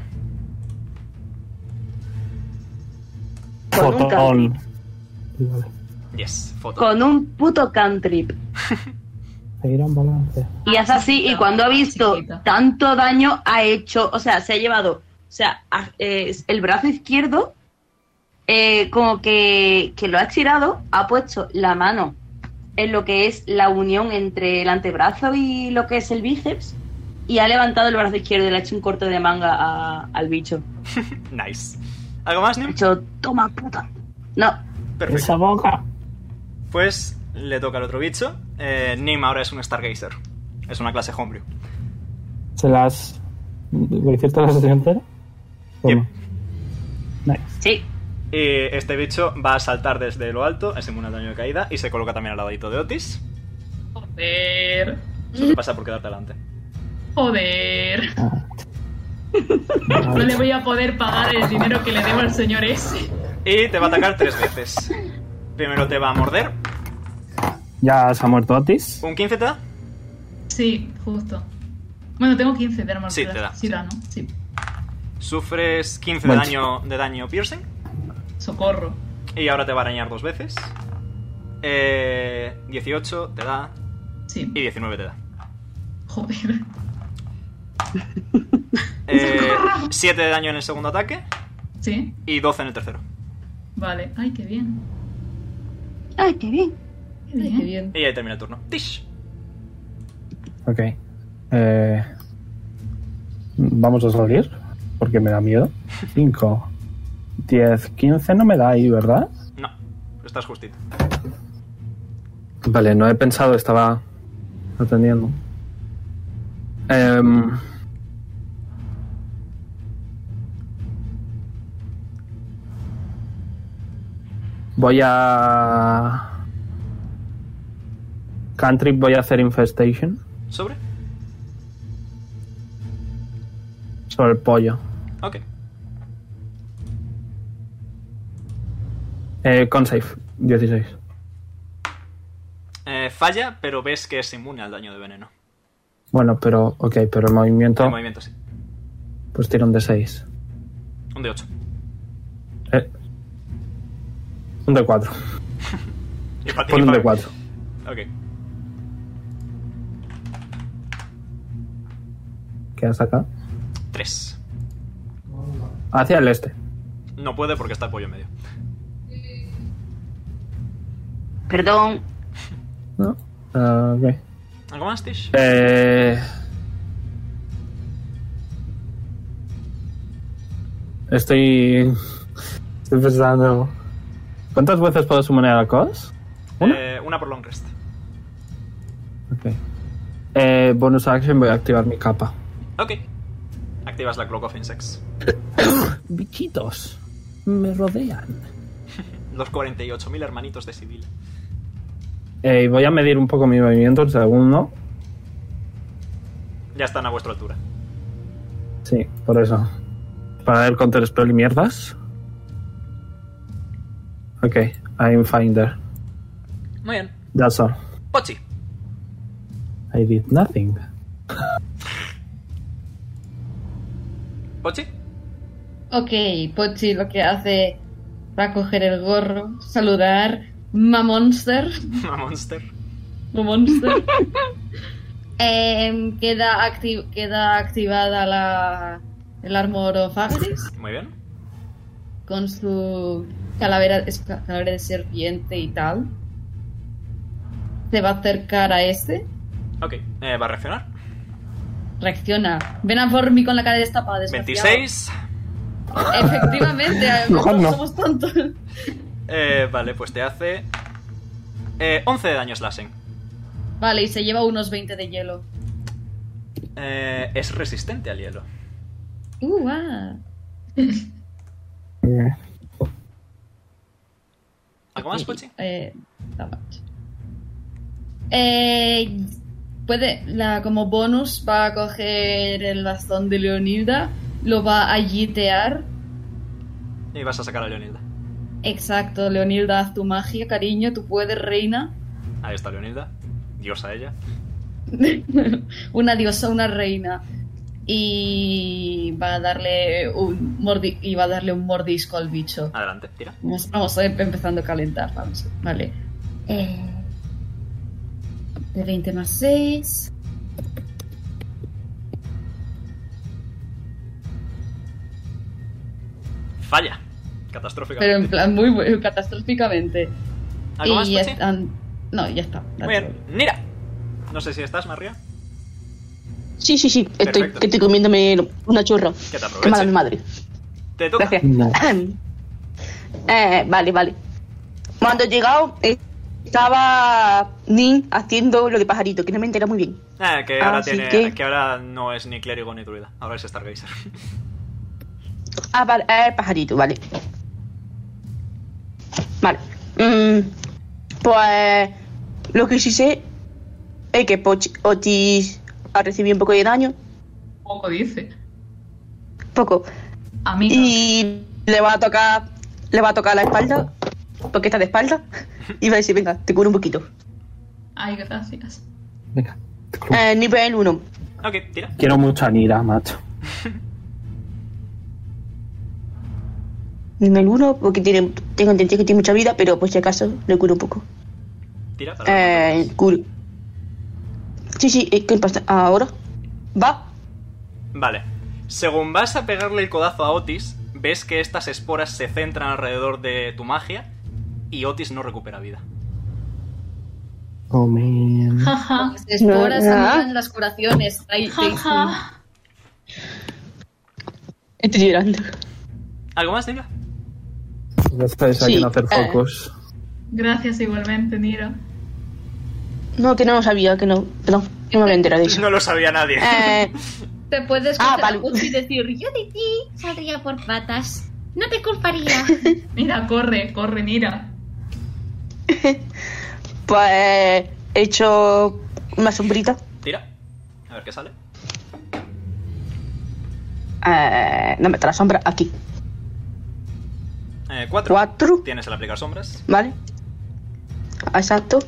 Con un Fotón. cantrip. Vale. Yes, foto. Con un puto cantrip. Seguir en balance. Y hace así, y cuando ha visto Chiquita. tanto daño, ha hecho, o sea, se ha llevado, o sea, ha- eh, el brazo izquierdo, eh, como que, que lo ha estirado, ha puesto la mano en lo que es la unión entre el antebrazo y lo que es el bíceps, y ha levantado el brazo izquierdo y le ha hecho un corte de manga a- al bicho. Nice. ¿Algo más, Ha Nim? dicho, toma puta. No, Perfecto. Esa boca. Pues le toca al otro bicho. Eh, Nim ahora es un Stargazer. Es una clase Homebrew. ¿Se las... ¿Lo hiciste la sesión entera? ¿O Yep. no? Nice. sí. Y este bicho va a saltar desde lo alto, es inmune al daño de caída, y se coloca también al ladito de Otis. Joder. Eso te pasa por quedarte delante. Joder. Ah. No le voy a poder pagar el dinero que le debo al señor ese. Y te va a atacar tres veces. Primero te va a morder. Ya se ha muerto Otis. ¿Un quince te da? Sí, justo. Bueno, tengo quince de armor Sí, class. te da, Sí, sí. da, ¿no? Sí. Sufres quince de Bueno. daño, de daño piercing. Socorro. Y ahora te va a arañar dos veces. Eh, dieciocho te da. Sí. Y diecinueve te da. Joder. Eh, siete de daño en el segundo ataque. Sí. Y doce en el tercero. Vale. Ay, qué bien. Ay, qué bien. Qué Ay, bien. qué bien. Y ahí termina el turno. Tish. Ok. Eh, vamos a salir, porque me da miedo. cinco, diez, quince no me da ahí, ¿verdad? No, estás justito. Vale, no he pensado, estaba atendiendo. Em, Voy a... Cantrip, voy a hacer Infestation. ¿Sobre? Sobre el pollo. Ok. Eh, con save, dieciséis. Eh, falla, pero ves que es inmune al daño de veneno. Bueno, pero... Ok, pero el movimiento... El movimiento sí. Pues tiro un de seis. Un de ocho. Eh, un de cuatro. Y pa- Pon y un pa- de cuatro. Ok. ¿Qué has sacado? Tres. Hacia el este. No puede porque está el pollo en medio. Perdón. ¿No? Ah, ok. ¿Algo más, Tish? Eh... Estoy... Estoy pensando... ¿Cuántas veces puedo summonear a Cos? ¿Una? Eh, una por long rest. Ok. Eh, bonus action, voy a activar mi capa. Ok. Activas la Cloak of Insects. Bichitos. Me rodean. Los cuarenta y ocho mil hermanitos de Sibyl. Eh, y voy a medir un poco mi movimiento, un segundo. Ya están a vuestra altura. Sí, por eso. Para el counter spell y mierdas. Ok, I'm finder. Muy bien. That's all. Pochi. I did nothing. ¿Pochi? Ok, Pochi lo que hace va a coger el gorro, saludar, Mamonster, Una monster. Mamonster. eh, queda, acti- queda activada la, el Armor of Agris Muy bien. con su calavera, es ca- calavera de serpiente y tal. Se va a acercar a este. Ok. Eh, ¿Va a reaccionar? Reacciona. Ven a por mí con la cara destapada. desgraciado. veintiséis. Efectivamente, Mejor no no. somos tontos. Eh, vale, pues te hace... Eh, once de daño slashing. Vale, y se lleva unos veinte de hielo. Eh, es resistente al hielo. Uh, ah. Eh, ¿Algo más, Pochi? Eh, not much. Eh, puede, la, como bonus va a coger el bastón de Leonilda, lo va a yitear. Y vas a sacar a Leonilda. Exacto, Leonilda, haz tu magia, cariño, tú puedes, reina. Ahí está Leonilda. Diosa ella. Una diosa, una reina. Y va a darle un mordi y va a darle un mordisco al bicho. Adelante, tira. Vamos, vamos a ir empezando a calentar, vamos. Vale. Eh, de veinte más seis. Falla. Pero Catastróficamente. en plan muy bu- catastróficamente. ¿Algo más, y ya Pochi? están. No, ya está. Muy bien. Nira. No sé si estás, María. Sí, sí, sí. Estoy, Perfecto. que estoy comiéndome una churra. Que te Qué mala aproveche. mi madre. Te toca. Gracias. No. Eh, vale, vale. Cuando he llegado, eh, estaba Nin haciendo lo de pajarito, que no me entera muy bien. Ah, que ahora Así tiene. que- Que ahora no es ni clérigo ni druida. Ahora es Stargazer. Ah, vale, eh, pajarito, vale. Vale. Mm, pues lo que sí sé es que Poch- Otis ha recibido un poco de daño, Poco dice. poco, Amiga. y le va a tocar, le va a tocar la espalda, porque está de espalda, y va a decir, venga, te curo un poquito. Ay, gracias. Venga. Eh, nivel uno. Ok, tira. Quiero mucho a Nira, macho. Nivel uno, porque tiene, tengo entendido que tiene mucha vida, pero por si acaso le curo un poco. Tira para. Eh, curo. Sí, sí, eh, ¿qué pasa? Ahora. Va. Vale. Según vas a pegarle el codazo a Otis, ves que estas esporas se centran alrededor de tu magia y Otis no recupera vida. Oh, man. Jaja. Las esporas No, no. anulan las curaciones. Ahí- ahí- Jaja. Estoy llorando. ¿Algo más, Nila? Ya estáis aquí Sí, en hacer eh. focus. Gracias igualmente, Nira. No, que no lo sabía, que no. Perdón, no me había enterado de eso. No lo sabía nadie. Eh, Te puedes Ah, coger vale. a Pochi y decir, yo Yo de ti saldría por patas. No te culparía. Mira, corre, corre, Nira. Pues he hecho una sombrita. Tira. A ver qué sale. Eh, no mete la sombra aquí. Eh, cuatro. Cuatro. Tienes el aplicar sombras. Vale. Exacto.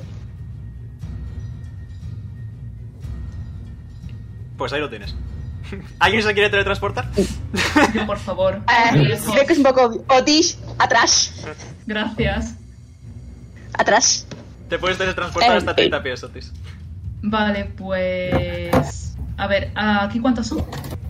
Pues ahí lo tienes. ¿Alguien se quiere teletransportar? Yo, por favor. Eh, Lejos. creo que es un poco Otis. Atrás. Gracias. Atrás. Te puedes teletransportar Eh, hasta treinta pies, Otis. Vale, pues... A ver, ¿aquí cuántos son?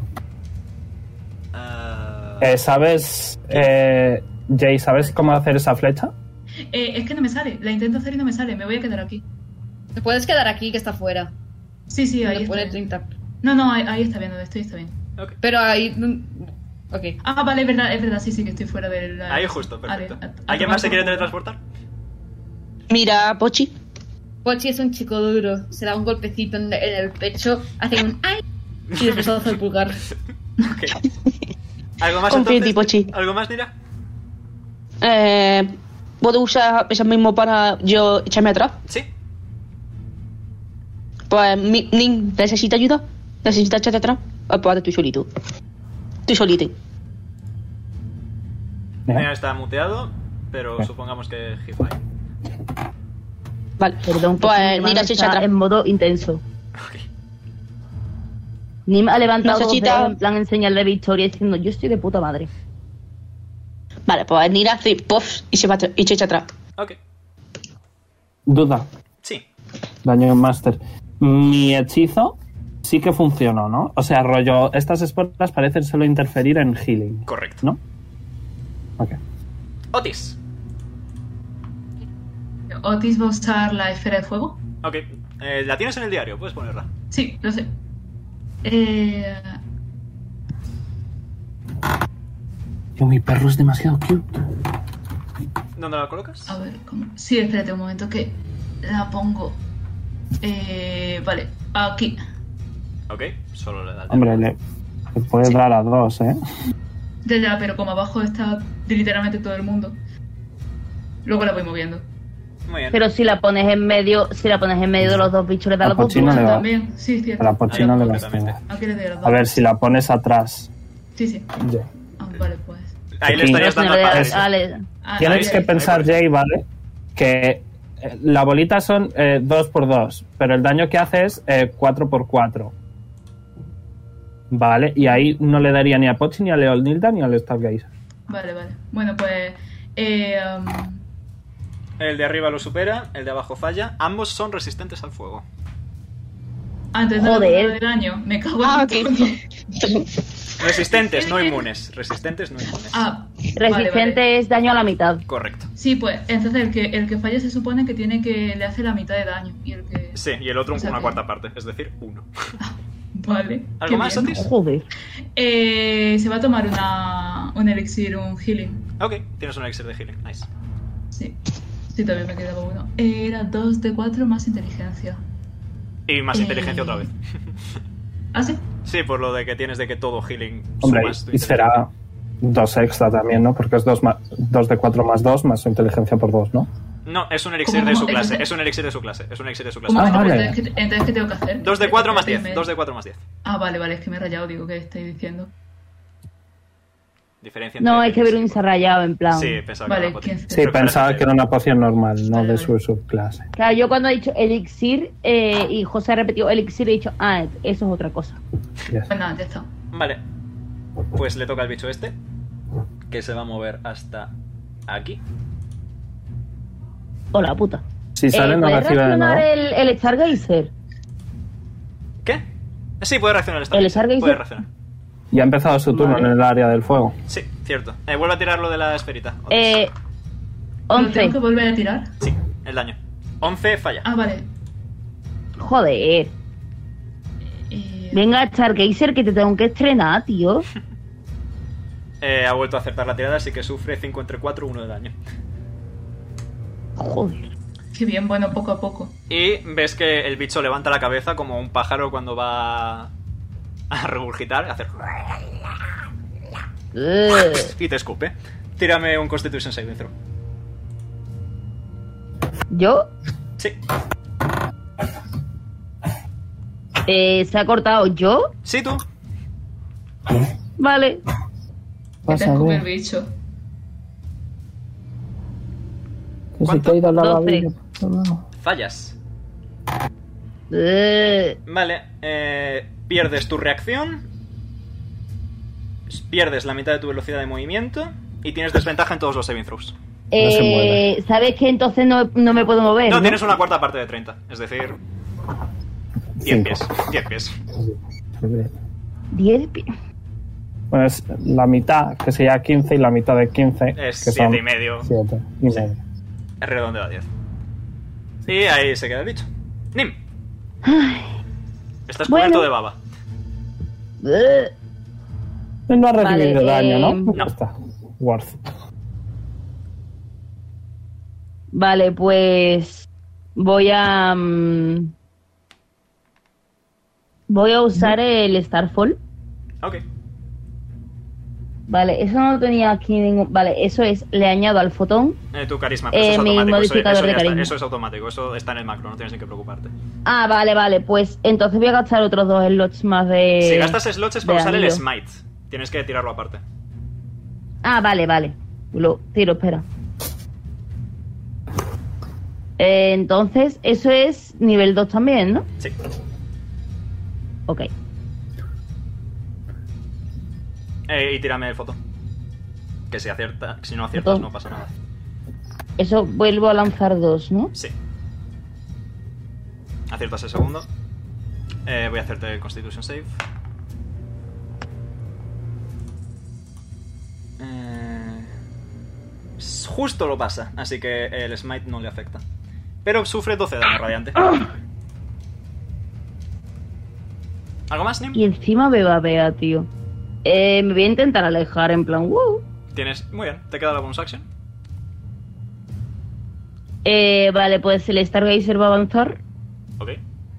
Ah, Eh, ¿Sabes, eh, Jay, sabes cómo hacer esa flecha? Eh, es que no me sale. La intento hacer y no me sale. Me voy a quedar aquí. Te puedes quedar aquí, que está fuera. Sí, sí, ahí Donde está pone bien. treinta. No, no, ahí, ahí está bien. Donde estoy está bien. ok. Pero ahí... mm, Ok. Ah, vale, es verdad, es verdad. Sí, sí, que estoy fuera del... Ahí justo, perfecto. Vale, a- a ¿Alguien tomar más se por quiere culo. teletransportar? Mira, Pochi. Pochi es un chico duro. Se da un golpecito en, en el pecho, hace un ¡ay! Y después hace el pulgar. Ok. ¿Algo más Confío en ti, entonces? Pochi. ¿Algo más, Nira? Eh, ¿Puedo usar eso mismo para yo echarme atrás? Sí. Pues, mi- Nin, ¿necesita ayuda? ¿Necesita echarte atrás? Ah, pues tú solito. Tú solito. ¿Eh? Nira está muteado, pero Ok. supongamos que Hitfly. Vale. Perdón, que Pues mi hermano Nira se echa está atrás. en modo intenso. Ok. Nim ha levantado dos Necesita- dedos en plan en señal de victoria diciendo yo estoy de puta madre. Vale, pues Nira hace puff y se va atrás- y se echa atrás. Ok. Duda, Sí. daño master. Mi hechizo sí que funcionó, ¿no? O sea, rollo, estas esporas parecen solo interferir en healing, Correcto. ¿no? Ok. Otis. Otis va a usar la esfera de fuego. Ok. Eh, la tienes en el diario, puedes ponerla. Sí, lo sé. Eh... Yo, mi perro es demasiado cute. ¿Dónde la colocas? A ver, ¿cómo? Sí, espérate un momento que la pongo. Eh, vale, aquí. Ok. Solo le da el Hombre, le, le puedes dar a dos, ¿eh? Ya, ya, pero como abajo está literalmente todo el mundo. Luego la voy moviendo. Muy bien. Pero si la pones en medio, si la pones en medio de los dos bichos, le da A los dos Pochi no bichos. le va. También, sí, es A cierto. la Pochi no le vas a completamente. dar. Aquí le doy a los dos. A ver, si la pones atrás. Sí, sí. Jay. Ah, vale, pues. Ahí le Aquí. estarías No, dando señor, al de- padre. Ale, Ah, Tienes ahí, que ahí. pensar, Jay, ¿vale? Que eh, la bolita son eh, dos por dos, pero el daño que hace es eh, cuatro por cuatro. Vale, y ahí no le daría ni a Pochi, ni a Leonilda, ni al Stargazer. Vale, vale. Bueno, pues. Eh, um, El de arriba lo supera, el de abajo falla. Ambos son resistentes al fuego. antes de Joder. la de daño, me cago en Ah, todo. ok. Resistentes, no inmunes. Resistentes, no inmunes. Ah, resistente vale, vale. es daño a la mitad. Correcto. Sí, pues entonces el que, el que falla se supone que tiene que le hace la mitad de daño. Y el que. Sí, y el otro O sea una que- cuarta parte, es decir, uno. Vale. ¿Algo qué más, bien. Otis? Joder. Eh, se va a tomar una, un elixir, un healing. Ok, tienes un elixir de healing. Nice. Sí. Sí, todavía me quedaba uno. Era dos de cuatro más inteligencia. Y más Eh. inteligencia otra vez. ¿Ah, sí? Sí, por lo de que tienes de que todo healing Hombre, sumas tu y será dos extra también, ¿no? Porque es dos, más, dos de cuatro más dos, más su inteligencia por dos, ¿no? No, es un elixir ¿Cómo, de su cómo? clase. Entonces- Es un elixir de su clase. Es un elixir de su Un clase. Ah, momento, vale. entonces, ¿qué, entonces, ¿qué tengo que hacer? dos de cuatro más diez. Me- dos de cuatro más diez. Ah, vale, vale, es que me he rayado, digo, ¿qué estáis diciendo? Diferencia entre No, es que elixir. Verun se ha rayado en plan. Sí, pensaba Vale, que era una poción. quince. Sí, Creo que pensaba era que era una poción normal, no Vale, de vale. su subclase. Claro, yo cuando he dicho elixir eh, y José ha repetido elixir, he dicho, ah, eso es otra cosa. Yes. Pues nada, ya está. Vale. Pues le toca al bicho este. Que se va a mover hasta aquí. Hola, puta. Si sale, Eh, no ¿puedes recibe de reaccionar nuevo. el, el Stargazer? ¿Qué? Sí, puede reaccionar esta ¿El vez. Stargazer? Puede reaccionar. Ya ha empezado su turno Vale. en el área del fuego. Sí, cierto. Eh, vuelve a tirar lo de la esferita. Otis. Eh, ¿Pero tengo que once. volver a tirar? Sí, el daño. once falla. Ah, vale. Joder. Eh, Venga, Stargazer, que te tengo que estrenar, tío. Eh, ha vuelto a acertar la tirada, así que sufre cinco entre cuatro, uno de daño. Joder. Qué bien, bueno, poco a poco. Y ves que el bicho levanta la cabeza como un pájaro cuando va a regurgitar, a hacer... Ugh. y te escupe. Tírame un Constitution Saving Throw. ¿Yo? Sí. Eh, ¿Se ha cortado yo? Sí, tú. Vale. Que Vas te a escupe el ver. bicho. Que se ¿Cuánto? te ha ido la Doce. babilla. No. Fallas. Eh, Vale, eh, pierdes tu reacción, pierdes la mitad de tu velocidad de movimiento y tienes desventaja en todos los saving throws. No se mueve. eh, ¿Sabes que entonces no, no me puedo mover? No, ¿no? tienes una cuarta parte de treinta, es decir, diez Cinco. pies. diez pies. Diez pi- Bueno, es la mitad, que sería quince, y la mitad de quince. Es que siete son y medio. siete y Sí. medio. Es redondeo a diez. Y ahí se queda el bicho. Nim. Estás Bueno. cubierto de baba. Eh, Él no ha Vale, recibido daño, ¿no? eh, Ya está. Worth. Vale, pues voy a mm, voy a usar el Starfall. Ok. Vale, eso no lo tenía aquí ningún. Vale, eso es, le añado al fotón. Eh, tu carisma, pero Eh, eso es mi automático. Eso, modificador eso de ya está- carisma. eso es automático, eso está en el macro, no tienes ni que preocuparte. Ah, vale, vale, pues entonces voy a gastar otros dos slots más de. si gastas slots es para de usar el anillo. smite. Tienes que tirarlo aparte. Ah, vale, vale. Lo tiro, espera. Eh, entonces, eso es nivel dos también, ¿no? Sí. Ok. Eh, y tírame el foto. Que si acierta, si no aciertas Foto. no pasa nada. Eso vuelvo a lanzar dos, ¿no? Sí. Aciertas el segundo. Eh, voy a hacerte el Constitution Save. Eh, justo lo pasa, así que el Smite no le afecta. Pero sufre doce de daño radiante. ¿Algo más, Nim? Y encima me babea, tío. Eh, me voy a intentar alejar en plan, wow. Tienes... Muy bien, te queda la bonus action. Eh, vale, pues el Stargazer va a avanzar. Ok.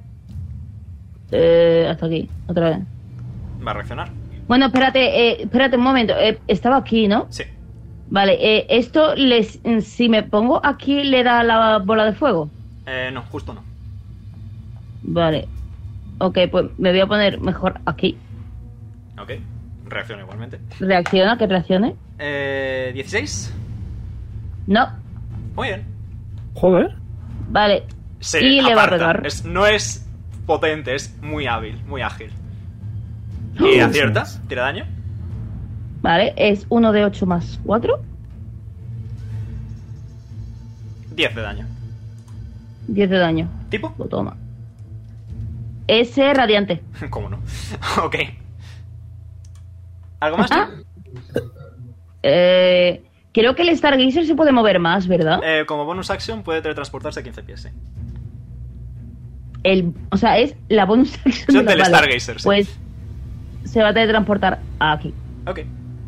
Eh, hasta aquí, otra vez. Va a reaccionar. Bueno, espérate, eh, espérate un momento. Eh, estaba aquí, ¿no? Sí. Vale, eh, esto, les, si me pongo aquí, ¿le da la bola de fuego? Eh, no, justo no. Vale. Ok, pues me voy a poner mejor aquí. Ok. Reacciona igualmente. ¿Reacciona? ¿Que reaccione? Eh, ¿dieciséis? No. Muy bien. Joder. Vale. Se y le va a aparta. pegar. Es- no es potente, es muy hábil, muy ágil. Y acierta, tira daño. Vale, es uno de ocho más cuatro. diez de daño. diez de daño. ¿Tipo? Lo toma. Ese radiante. ¿Cómo no? Ok. ¿Algo más? Ah. Eh, creo que el Stargazer se puede mover más, ¿verdad? Eh, como bonus action puede teletransportarse quince pies, sí. El, o sea, es la bonus action Son de del la- vale, Stargazer, sí. Pues se va a teletransportar aquí. Ok.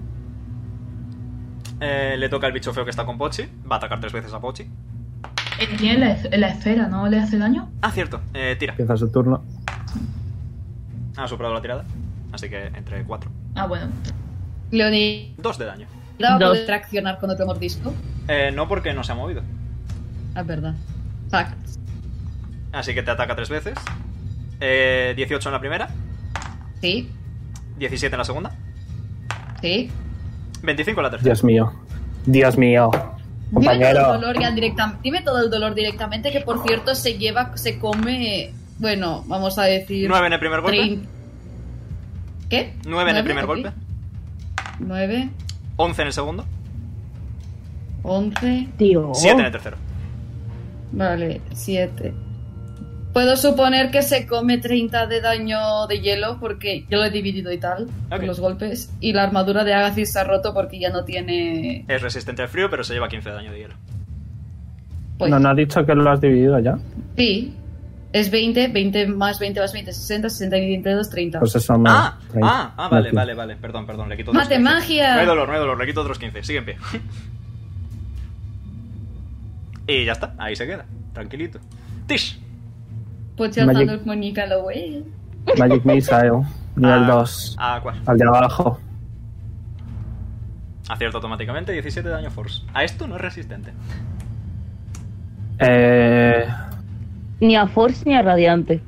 Eh, le toca al bicho feo que está con Pochi. Va a atacar tres veces a Pochi. Eh, Tiene la, es- la esfera, ¿no le hace daño? Ah, cierto. Eh, tira. Empieza su turno. Ha superado la tirada. Así que entre cuatro. Ah, bueno. Leonida dos de daño. va a Dos. poder reaccionar con otro mordisco. Eh, no porque no se ha movido. Es verdad. Fact. Así que te ataca tres veces. Eh, dieciocho en la primera. Sí, diecisiete en la segunda. sí. veinticinco en la tercera. Dios mío. Dios mío. Dime todo el Compañero. dolor ya directamente. Dime todo el dolor directamente, que por cierto se lleva, se come. Bueno, vamos a decir. nueve en el primer golpe. trein- ¿Qué? nueve en el primer Ok. golpe. nueve, once en el segundo. once. Tío. siete en el tercero. Vale, siete. Puedo suponer que se come treinta de daño de hielo porque yo lo he dividido y tal, Ok. con los golpes. Y la armadura de Agathis se ha roto porque ya no tiene. Es resistente al frío, pero se lleva quince de daño de hielo. Pues, No, no ha dicho que lo has dividido ya. sí. Es veinte, veinte más veinte más veinte, sesenta, sesenta y veinte dos, treinta. Pues eso me. Ah, treinta. ah, ah, vale, Aquí. vale, vale. Perdón, perdón, le quito otros ¡Mate quince. magia! No hay dolor, no hay dolor, le quito otros quince. Sigue en pie. Y ya está, ahí se queda. Tranquilito. Tish. Pues Magic- alzando el monica lo güey. Magic Missile. Nivel Ah, dos. ¿A cuál? Al de abajo. Acierto automáticamente, diecisiete de daño force. A esto no es resistente. Eh, Ni a Force ni a Radiante.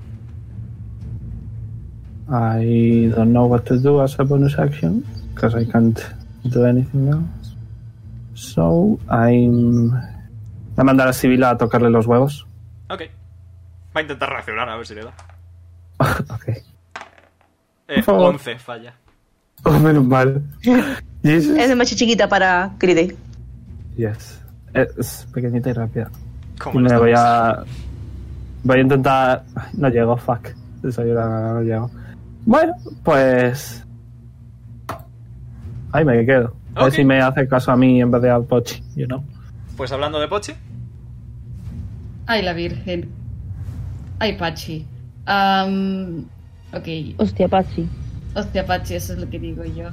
I don't know what to do as a bonus action because I can't do anything else. So I'm. Voy a mandar a Sibila a tocarle los huevos. Ok. Va a intentar reaccionar a ver si le da. Ok. Eh, Por favor. once, falla. Oh, menos mal. Jesus. Es demasiado chiquita para Cride. Yes. Es pequeñita y rápida. ¿Cómo Y le me voy estamos? a. Voy a intentar. Ay, no llego, fuck. Eso yo no, no llego. Bueno, pues. Ahí me quedo. A ver Ok. si me hace caso a mí en vez de al Pochi, you know. Pues hablando de Pochi, Ay, la Virgen. Ay, Pachi. Am, ok. Hostia, Pachi. Hostia, Pachi, eso es lo que digo yo.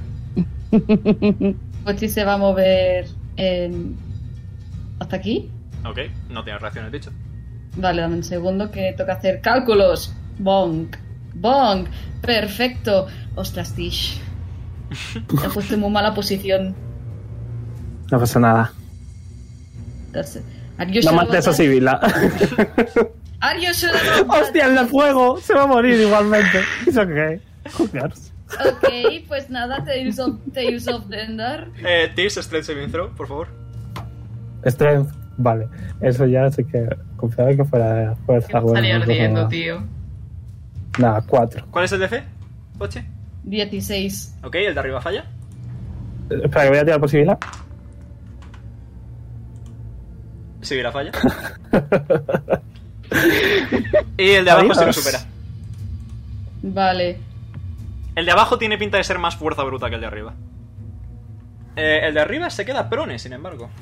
Pochi se va a mover en... ¿Hasta aquí? ok, no tiene reacción el bicho. Vale, dame un segundo que toca hacer cálculos. Bonk. Bonk. Perfecto. Ostras, Tish. Te he puesto en muy mala posición. No pasa nada. Entonces, are you No sure mates a about that? Sibila. Are you sure about that? Hostia, el de fuego. Se va a morir igualmente. Es ok. Who cares? Ok, pues nada, Tales of, Tales of Dendar. Eh, Tis, Strength Saving Throw, por favor. Strength. Vale. Eso ya sí que confiaba que fuera fuerza. Que bueno, salía no pasa ardiendo, nada. tío. Nada, cuatro. ¿Cuál es el D C? Pochi. dieciséis. Ok, el de arriba falla. Eh, Espera, que voy a tirar por Sibila. Sí, la falla. Y el de abajo sí lo Adiós. supera. Vale. El de abajo tiene pinta de ser más fuerza bruta que el de arriba. Eh, el de arriba se queda prone, sin embargo.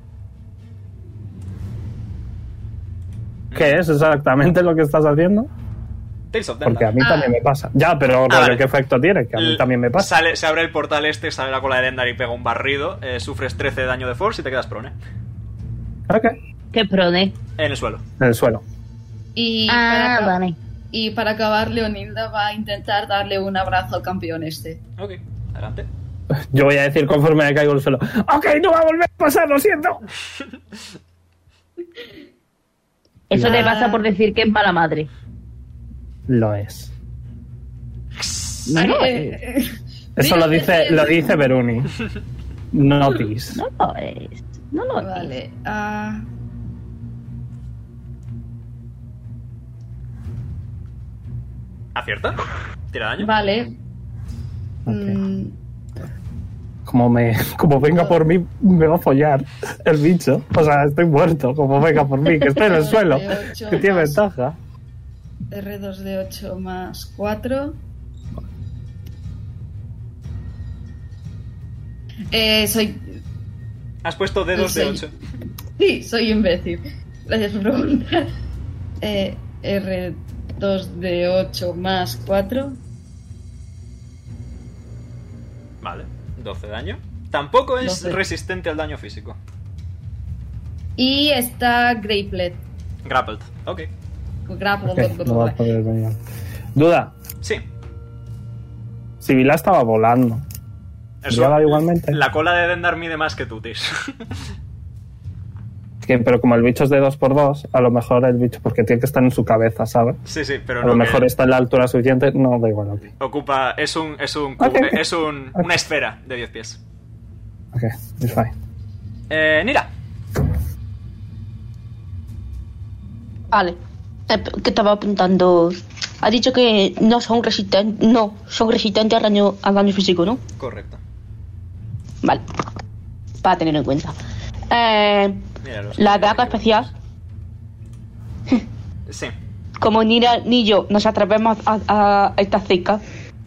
¿Qué es exactamente lo que estás haciendo? Tales of Dendar. Porque a mí Ah. también me pasa. Ya, pero rollo, vale. ¿qué efecto tiene? Que a mí L- también me pasa. Sale, se abre el portal este, sale la cola de Dendar y pega un barrido. eh, sufres trece de daño de force y te quedas prone. Ok. Qué prone. En el suelo. En el suelo. Y, Ah, para, vale. y para acabar, Leonilda va a intentar darle un abrazo al campeón este. Ok, adelante. Yo voy a decir conforme me caigo al suelo. Ok, no va a volver a pasar, lo siento. Eso Ah. te pasa por decir que es mala madre. Lo es. No lo Eh, es. eh, Eso mira, lo dice, decía- lo dice Beruni. Notice. No lo es. No lo es. Vale. ah, ¿Acierta? ¿Tira daño? vale. Ok. Mm, Como me, como venga por mí, me va a follar el bicho. O sea, estoy muerto. Como venga por mí, que estoy en el suelo. Que tiene ventaja. R dos de ocho más cuatro. Eh, soy... Has puesto dedos de Sí. ocho. Sí, soy imbécil. Gracias por preguntar. Eh, R dos de ocho más cuatro. Vale, doce de daño. Tampoco es doce. resistente al daño físico. Y está Grapelet. Grappled. Ok. Grapple. Ok, no va a poder venir. Duda. Sí. Sibila estaba volando. ¿Brillaba igualmente? La cola de Dendar mide más que tú, Tis. Que, pero como el bicho es de dos por dos, a lo mejor el bicho, porque tiene que estar en su cabeza, ¿sabes? Sí, sí, pero A no. lo que mejor está en la altura suficiente, no, da igual, ok. Ocupa. Es un. Es un. Ok. Es un. Una esfera de diez pies. Ok, it's fine. Eh, Nira. Vale. Eh, que estaba apuntando. Ha dicho que no son resistentes. No, son resistentes al daño, al daño físico, ¿no? Correcto. Vale. Para tenerlo en cuenta. Eh, Mira, los- la daga especial. Sí. Como ni, la- ni yo nos atrevemos a, a estar cerca.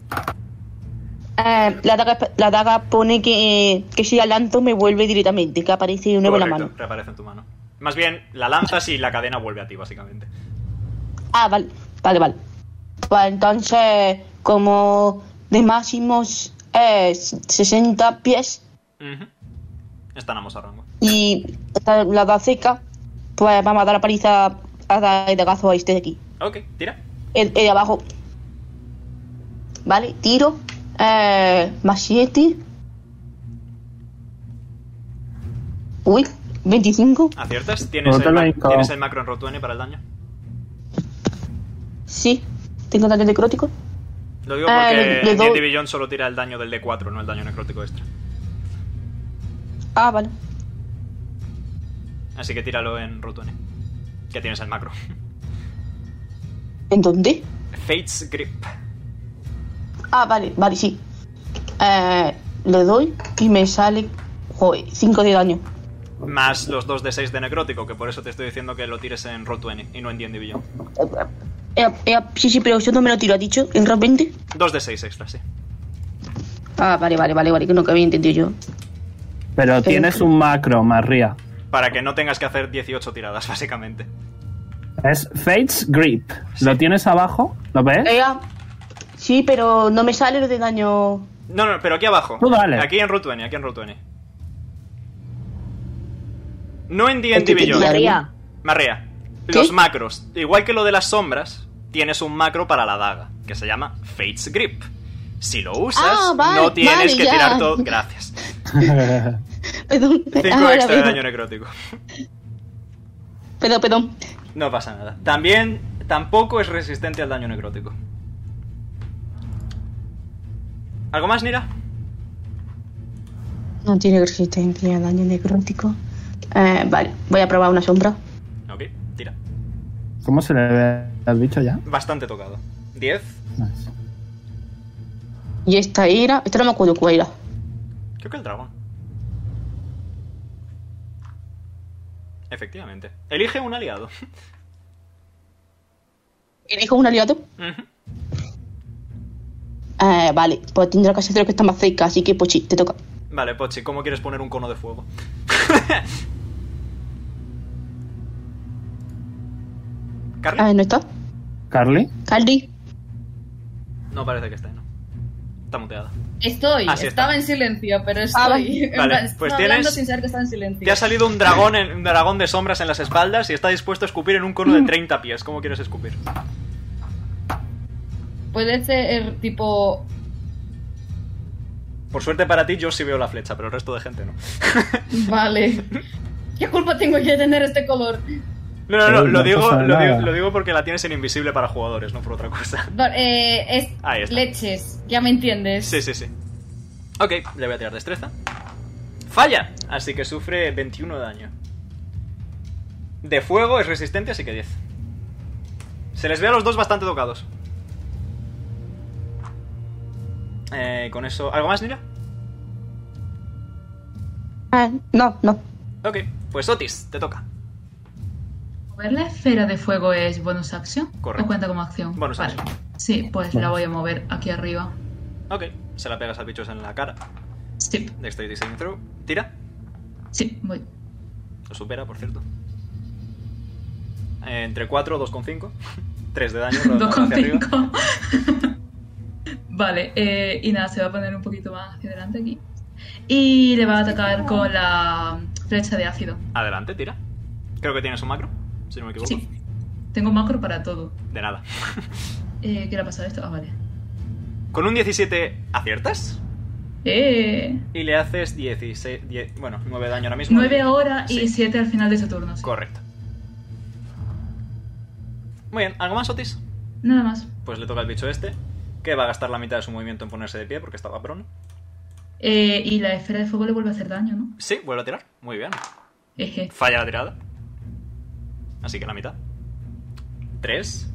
Eh, la, daga, espe- la daga pone que, que si la lanzo me vuelve directamente, que aparece de nuevo en la Correcto, mano. reaparece en tu mano. Más bien, la lanzas y la cadena vuelve a ti, básicamente. Ah, vale, vale, vale. Pues entonces, como de máximos es sesenta pies Ujú. Están ambos a rango. y está la da seca, pues vamos a dar la paliza a dar el dagazo a este de aquí. Ok, tira. El, el de abajo. Vale, tiro. Eh, más siete. Uy, veinticinco. ¿Aciertas? ¿Tienes, No el, te lo ma- digo. ¿Tienes el macro en Rotuene para el daño? Sí. Tengo daño necrótico. Lo digo Ah, porque le- le en doy- D and D Beyond solo tira el daño del D cuatro, no el daño necrótico extra. Ah, vale. Así que tíralo en Rotuene, que tienes el macro. ¿En dónde? Fate's Grip. Ah, vale, vale, sí. Eh, le doy y me sale... Joder, cinco de daño. Más los dos de seis de necrótico, que por eso te estoy diciendo que lo tires en Rotuene y no en D and D Beyond. Eh, eh, sí, sí, pero yo no me lo tiro, ¿ha dicho? ¿En Roll veinte? dos de seis extra, sí. Ah, vale, vale, vale, vale, que no que había entendido yo. Pero tienes un macro, María. Para que no tengas que hacer dieciocho tiradas, básicamente. Es Fate's Grip. ¿Lo tienes abajo? ¿Lo ves? Eh, ah, sí, pero no me sale lo de daño... No, no, pero aquí abajo. Tú dale. Aquí en Rotuene, aquí en Rotuene. No en D and D Es que te Beyond. María. María, ¿Qué? los macros, igual que lo de las sombras, tienes un macro para la daga, que se llama Fate's Grip. Si lo usas, Ah, vale, no tienes vale, que ya. tirar todo... Gracias. Perdón, cinco ahora, extra de perdón. daño necrótico. Perdón, perdón. No pasa nada. También, tampoco es resistente al daño necrótico. ¿Algo más, Nira? No tiene resistencia a daño necrótico. Eh, vale, voy a probar una sombra. Ok, tira. ¿Cómo se le ve al bicho ya? Bastante tocado. diez. Nice. Y esta era... Esta no me acuerdo cuál era. Creo que el dragón. Efectivamente. Elige un aliado. ¿Elijo un aliado? Ujú. Eh, vale, pues tendrá que ser lo que está más cerca, así que pues sí, te toca. Vale, Pochi, ¿cómo quieres poner un cono de fuego? ¿Carly? Ah, ¿no está? ¿Carly? Carly. No parece que esté, ¿no? Está muteada. Estoy, Ah, sí, estaba está. en silencio, pero estoy. Ah, en vale. plan, Vale, estaba pues hablando tienes- sin saber que estaba en silencio. Te ha salido un dragón, en, un dragón de sombras en las espaldas y está dispuesto a escupir en un cono de treinta pies. ¿Cómo quieres escupir? Puede ser tipo. Por suerte para ti, yo sí veo la flecha, pero el resto de gente no. Vale. ¿Qué culpa tengo yo de tener este color? No, no, no, Eh, lo no digo, pasa lo, digo, nada. lo digo porque la tienes en invisible para jugadores, no por otra cosa. Vale, eh, es Ahí está. leches, ya me entiendes. Sí, sí, sí. Ok, le voy a tirar destreza. Falla, así que sufre veintiuno de daño. De fuego es resistente, así que diez. Se les ve a los dos bastante tocados. Eh, con eso... ¿Algo más, Nira? Ah, no, no. Ok, pues Otis, te toca. ¿Mover la esfera de fuego es bonus action? Correcto. ¿O cuenta como acción? Bonus vale. action. Sí, pues la voy a mover aquí arriba. Ok, se la pegas al bicho en la cara. Sí, Dexterity saving throw. Tira. sí, voy. Lo supera, por cierto. Eh, entre cuatro, dos coma cinco. tres de daño. dos coma hacia arriba. cinco. Vale, eh, y nada, se va a poner un poquito más hacia adelante aquí. Y le va a atacar con la flecha de ácido. Adelante, tira. Creo que tienes un macro, si no me equivoco. Sí, tengo macro para todo. De nada. Eh, ¿Qué le ha pasado a esto? Ah, vale. Con un diecisiete aciertas Eh, y le haces dieciséis, diez, bueno, nueve de daño ahora mismo. nueve ahora y Sí. siete al final de su turno. Sí. Correcto. Muy bien, ¿algo más, Otis? Nada más. Pues le toca al bicho este, que va a gastar la mitad de su movimiento en ponerse de pie porque estaba prone. Eh, y la esfera de fuego le vuelve a hacer daño, ¿no? Sí, vuelve a tirar. Muy bien. Eje. Falla la tirada. Así que la mitad. Tres.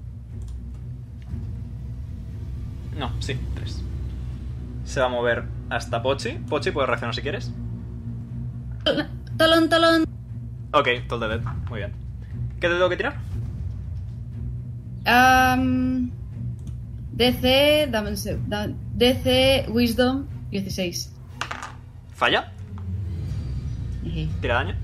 No, sí, tres. Se va a mover hasta Pochi. Pochi, puedes reaccionar si quieres. Tolón, tolón. Ok, Toll the Dead. Muy bien. ¿Qué te tengo que tirar? Am, D C, dame un seg- da- D C Wisdom dieciséis. Falla. Eje. Tira daño.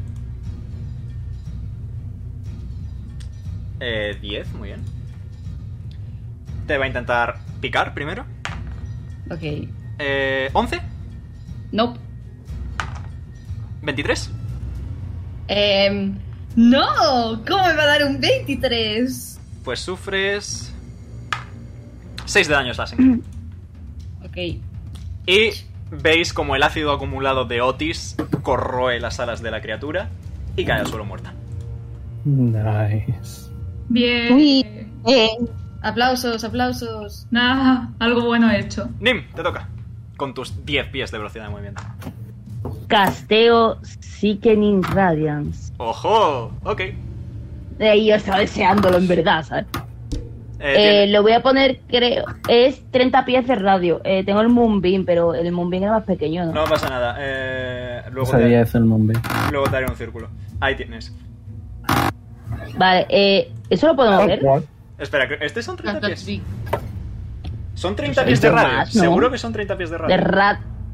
Eh, diez, muy bien. Te va a intentar picar primero. Ok. Eh, once. Nope. veintitrés. Em, no, ¿cómo me va a dar un veintitrés? Pues sufres seis de daño slashing. Ok. Y veis como el ácido acumulado de Otis corroe las alas de la criatura y cae al suelo muerta. Nice. Bien. Uy. Eh, Aplausos, aplausos. Nada, algo bueno hecho. Nim, te toca. Con tus diez pies de velocidad de movimiento. Casteo Sickening Radiance. ¡Ojo! Ok. Eh, yo estaba deseándolo en verdad, ¿sabes? Eh, Eh, tiene- lo voy a poner, creo, es treinta pies de radio. Eh, tengo el Moonbeam, pero el Moonbeam era más pequeño, ¿no? No pasa nada. Eh, luego, Ese te, diez el Mumbi. luego te haré un círculo. Ahí tienes. Vale, eh, ¿eso lo podemos ver? Espera, que- ¿estos son treinta pies? Sí. Son treinta Eso pies es de de radio. más, ¿no? Seguro que son treinta pies de radio. De rad.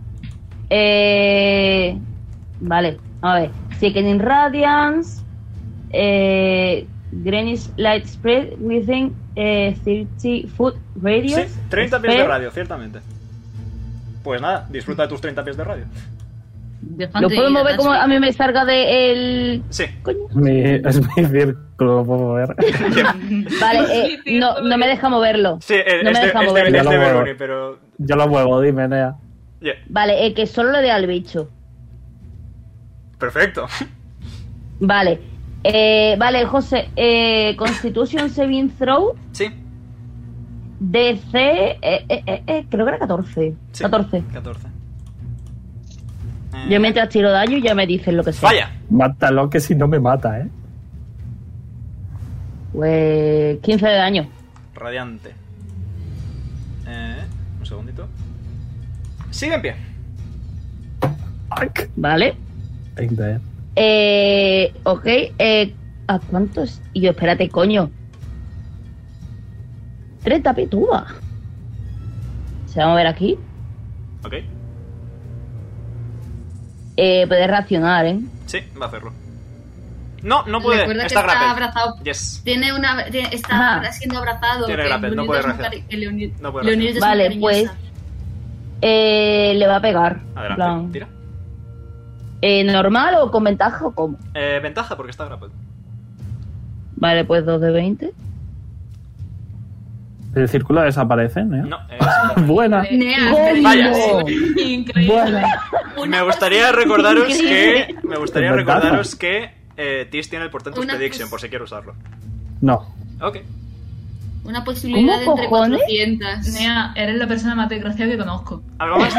Eh, vale, a ver. Sickening Radiance. Eh, Greenish Light Spread within eh, thirty foot radius. Sí, treinta pies de Spell. radio, ciertamente. Pues nada, disfruta de tus treinta pies de radio. Lo puedo mover como a mí me salga de el. Sí. Coño. Mi, es mi círculo, lo puedo mover. Vale, eh, no, no me deja moverlo. Sí, eh, No me es de, deja es de, moverlo. es de Ya lo muevo. Veroni, pero... Yo lo muevo, dime, Nea. Yeah. Vale, eh, que solo le dé al bicho. Perfecto. Vale. Eh, vale, José. Eh, Constitution Saving Throw. Sí, D C. Eh, eh, eh, eh, creo que era catorce. sí. catorce. catorce. Eh, Yo mientras tiro daño ya me dicen lo que sea. Falla. Mátalo, que si no me mata, ¿eh? Pues quince de daño. Radiante. Eh, un segundito. Sigue en pie. Fuck. Vale. veinte, ¿eh? Eh, ok. Eh, ¿A cuántos? Y yo, espérate, coño. treinta pitúas. Se va a mover aquí. Ok. Eh, puedes reaccionar, ¿eh? Sí, va a hacerlo. No, no puede. Recuerda que Está está grappled. abrazado. Yes. Tiene una, tiene- está Ajá. siendo abrazado. Tiene que grapple, no Leonid puede es muy reaccionar. cari- que Leonid- No puede Leonid es muy Vale, cariñosa. pues. Eh, le va a pegar. En Adelante, plan, tira. eh, ¿normal o con ventaja o cómo? Eh, ventaja porque está grappled. Vale, pues dos de veinte. El círculo desaparece, Nea. No, es... Buena. Nea, ¿Cómo? Fallas. increíble. Buena. Me gustaría recordaros Increíble. que. Me gustaría Es ventaja. recordaros que eh, Tis tiene el Portentus Una Prediction pos- por si quiere usarlo. No. Ok. Una posibilidad de ¿Cómo entre cojones? cuatrocientas. Nea, eres la persona más desgraciada que conozco. ¿Algo más?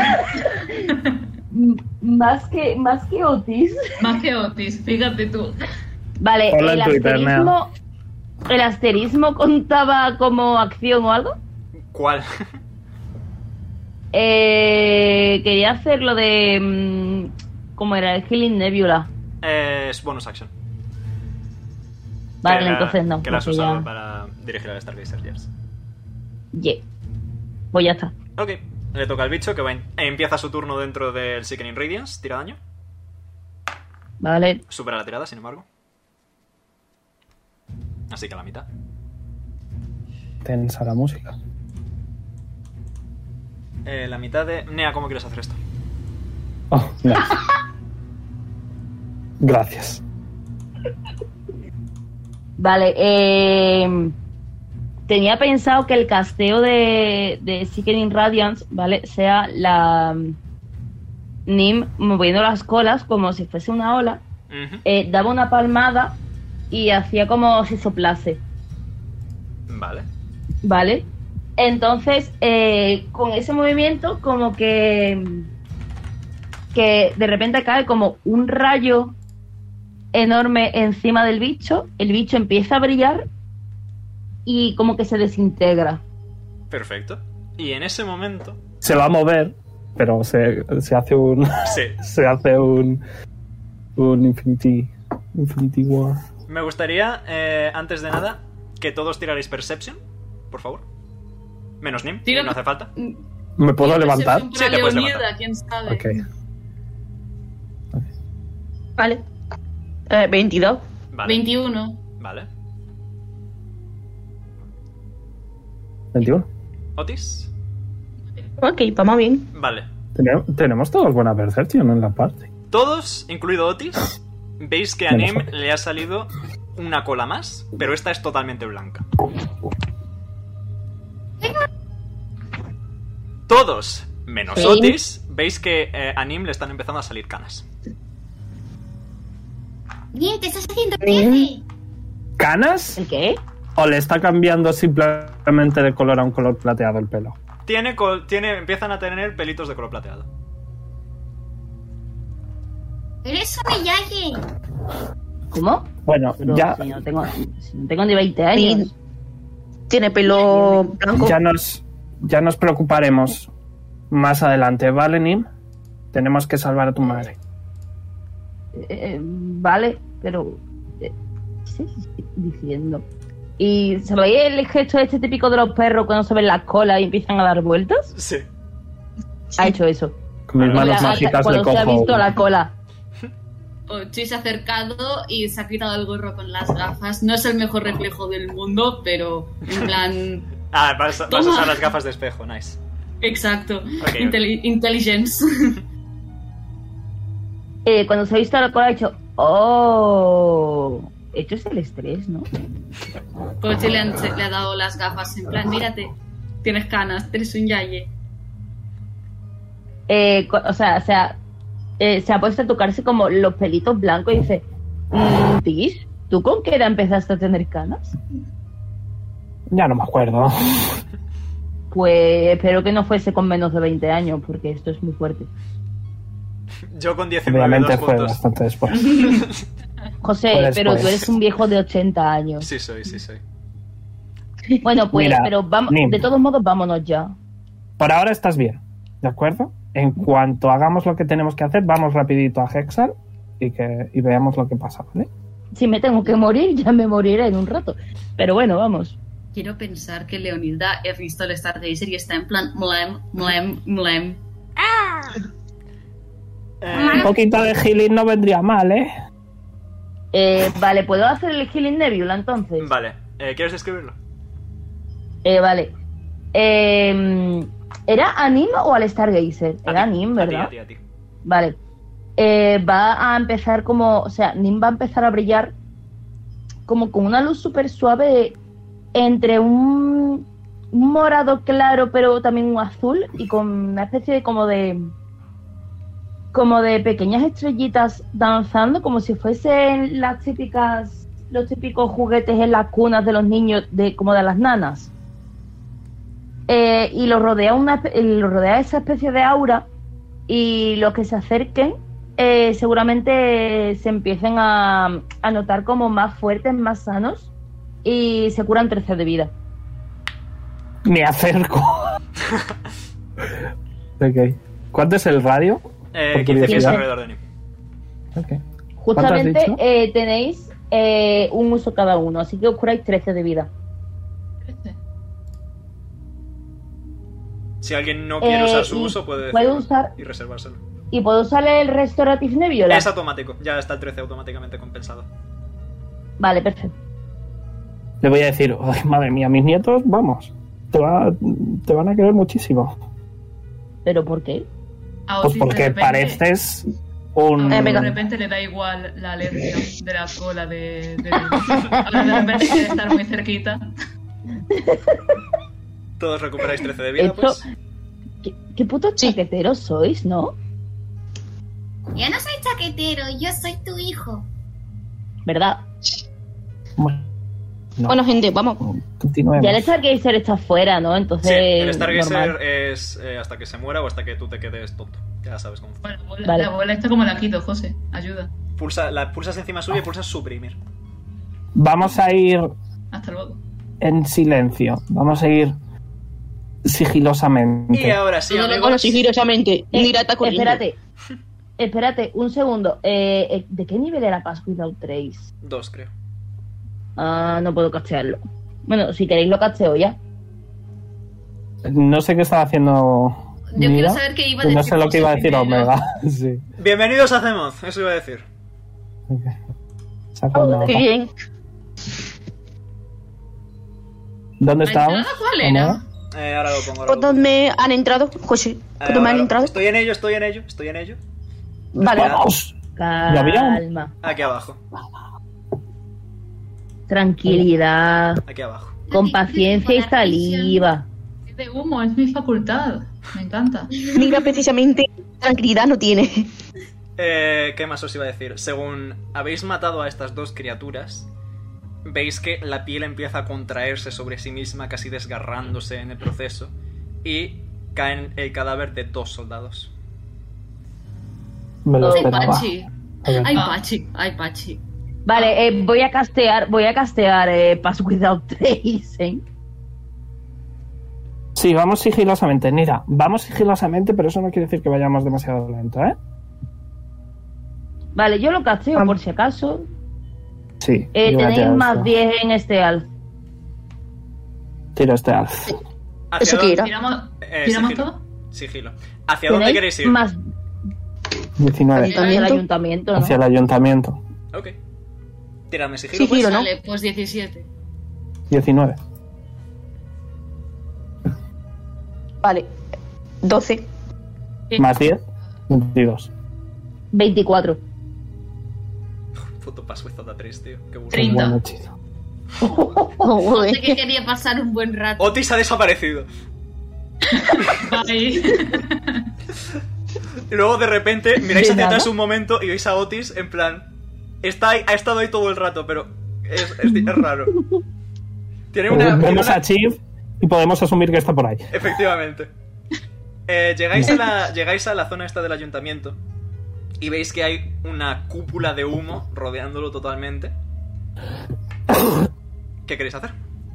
Más que, más que Otis. Más que Otis, fíjate tú. Vale, Ponlo el en Twitter, asterismo. ¿El asterismo contaba como acción o algo? ¿Cuál? Eh, quería hacer lo de. mm, ¿Cómo era? El Healing Nebula. Eh, es bonus action. Vale, Que la- entonces no. Que la has porque usado ya- para dirigir al Stargazer, yes. Yeah. Pues ya está. Ok. Le toca al bicho que va en- empieza su turno dentro del Sickening Radiance. Tira daño. Vale. Supera la tirada, sin embargo. Así que a la mitad. Tensa la música. Eh, la mitad de... Nea, ¿cómo quieres hacer esto? Oh, nice. Gracias. Vale, eh, tenía pensado que el casteo de, de Sickening Radiance, ¿vale? Sea la mm, Nim moviendo las colas como si fuese una ola, Ujú. eh, daba una palmada y hacía como si soplase, Vale. ¿vale? Entonces, eh, con ese movimiento, como que, que de repente cae como un rayo enorme encima del bicho, el bicho empieza a brillar y como que se desintegra. Perfecto. Y en ese momento... Se va a mover, pero se, se hace un. Sí. Se hace un. Un Infinity. Infinity War. Me gustaría, eh, antes de nada, que todos tirarais Perception, por favor. Menos Nim, Tira- no hace falta. ¿Me puedo Y levantar? Perception Sí, para te puedes Leonida, levantar. quién sabe. Ok. Vale. Eh, veintidós. Vale. veintiuno. Vale. veintiuno. Otis. Ok, vamos bien. Vale. Tenemos, tenemos todos buena percepción en la parte. Todos, incluido Otis, veis que a Menos Nim Otis. le ha salido una cola más, pero esta es totalmente blanca. Todos, menos Sí. Otis, veis que eh, a Nim le están empezando a salir canas. Nim, te estás haciendo verde. ¿Canas? ¿El qué? ¿O le está cambiando simplemente de color a un color plateado el pelo? Tiene, col- tiene, empiezan a tener pelitos de color plateado. Eres un Miyagi. ¿Cómo? Bueno, Pero ya, si no tengo, si no tengo ni veinte años. Tiene pelo blanco. ya nos ya nos preocuparemos más adelante, ¿vale, Nim? Tenemos que salvar a tu madre. Eh, eh, vale, pero... Eh, ¿qué estás diciendo? ¿Y sabéis el gesto este típico de los perros cuando se ven las colas y empiezan a dar vueltas? Sí. Ha hecho eso. Con mis manos La- mágicas le cuando se ha cojo. visto la cola. Ochi se ha acercado y se ha quitado el gorro con las gafas. No es el mejor reflejo del mundo, pero en plan... Ah, vas, vas a Toma. usar las gafas de espejo, nice. Exacto. Ok, Intelli- Intelligence. Eh, cuando se ha visto la cola ha dicho... ¡Oh! Esto es el estrés, ¿no? Ochi le, han- se- le ha dado las gafas en plan, mírate, tienes canas, eres un yaye. Eh, co- o sea, o sea eh, se ha puesto a tocarse como los pelitos blancos y dice... "Mm, Tish, ¿tú con qué edad empezaste a tener canas? Ya no me acuerdo. Pues espero que no fuese con menos de veinte años, porque esto es muy fuerte. Yo con diecinueve, Obviamente dos fue puntos. bastante después. José, Pues, pero pues. tú eres un viejo de ochenta años. Sí soy, sí soy. Bueno, pues, Mira, pero vamos, Nim. de todos modos, vámonos ya. Por ahora estás bien, ¿de acuerdo? En cuanto hagamos lo que tenemos que hacer, vamos rapidito a Hexal y que y veamos lo que pasa, ¿vale? Si me tengo que morir, ya me moriré en un rato. Pero bueno, vamos. Quiero pensar que Leonilda ha visto el Stargazer y está en plan mlem, mlem, mlem. Eh, Un poquito de healing no vendría mal, ¿eh? Eh, vale, ¿puedo hacer el Healing Nebula entonces? vale, eh, ¿quieres escribirlo? Eh, vale. Eh, ¿Era a Nim o al Stargazer? A Era a ti, Nim, a ti, ¿verdad? a ti, a ti. Vale. Eh, va a empezar como... O sea, Nim va a empezar a brillar como con una luz súper suave entre un, un morado claro, pero también un azul, y con una especie de como de... como de pequeñas estrellitas danzando, como si fuesen las típicas... los típicos juguetes en las cunas de los niños, de como de las nanas. Eh, y lo rodea, una, espe- lo rodea esa especie de aura, y los que se acerquen eh, seguramente se empiecen a, a notar como más fuertes, más sanos, y se curan trece de vida. Me acerco. Ok. ¿Cuánto es el radio? Eh, Por quince pies curiosidad. alrededor de Nim. Ok. Justamente dicho? eh, tenéis eh, un uso cada uno, así que os curáis trece de vida. Si alguien no quiere Eh, usar su y uso, puede puede decirlo usar- y reservárselo. ¿Y puedo usar el Restorative Nebula? Es automático, ya está el trece automáticamente compensado. Vale, perfecto. Le voy a decir, "Ay, madre mía, mis nietos, vamos. Te, va- te van a querer muchísimo. ¿Pero por qué? A Pues Otis porque de repente- pareces un... Eh, venga. De repente le da igual la alergia de la cola de... de... Ahora de repente quiere estar muy cerquita. Todos recuperáis trece de vida, Esto- pues. ¿Qué, qué putos chaqueteros sois, ¿no? Yo no soy chaquetero, yo soy tu hijo. ¿Verdad? Bueno, no. Bueno, gente, vamos. Continuemos. Ya el Stargazer está fuera, ¿no? Entonces. Sí, el Stargazer normal. es eh, hasta que se muera o hasta que tú te quedes tonto. Ya sabes cómo. Bueno, la bola, Vale. la bola está como la quito, José. Ayuda. Pulsa, la pulsas encima suya y pulsas suprimir. Vamos a ir Hasta luego. en silencio. Vamos a ir sigilosamente. Y ahora sí, amigos. Bueno, sigilosamente. Eh, Mira, está corriendo. espérate. Espérate, un segundo. Eh, eh, ¿De qué nivel era Pass Without Trace? Dos, creo. Ah, no puedo castearlo. Bueno, si queréis lo casteo ya. No sé qué estaba haciendo. Yo quiero Mira, saber qué iba a y decir. no sé lo que iba a decir José primero. Omega. Sí. Bienvenidos a Zemoth, eso iba a decir. Ok. Saca una Qué hoja. bien. ¿Dónde ¿La estábamos? entrada cuál era? Omega. Eh, ahora lo pongo. Ahora ¿Por lo pongo. dónde han entrado, José? Eh, ¿Por dónde ahora han lo- entrado? Estoy en ello, estoy en ello, estoy en ello. Vale. Vamos. ¿Lo había? Calma. Aquí abajo, Tranquilidad. aquí abajo. Con paciencia y saliva. Es de humo, es mi facultad. Me encanta. Mira, precisamente Tranquilidad no tiene. Eh, ¿Qué más os iba a decir? Según habéis matado a estas dos criaturas, veis que la piel empieza a contraerse sobre sí misma, casi desgarrándose en el proceso, y caen el cadáver de dos soldados. Me lo Ay, esperaba. Pachi. A ver. Ay, Pachi. Ay, Pachi. Vale, eh, voy a castear, voy a castear eh, Pass Without Trace. Sí, vamos sigilosamente. Mira, vamos sigilosamente, pero eso no quiere decir que vayamos demasiado lento, ¿eh? Vale, yo lo casteo Ah. por si acaso. Sí. Eh, yo tenéis ya más esto. diez en este alf. Tiro este alf. ¿Hacia Eso dónde- que era. ¿Tiramos, Eh, ¿tiramos sigilo. todo? Sigilo. ¿Hacia dónde Tenéis queréis ir? más diecinueve. hacia el ayuntamiento, ¿no? Hacia el ayuntamiento. Ok. Tiradme sigilo, Sigilo, pues. ¿no? Vale, pues diecisiete. diecinueve. Vale. doce. Sí. Más diez. veintidós. veinticuatro. Puto paso de tres, tío. Qué burro. treinta. Buen hechizo. Oh, Sé que quería pasar un buen rato. Otis ha desaparecido. Ahí. Y luego de repente miráis ¿De hacia nada? atrás un momento y veis a Otis en plan... Está ahí- ha estado ahí todo el rato, pero es, es, es raro. Tiene una... tiene Vemos una- a Chief y podemos asumir que está por ahí. Efectivamente. Eh, llegáis, a la, llegáis a la zona esta del ayuntamiento y veis que hay una cúpula de humo rodeándolo totalmente. ¿Qué queréis hacer?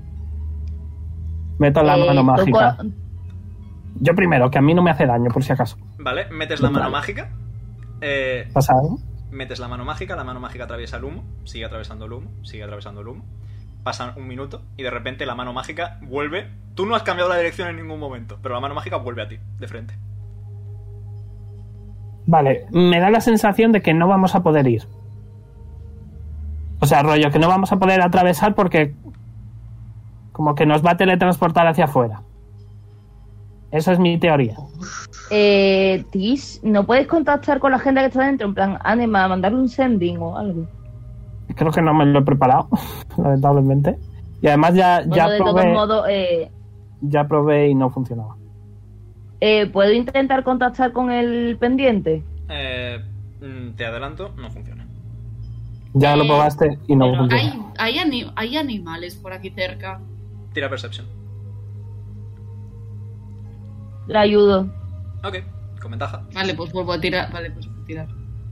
Meto la Eh, mano mágica. toco- Yo primero, que a mí no me hace daño, por si acaso. Vale, metes la mano Vale. mágica. Eh, ¿Pasa algo? metes la mano mágica, la mano mágica atraviesa el humo, sigue atravesando el humo, sigue atravesando el humo. Pasa un minuto y de repente la mano mágica vuelve. Tú no has cambiado la dirección en ningún momento, pero la mano mágica vuelve a ti, de frente. Vale, me da la sensación de que no vamos a poder ir. O sea, rollo, que no vamos a poder atravesar porque como que nos va a teletransportar hacia afuera. Esa es mi teoría. Eh, Tis, ¿no puedes contactar con la gente que está dentro? En plan, anima, mandarle un sending o algo. Creo que no me lo he preparado, lamentablemente. Y además ya, Bueno, ya, de todos probé, modos, eh, ya probé y no funcionaba. eh, ¿puedo intentar contactar con el pendiente? Eh, mm, te adelanto, no funciona. Ya lo Eh, probaste y no pero funciona. Hay, hay, ani- hay animales por aquí cerca. Tira Perception. Le ayudo. Ok, con ventaja. Vale, pues vuelvo a tirar. Vale, pues vuelvo a tirar.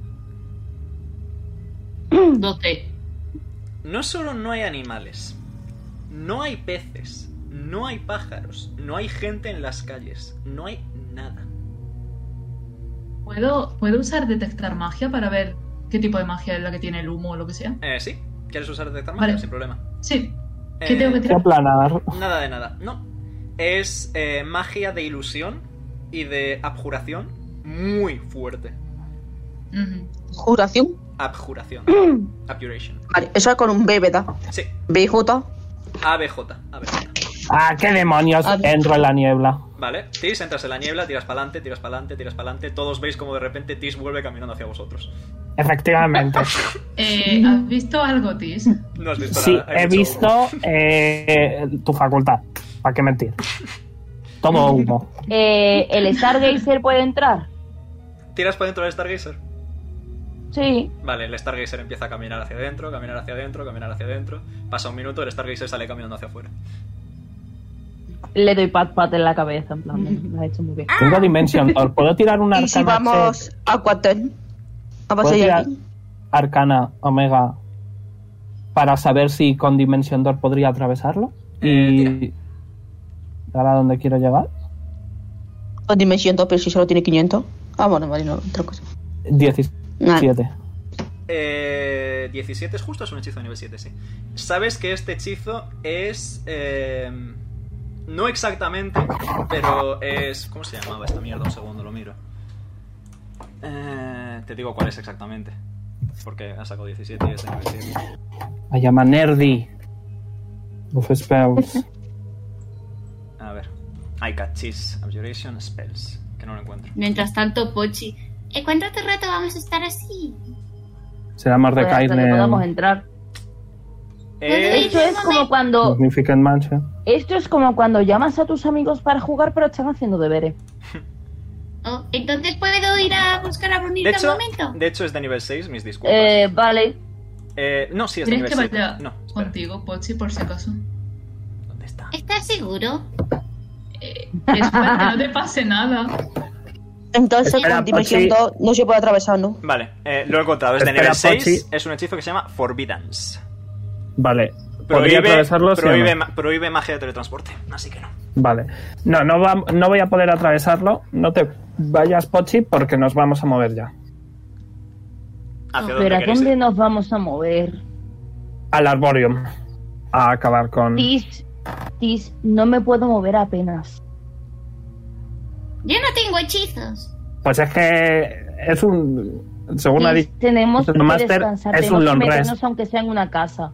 doce. No solo no hay animales, no hay peces, no hay pájaros, no hay gente en las calles, no hay nada. ¿Puedo, ¿Puedo usar detectar magia para ver qué tipo de magia es la que tiene el humo o lo que sea? Eh, sí, ¿quieres usar detectar magia? Vale. Sin problema. Sí. ¿Qué Eh, tengo que Voy a tirar? aplanar. Nada de nada, no. Es eh, magia de ilusión y de abjuración muy fuerte. Ujú. Juración. Abjuración. Abjuration. Vale, eso es con un B, ¿verdad? Sí, B J. A B J. A B J. ¡Ah, qué demonios! A ver. Entro en la niebla. Vale, Tis, entras en la niebla, tiras para adelante, tiras para adelante, tiras para adelante. Todos veis como de repente Tis vuelve caminando hacia vosotros. Efectivamente. Eh, ¿Has visto algo, Tis? No has visto Sí, nada. he mucho visto eh, tu facultad. ¿Para qué mentir? Todo humo. Eh, ¿El Stargazer puede entrar? humo. ¿Tiras para dentro del Stargazer? Sí. Vale, el Stargazer empieza a caminar hacia adentro, caminar hacia adentro, caminar hacia adentro. Pasa un minuto, el Stargazer sale caminando hacia afuera. Le doy pat pat en la cabeza, en plan, lo has hecho muy bien. Tengo Dimension Door. ¿Puedo tirar una Y si Arcana vamos check? a cuartel. Vamos ¿Puedo a ir tirar aquí. Arcana Omega para saber si con Dimension Door podría atravesarlo? Eh, Y ahora dónde quiero llegar. Con dimensión dos, pero si solo tiene quinientos. Ah, bueno, vale, no, otra cosa. diecisiete. Vale. Eh, diecisiete es justo, es un hechizo de nivel siete, sí. Sabes que este hechizo es... eh, no exactamente, pero es... ¿Cómo se llamaba esta mierda? Un segundo, lo miro. Eh, te digo cuál es exactamente. Porque ha sacado diecisiete y es de nivel siete. Me llama Nerdy. Of Spells. A ver. I cachis. Abjuration Spells. Que no lo encuentro. Mientras tanto, Pochi. ¿Y cuánto rato vamos a estar así? Será más de Pues hasta que podamos Kairne. entrar. Eh, Esto es como cuando Magnificent Mansion. esto es como cuando llamas a tus amigos para jugar pero están haciendo deberes. Oh, entonces puedo ir a buscar a De Brunilda hecho, un momento. de hecho es de nivel seis, mis disculpas. Eh, vale. Eh, no, sí, es de ¿Quieres nivel que seis. vaya No, espera. contigo, Pochi, por si acaso? ¿Dónde está? ¿Estás seguro? Eh, espera que no te pase nada. Entonces, Espera, con Dimensión Pochi. dos no se puede atravesar, ¿no? Vale, eh, lo he encontrado. Es de Espera, nivel seis. Pochi. Es un hechizo que se llama Forbidance. Vale. ¿Podría Prohíbe, atravesarlo? ¿Sí o no? prohíbe, ma- prohíbe magia de teletransporte, así que no. Vale. No, no, va- no voy a poder atravesarlo. No te vayas, Pochi, porque nos vamos a mover ya. ¿Hacia Pero dónde ¿a queréis dónde ir? nos vamos a mover? Al Arborium. A acabar con... Tis, Tis, no me puedo mover apenas. Yo no tengo hechizos. Pues es que es un... Según ha Tis, dicho... tenemos que el Master descansar, es un tenemos que long rest. meternos aunque sea en una casa.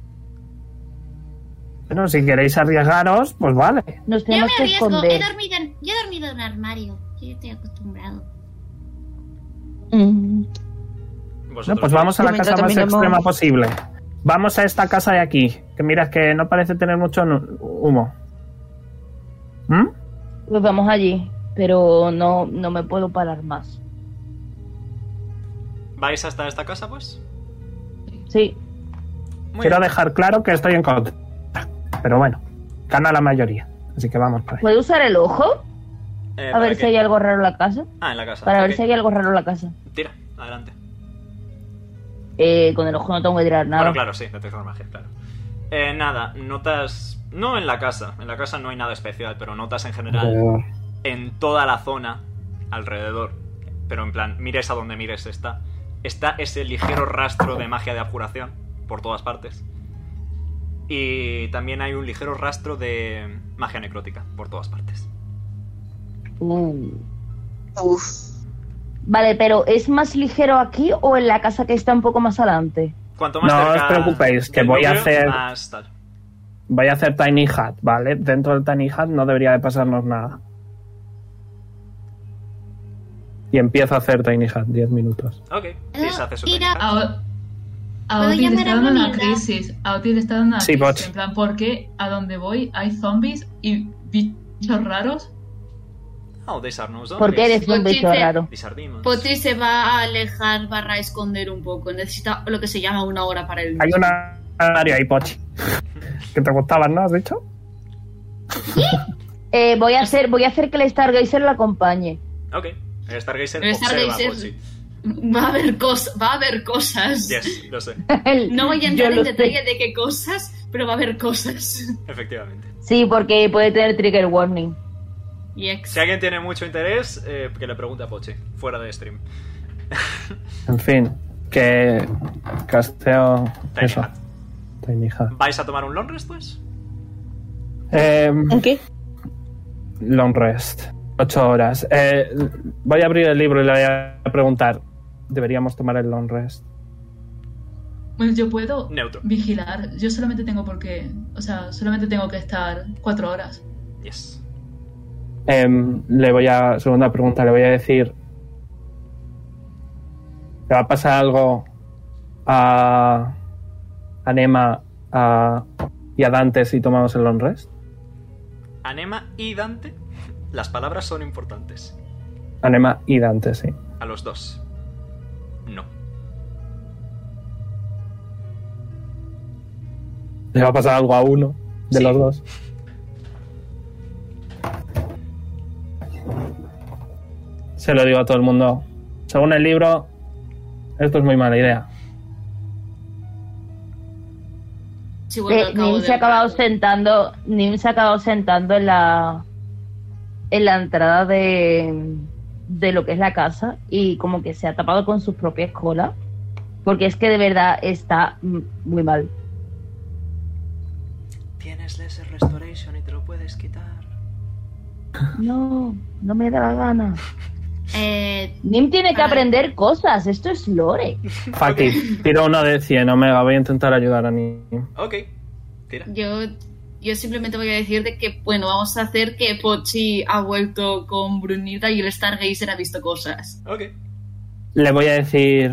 Bueno, si queréis arriesgaros, pues vale. Nos Yo tenemos me que arriesgo. He esconder. dormido, en, yo he dormido en un armario. Yo ya estoy acostumbrado. Mm. No, Vosotros pues vamos a la Yo casa mientras más terminemos- extrema posible. Vamos a esta casa de aquí. Que miras que no parece tener mucho nu- humo. ¿Mm? Pues vamos allí, pero no, no me puedo parar más. ¿Vais hasta esta casa, pues? Sí, Muy Quiero bien. dejar claro que estoy en contra. Pero bueno, gana la mayoría. Así que vamos por ahí. ¿puedo usar el ojo? Eh, A ¿para ver qué? si hay algo raro en la casa. Ah, en la casa. Para Ok. ver si hay algo raro en la casa. Tira, adelante. Eh, con el ojo no tengo que tirar nada. Bueno, claro, sí, detector magia, claro. Eh, nada, notas... No en la casa. En la casa no hay nada especial, pero notas en general Alrededor. en toda la zona alrededor. Pero en plan, mires a donde mires está. Está ese ligero rastro de magia de abjuración por todas partes. Y también hay un ligero rastro de magia necrótica por todas partes. Uh. Uf. Vale, pero ¿es más ligero aquí o en la casa que está un poco más adelante? Cuanto más No cerca os preocupéis, que del voy a núcleo, hacer- más tal. Voy a hacer Tiny Hat, ¿vale? Dentro del Tiny Hat no debería de pasarnos nada. Y empiezo a hacer Tiny Hat, diez minutos. Ok, y se hace su Ir a- técnica. A, a ¿Puedo Otis le llamar está a dando una Brunilda? crisis. A Otis le está dando una Sí, crisis. Pochi. En plan, ¿por qué a donde voy hay zombies y bichos raros? Oh, these are no zombies. ¿Por qué eres un Porque bicho dice- raro? These are demons. Potri se va a alejar barra esconder un poco. Necesita lo que se llama una hora para el Hay una área ahí, Pochi. Que te gustaban, ¿no? ¿Has dicho? Eh, voy a hacer, voy a hacer que el Stargazer lo acompañe. Ok, el Stargazer El observa a Stargazer- Pochi. Va a haber cosas, va a haber cosas. Yes, lo sé, No voy a Yo entrar lo en sé. detalle de qué cosas, pero va a haber cosas. efectivamente. Sí, porque puede tener trigger warning. Y ex. Si alguien tiene mucho interés, eh, que le pregunte a Pochi, fuera de stream. En fin, que casteo Tiny eso. Hat. Tiny Hat. ¿Vais a tomar un long rest, pues? Eh, ¿En qué? long rest. Ocho horas. Eh, voy a abrir el libro y le voy a preguntar. ¿Deberíamos tomar el long rest? Pues yo puedo Neutro. vigilar. Yo solamente tengo por qué. O sea, solamente tengo que estar cuatro horas. Yes. Em, le voy a... Segunda pregunta, le voy a decir... ¿Le va a pasar algo a... a Nema a, y a Dante si tomamos el long rest? Anema y Dante, las palabras son importantes. A Nema y Dante, sí. A los dos. No. ¿Le va a pasar algo a uno de Sí. los dos? Se lo digo a todo el mundo. Según el libro, esto es muy mala idea. Si vuelve Eh, al cabo Nim del se ha acabado rato. sentando, Nim se ha acabado sentando en la en la entrada de, de lo que es la casa y como que se ha tapado con sus propias colas porque es que de verdad está mm, muy mal. Tienes Lesser Restoration y te lo puedes quitar. No, no me da la gana. Eh, Nim tiene que Ah. aprender cosas, esto es lore. Fuck it. Tiro uno de cien, Omega. Voy a intentar ayudar a Nim. Ok, tira. yo, yo simplemente voy a decir de que, bueno, vamos a hacer que Pochi ha vuelto con Brunilda y el Stargazer ha visto cosas. Ok. Le voy a decir...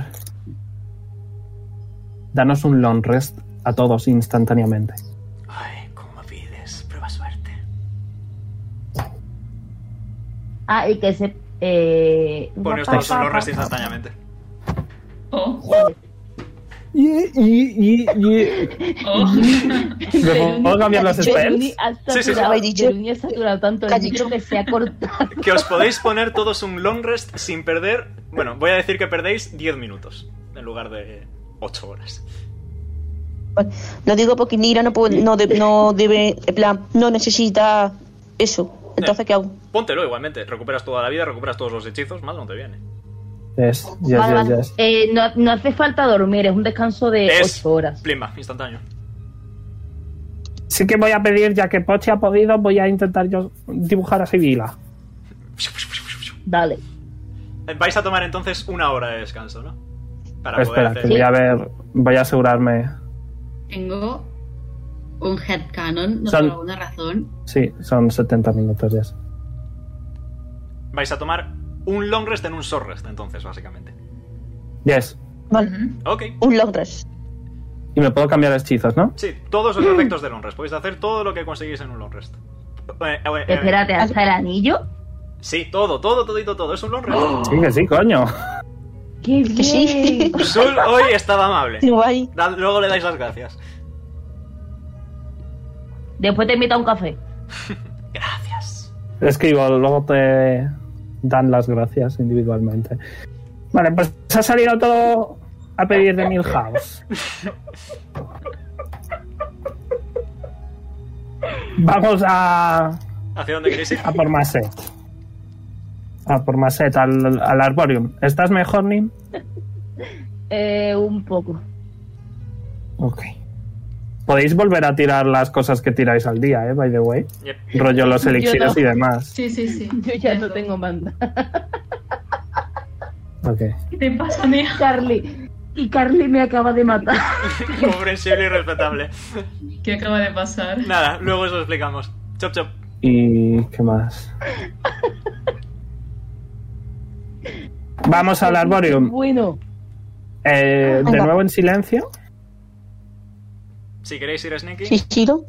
Danos un long rest a todos instantáneamente. Ay, ¿cómo me pides? Prueba suerte. Ah, y que se Eh, Poneos una todos en los papa- rest instantáneamente. Oh, Y, y, y, y. oh. ¿Me puedo cambiar los Beruni spells? ha Sí, sí, sí. saturado- Habéis dicho- Beruni ha saturado tanto el micro que se ha cortado. Que os podéis poner todos un long rest sin perder... Bueno, voy a decir que perdéis diez minutos en lugar de ocho horas. Lo digo porque Nira no, puede, no, de- no debe, en plan, no necesita eso. Entonces, ¿qué hago? Póntelo igualmente. Recuperas toda la vida, recuperas todos los hechizos, mal no te viene. Yes, yes, Vale, yes, vale. yes. Eh, no, no hace falta dormir, es un descanso de Es ocho horas. plimba, instantáneo. Sí que voy a pedir, ya que Pochi ha podido, voy a intentar yo dibujar a Sibila. Dale. Vais a tomar entonces una hora de descanso, ¿no? Para Espera, poder que hacer... voy a ver, voy a asegurarme. Tengo un headcanon, no Son- por alguna razón. Sí, son setenta minutos ya. Vais a tomar un long rest en un short rest, entonces, básicamente. Yes. Vale, Ujú. Ok. un long rest. Y me puedo cambiar hechizos, ¿no? Sí, todos los efectos de long rest. Podéis hacer todo lo que conseguís en un long rest. Eh, eh, eh, Espérate, ¿hasta el anillo? Sí, todo, todo, todito, todo. Es un long rest. Sí, que sí, coño. ¡Qué bien! Que sí. Sul hoy estaba amable. Sí, guay. Da- Luego le dais las gracias. Después te invito a un café. Gracias. Escribo, luego te dan las gracias individualmente. Vale, pues ha salido todo a pedir de Milhouse. Vamos a, ¿Hacia dónde queréis ir? a por Maset. A por Maset, al, al Arborium. ¿Estás mejor, Nim? Eh, un poco. Ok. Podéis volver a tirar las cosas que tiráis al día, eh, by the way. Yep. Rollo los Yo elixires no. y demás. Sí, sí, sí. Yo ya no tengo manda. Ok. ¿Qué te pasa, Nia? Carly. Y Carly me acaba de matar. Comprensible y respetable. ¿Qué acaba de pasar? Nada, luego os lo explicamos. Chop, chop. ¿Y qué más? Vamos al Arborium. Bueno. Eh, de Venga. nuevo en silencio. Si queréis ir sneaky, Sí, Chiro.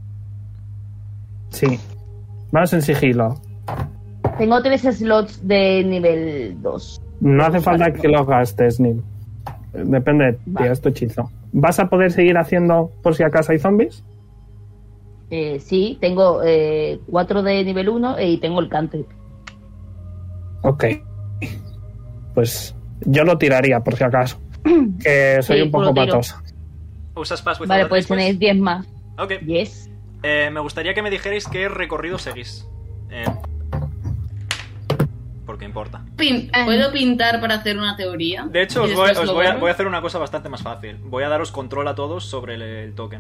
Sí. Vamos en sigilo. Tengo tres slots de nivel dos. No hace falta que lo gastes, Nim. Depende de ti, Vale. es tu hechizo. ¿Vas a poder seguir haciendo por si acaso hay zombies? Eh, sí, tengo eh, cuatro de nivel uno y tengo el cantrip. Ok. Pues yo lo tiraría por si acaso. Que soy Sí, un poco lo tiro. patosa. usas Pass Without Vale, a pues Trace, tenéis diez más. Ok. Yes. Eh, me gustaría que me dijerais qué recorrido seguís. Eh, porque importa. Pin- ¿Puedo pintar para hacer una teoría? De hecho, Y os, voy, después os lo voy a, borro? voy a hacer una cosa bastante más fácil. Voy a daros control a todos sobre el, el token.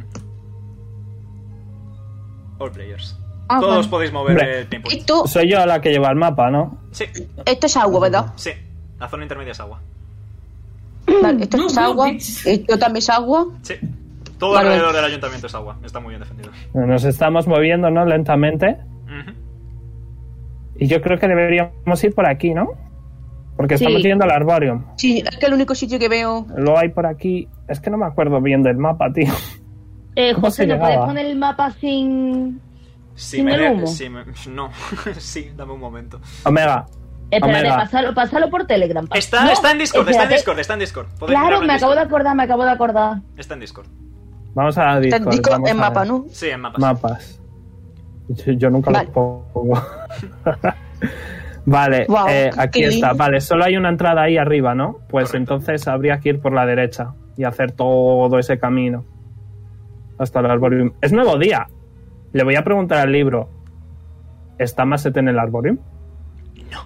All players. Ah, Todos vale. podéis mover Hombre. el pinpoint. Esto, Soy yo la que lleva el mapa, ¿no? Sí, esto es agua, ¿verdad? sí. La zona intermedia es agua. Vale, esto No, es no, agua. bitch. Esto también es agua. Sí. Todo Vale. alrededor del ayuntamiento es agua. Está muy bien defendido. Nos estamos moviendo, ¿no? Lentamente. Ujú. Y yo creo que deberíamos ir por aquí, ¿no? Porque Sí. estamos yendo al Arborium. Sí, es que el único sitio que veo. Luego hay por aquí... Es que no me acuerdo bien del mapa, tío. Eh, ¿Cómo José, se ¿no puedes llegaba? poner el mapa sin...? Si ¿Sin me, el de- humo? si me- no, sí, dame un momento. Omega. Espérate, Omega. pásalo, pásalo por Telegram. Está, No, está en Discord, está en espérate. Discord, está en Discord. Podéis Claro, mirarlo en me acabo de Discord. acordar, me acabo de acordar. Está en Discord. Vamos a Está Discord. en Discord vamos en a mapa, ver. ¿no? Sí, en mapas. Mapas. Yo, yo nunca Vale. los pongo. Vale, Guau, eh, aquí qué está. lindo. Vale, solo hay una entrada ahí arriba, ¿no? Pues Correcto. entonces habría que ir por la derecha y hacer todo ese camino hasta el Arborium. Es nuevo día. Le voy a preguntar al libro. ¿Está Maset en el Arborium? No.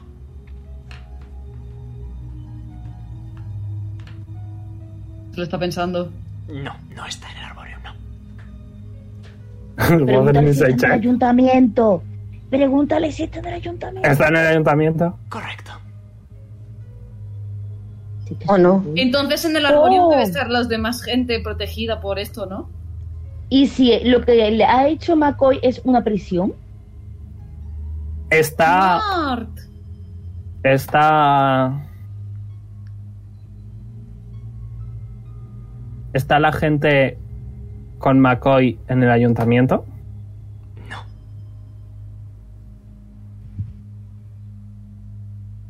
Se lo está pensando. No, no está en el arborium, no. ¿Puedo hacer un Pregúntale si insight está en el check? ayuntamiento. Pregúntale si está en el ayuntamiento. ¿Está en el ayuntamiento? Correcto. ¿O no? Entonces en el arborium Oh. debe estar las demás gente protegida por esto, ¿no? Y si lo que le ha hecho McCoy es una prisión, Está... Mart. Está... ¿Está la gente con McCoy en el ayuntamiento? No.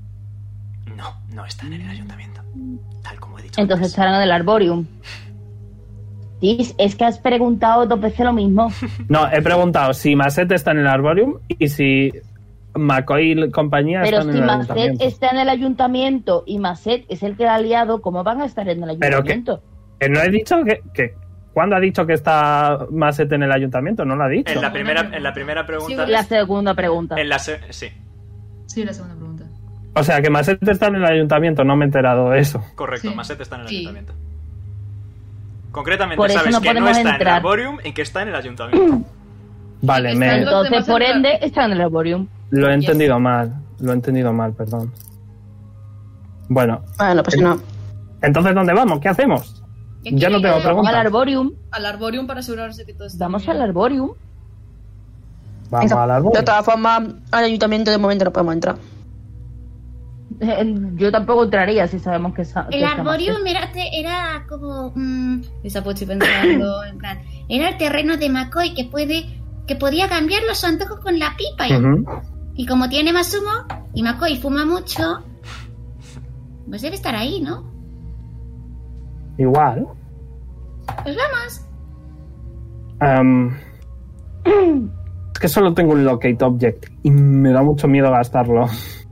Entonces estarán en el Arborium. Tis, es que has preguntado dos veces lo mismo. No, he preguntado si Maset está en el Arborium y si McCoy y compañía Pero están si en el Maset ayuntamiento. está en el ayuntamiento y Maset es el que la ha liado, ¿cómo van a estar en el Pero que, ayuntamiento? que no he dicho que, que... ¿Cuándo ha dicho que está Maset en el ayuntamiento? No lo ha dicho. En la primera, en la primera pregunta... La segunda pregunta. En la se- sí, Sí, la segunda pregunta. O sea, que Maset está en el ayuntamiento, no me he enterado de eso. correcto, Sí. Maset está en el Sí. ayuntamiento. Concretamente Por eso sabes no que no podemos está en el entrar. Arborium y que está en el ayuntamiento. Vale, Está me, en los Entonces, demás por entrar- ende, están en el Arborium. lo he Yes. entendido mal. Lo he entendido mal, perdón. Bueno, Bueno, pues no. entonces, ¿dónde vamos? ¿Qué hacemos? Ya no tengo Vamos al preguntas. Arborium. Al Arborium para asegurarse que todo está Vamos bien. al Arborium. Vamos al árbol. De todas formas, al ayuntamiento de momento no podemos entrar. Eh, Yo tampoco entraría si sabemos que, sa- que El está arborium era, te- era como... mm, esa Pochi pensando, en plan... Era el terreno de McCoy que puede... Que podía cambiar los antojos con la pipa. Y, Ujú. y como tiene más humo, y McCoy fuma mucho... Pues debe estar ahí, ¿no? Igual. Pues vamos. Em, es que solo tengo un locate object y me da mucho miedo gastarlo.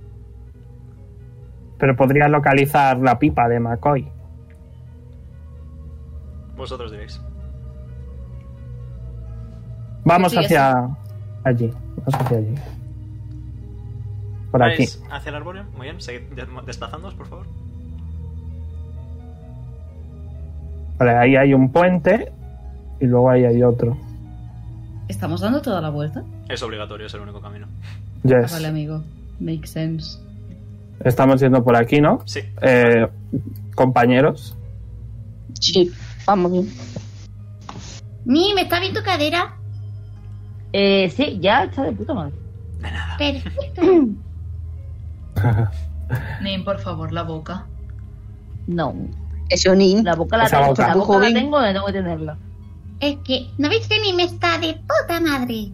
Pero podría localizar la pipa de McCoy. Vosotros diréis. Vamos Sí, hacia allí. Vamos hacia allí. Por aquí. ¿Vais hacia el Arborium? Muy bien, seguid de- desplazándoos, por favor. Vale, ahí hay un puente y luego ahí hay otro. ¿Estamos dando toda la vuelta? Es obligatorio, es el único camino. Yes. Vale, amigo. Make sense. Estamos yendo por aquí, ¿no? Sí. Eh, compañeros. Sí, vamos bien. Mi, ¿me está bien tu cadera? Eh, sí, ya está de puta madre. Perfecto. Nim, por favor, la boca. No, Eso ni. la boca la Esa tengo, boca. la Tú, boca la joven. tengo donde tengo que tenerla. Es que... ¿No veis que ni me está de puta madre?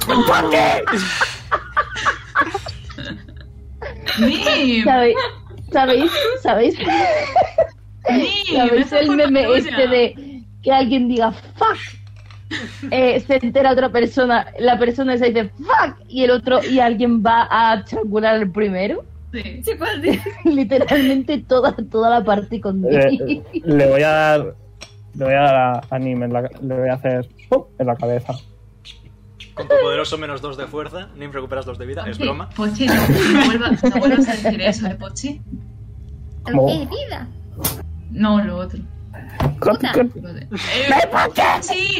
Nim, ¿Sabéis? ¿Sabéis? ¿Sabéis? Nim, ¿Sabéis esa el fue meme tuya. este de que alguien diga fuck? Eh, se entera otra persona, la persona se dice fuck y el otro y alguien va a estrangular al primero. Sí. Sí, pues sí. Literalmente toda, toda la parte con Eh, le voy a dar. Le voy a dar a, a Nim en la, le voy a hacer ¡pum! En la cabeza. Con tu poderoso menos dos de fuerza, Nim recuperas dos de vida, es Pochi, broma. Pochi, no, no vuelvas, no vuelvas a decir eso, ¿eh, Pochi? ¿Cómo? ¿Qué vida? No, lo otro. Puta. Lo de- ¡Eh, Pochi!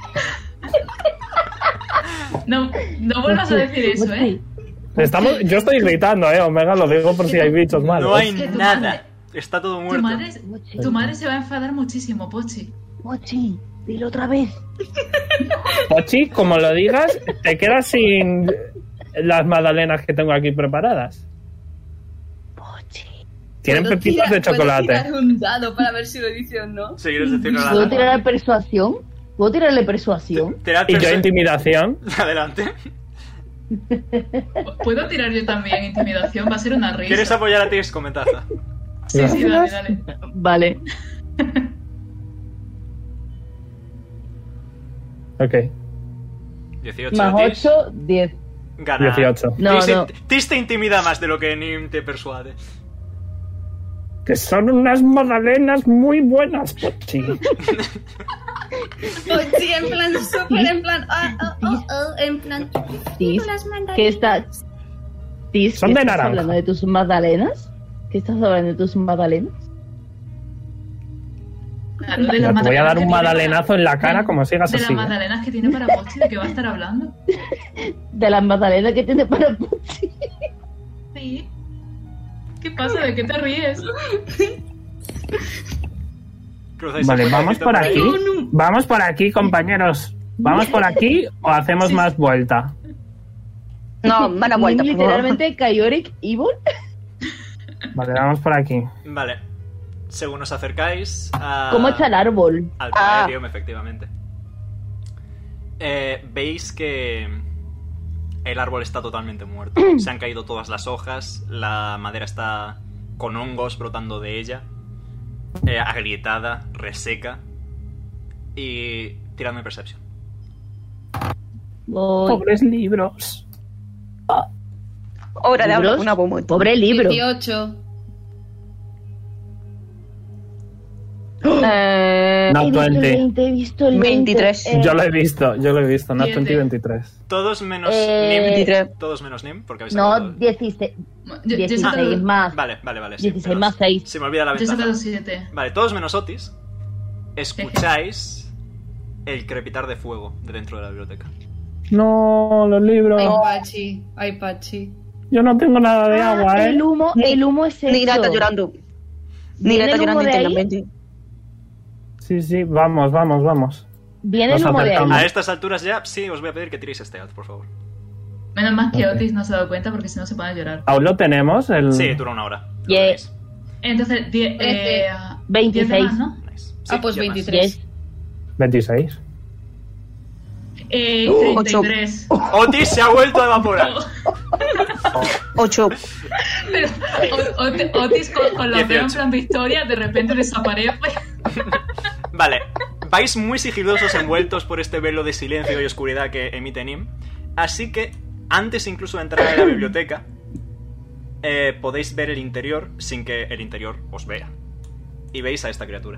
No, no vuelvas a decir eso, ¿eh? Estamos, yo estoy gritando, eh, Omega, lo digo por si hay bichos malos. No hay Es que tu nada. madre- Está todo Tu muerto. madre, tu madre se va a enfadar muchísimo, Pochi. Pochi, dilo otra vez. Pochi, como lo digas, te quedas sin las magdalenas que tengo aquí preparadas. Pochi. Tienen ¿Puedo pepitas tirar- de chocolate. ¿Puedo tirar un dado para ver si lo dice o no? Si quieres decirlo ¿Puedo nada. tirarle persuasión? ¿Puedo tirarle persuasión? Tirad Y yo persu- intimidación. Adelante. ¿Puedo tirar yo también intimidación? Va a ser una risa. ¿Quieres apoyar a Tis con ventaja? Sí, sí, dale, dale. Vale. Ok, dieciocho Más a Tis. ocho, diez. Gana. dieciocho. No, Tis, no. Tis te intimida más de lo que Nim te persuade. Que son unas magdalenas muy buenas, Pochi. Pues sí, en plan súper, en plan... ah, ah, Oh, oh, en plan... Tis, las mandarinas. ¿qué estás? Tis, Son ¿qué de estás naranja. hablando de tus magdalenas? ¿Qué estás hablando de tus magdalenas? Claro, de las Te voy a magdalenas dar que un tiene magdalenazo para- en la cara de- como sigas De así. las ¿eh? magdalenas que tiene para Pochi, ¿de qué va a estar hablando? De las magdalenas que tiene para Pochi. Sí. ¿Qué pasa? ¿De qué te ríes? Cruzáis Vale, el puente, vamos Tito, por ahí. aquí. Vamos por aquí, compañeros. ¿Vamos por aquí o hacemos más vuelta? No, van a vuelta, por favor. Literalmente Kyoric Evil. Vale, vamos por aquí. Vale. Según os acercáis a... ¿Cómo está el árbol? Al Ah. Palladium, efectivamente. Eh, Veis que el árbol está totalmente muerto. Se han caído todas las hojas, la madera está con hongos brotando de ella. eh, agrietada, reseca. Y tiradme Perception. Voy. Pobres libros. Hora de hablar ¿Libros? una bomba. Pobre libro. dieciocho. Eh, No, he visto el veinte. veinte, he visto el veinte. veintitrés. Eh, Yo lo he visto, yo lo he visto. Nat Siete. veinte y veintitrés. Todos menos Eh, Nim. veintitrés. Todos menos Nim, porque habéis No, sacado... dieciséis. Yo, yo he dieciséis sacado, más. Vale, vale, vale. Sí, dieciséis perdón. más seis. Se me olvida la yo he ventaja. sacado siete. Vale, todos menos Otis. Escucháis el crepitar de fuego de dentro de la biblioteca. No, los libros. Ay, Pachi. Ay, Pachi. Yo no tengo nada de Ah, agua, ¿eh? el humo, el humo es Nira eso. está llorando. Nira ¿Viene está el llorando humo de ahí? internamente. Sí, sí, vamos, vamos, vamos. Viene el Nos humo de ahí. acercamos. A estas alturas ya, sí, os voy a pedir que tiréis este alt, por favor. Menos mal que Ok. Otis no se ha dado cuenta porque si no se pone a llorar. ¿Aún lo tenemos? El... Sí, dura una hora. Lo Yeah. tenéis. Entonces, die- eh, veintiséis. diez de más, ¿no? Nice. Ah, pues ya más. veintitrés. Yes. veintiséis. Eh, Uh, treinta y tres. Otis se ha vuelto a evaporar. Ocho. Pero O- Ot- Otis con, con la pega en dieciocho. plan Victoria de repente desaparece. Vale, vais muy sigilosos envueltos por este velo de silencio y oscuridad que emite Nim. Así que, antes incluso de entrar a la biblioteca, eh, podéis ver el interior sin que el interior os vea. Y veis a esta criatura.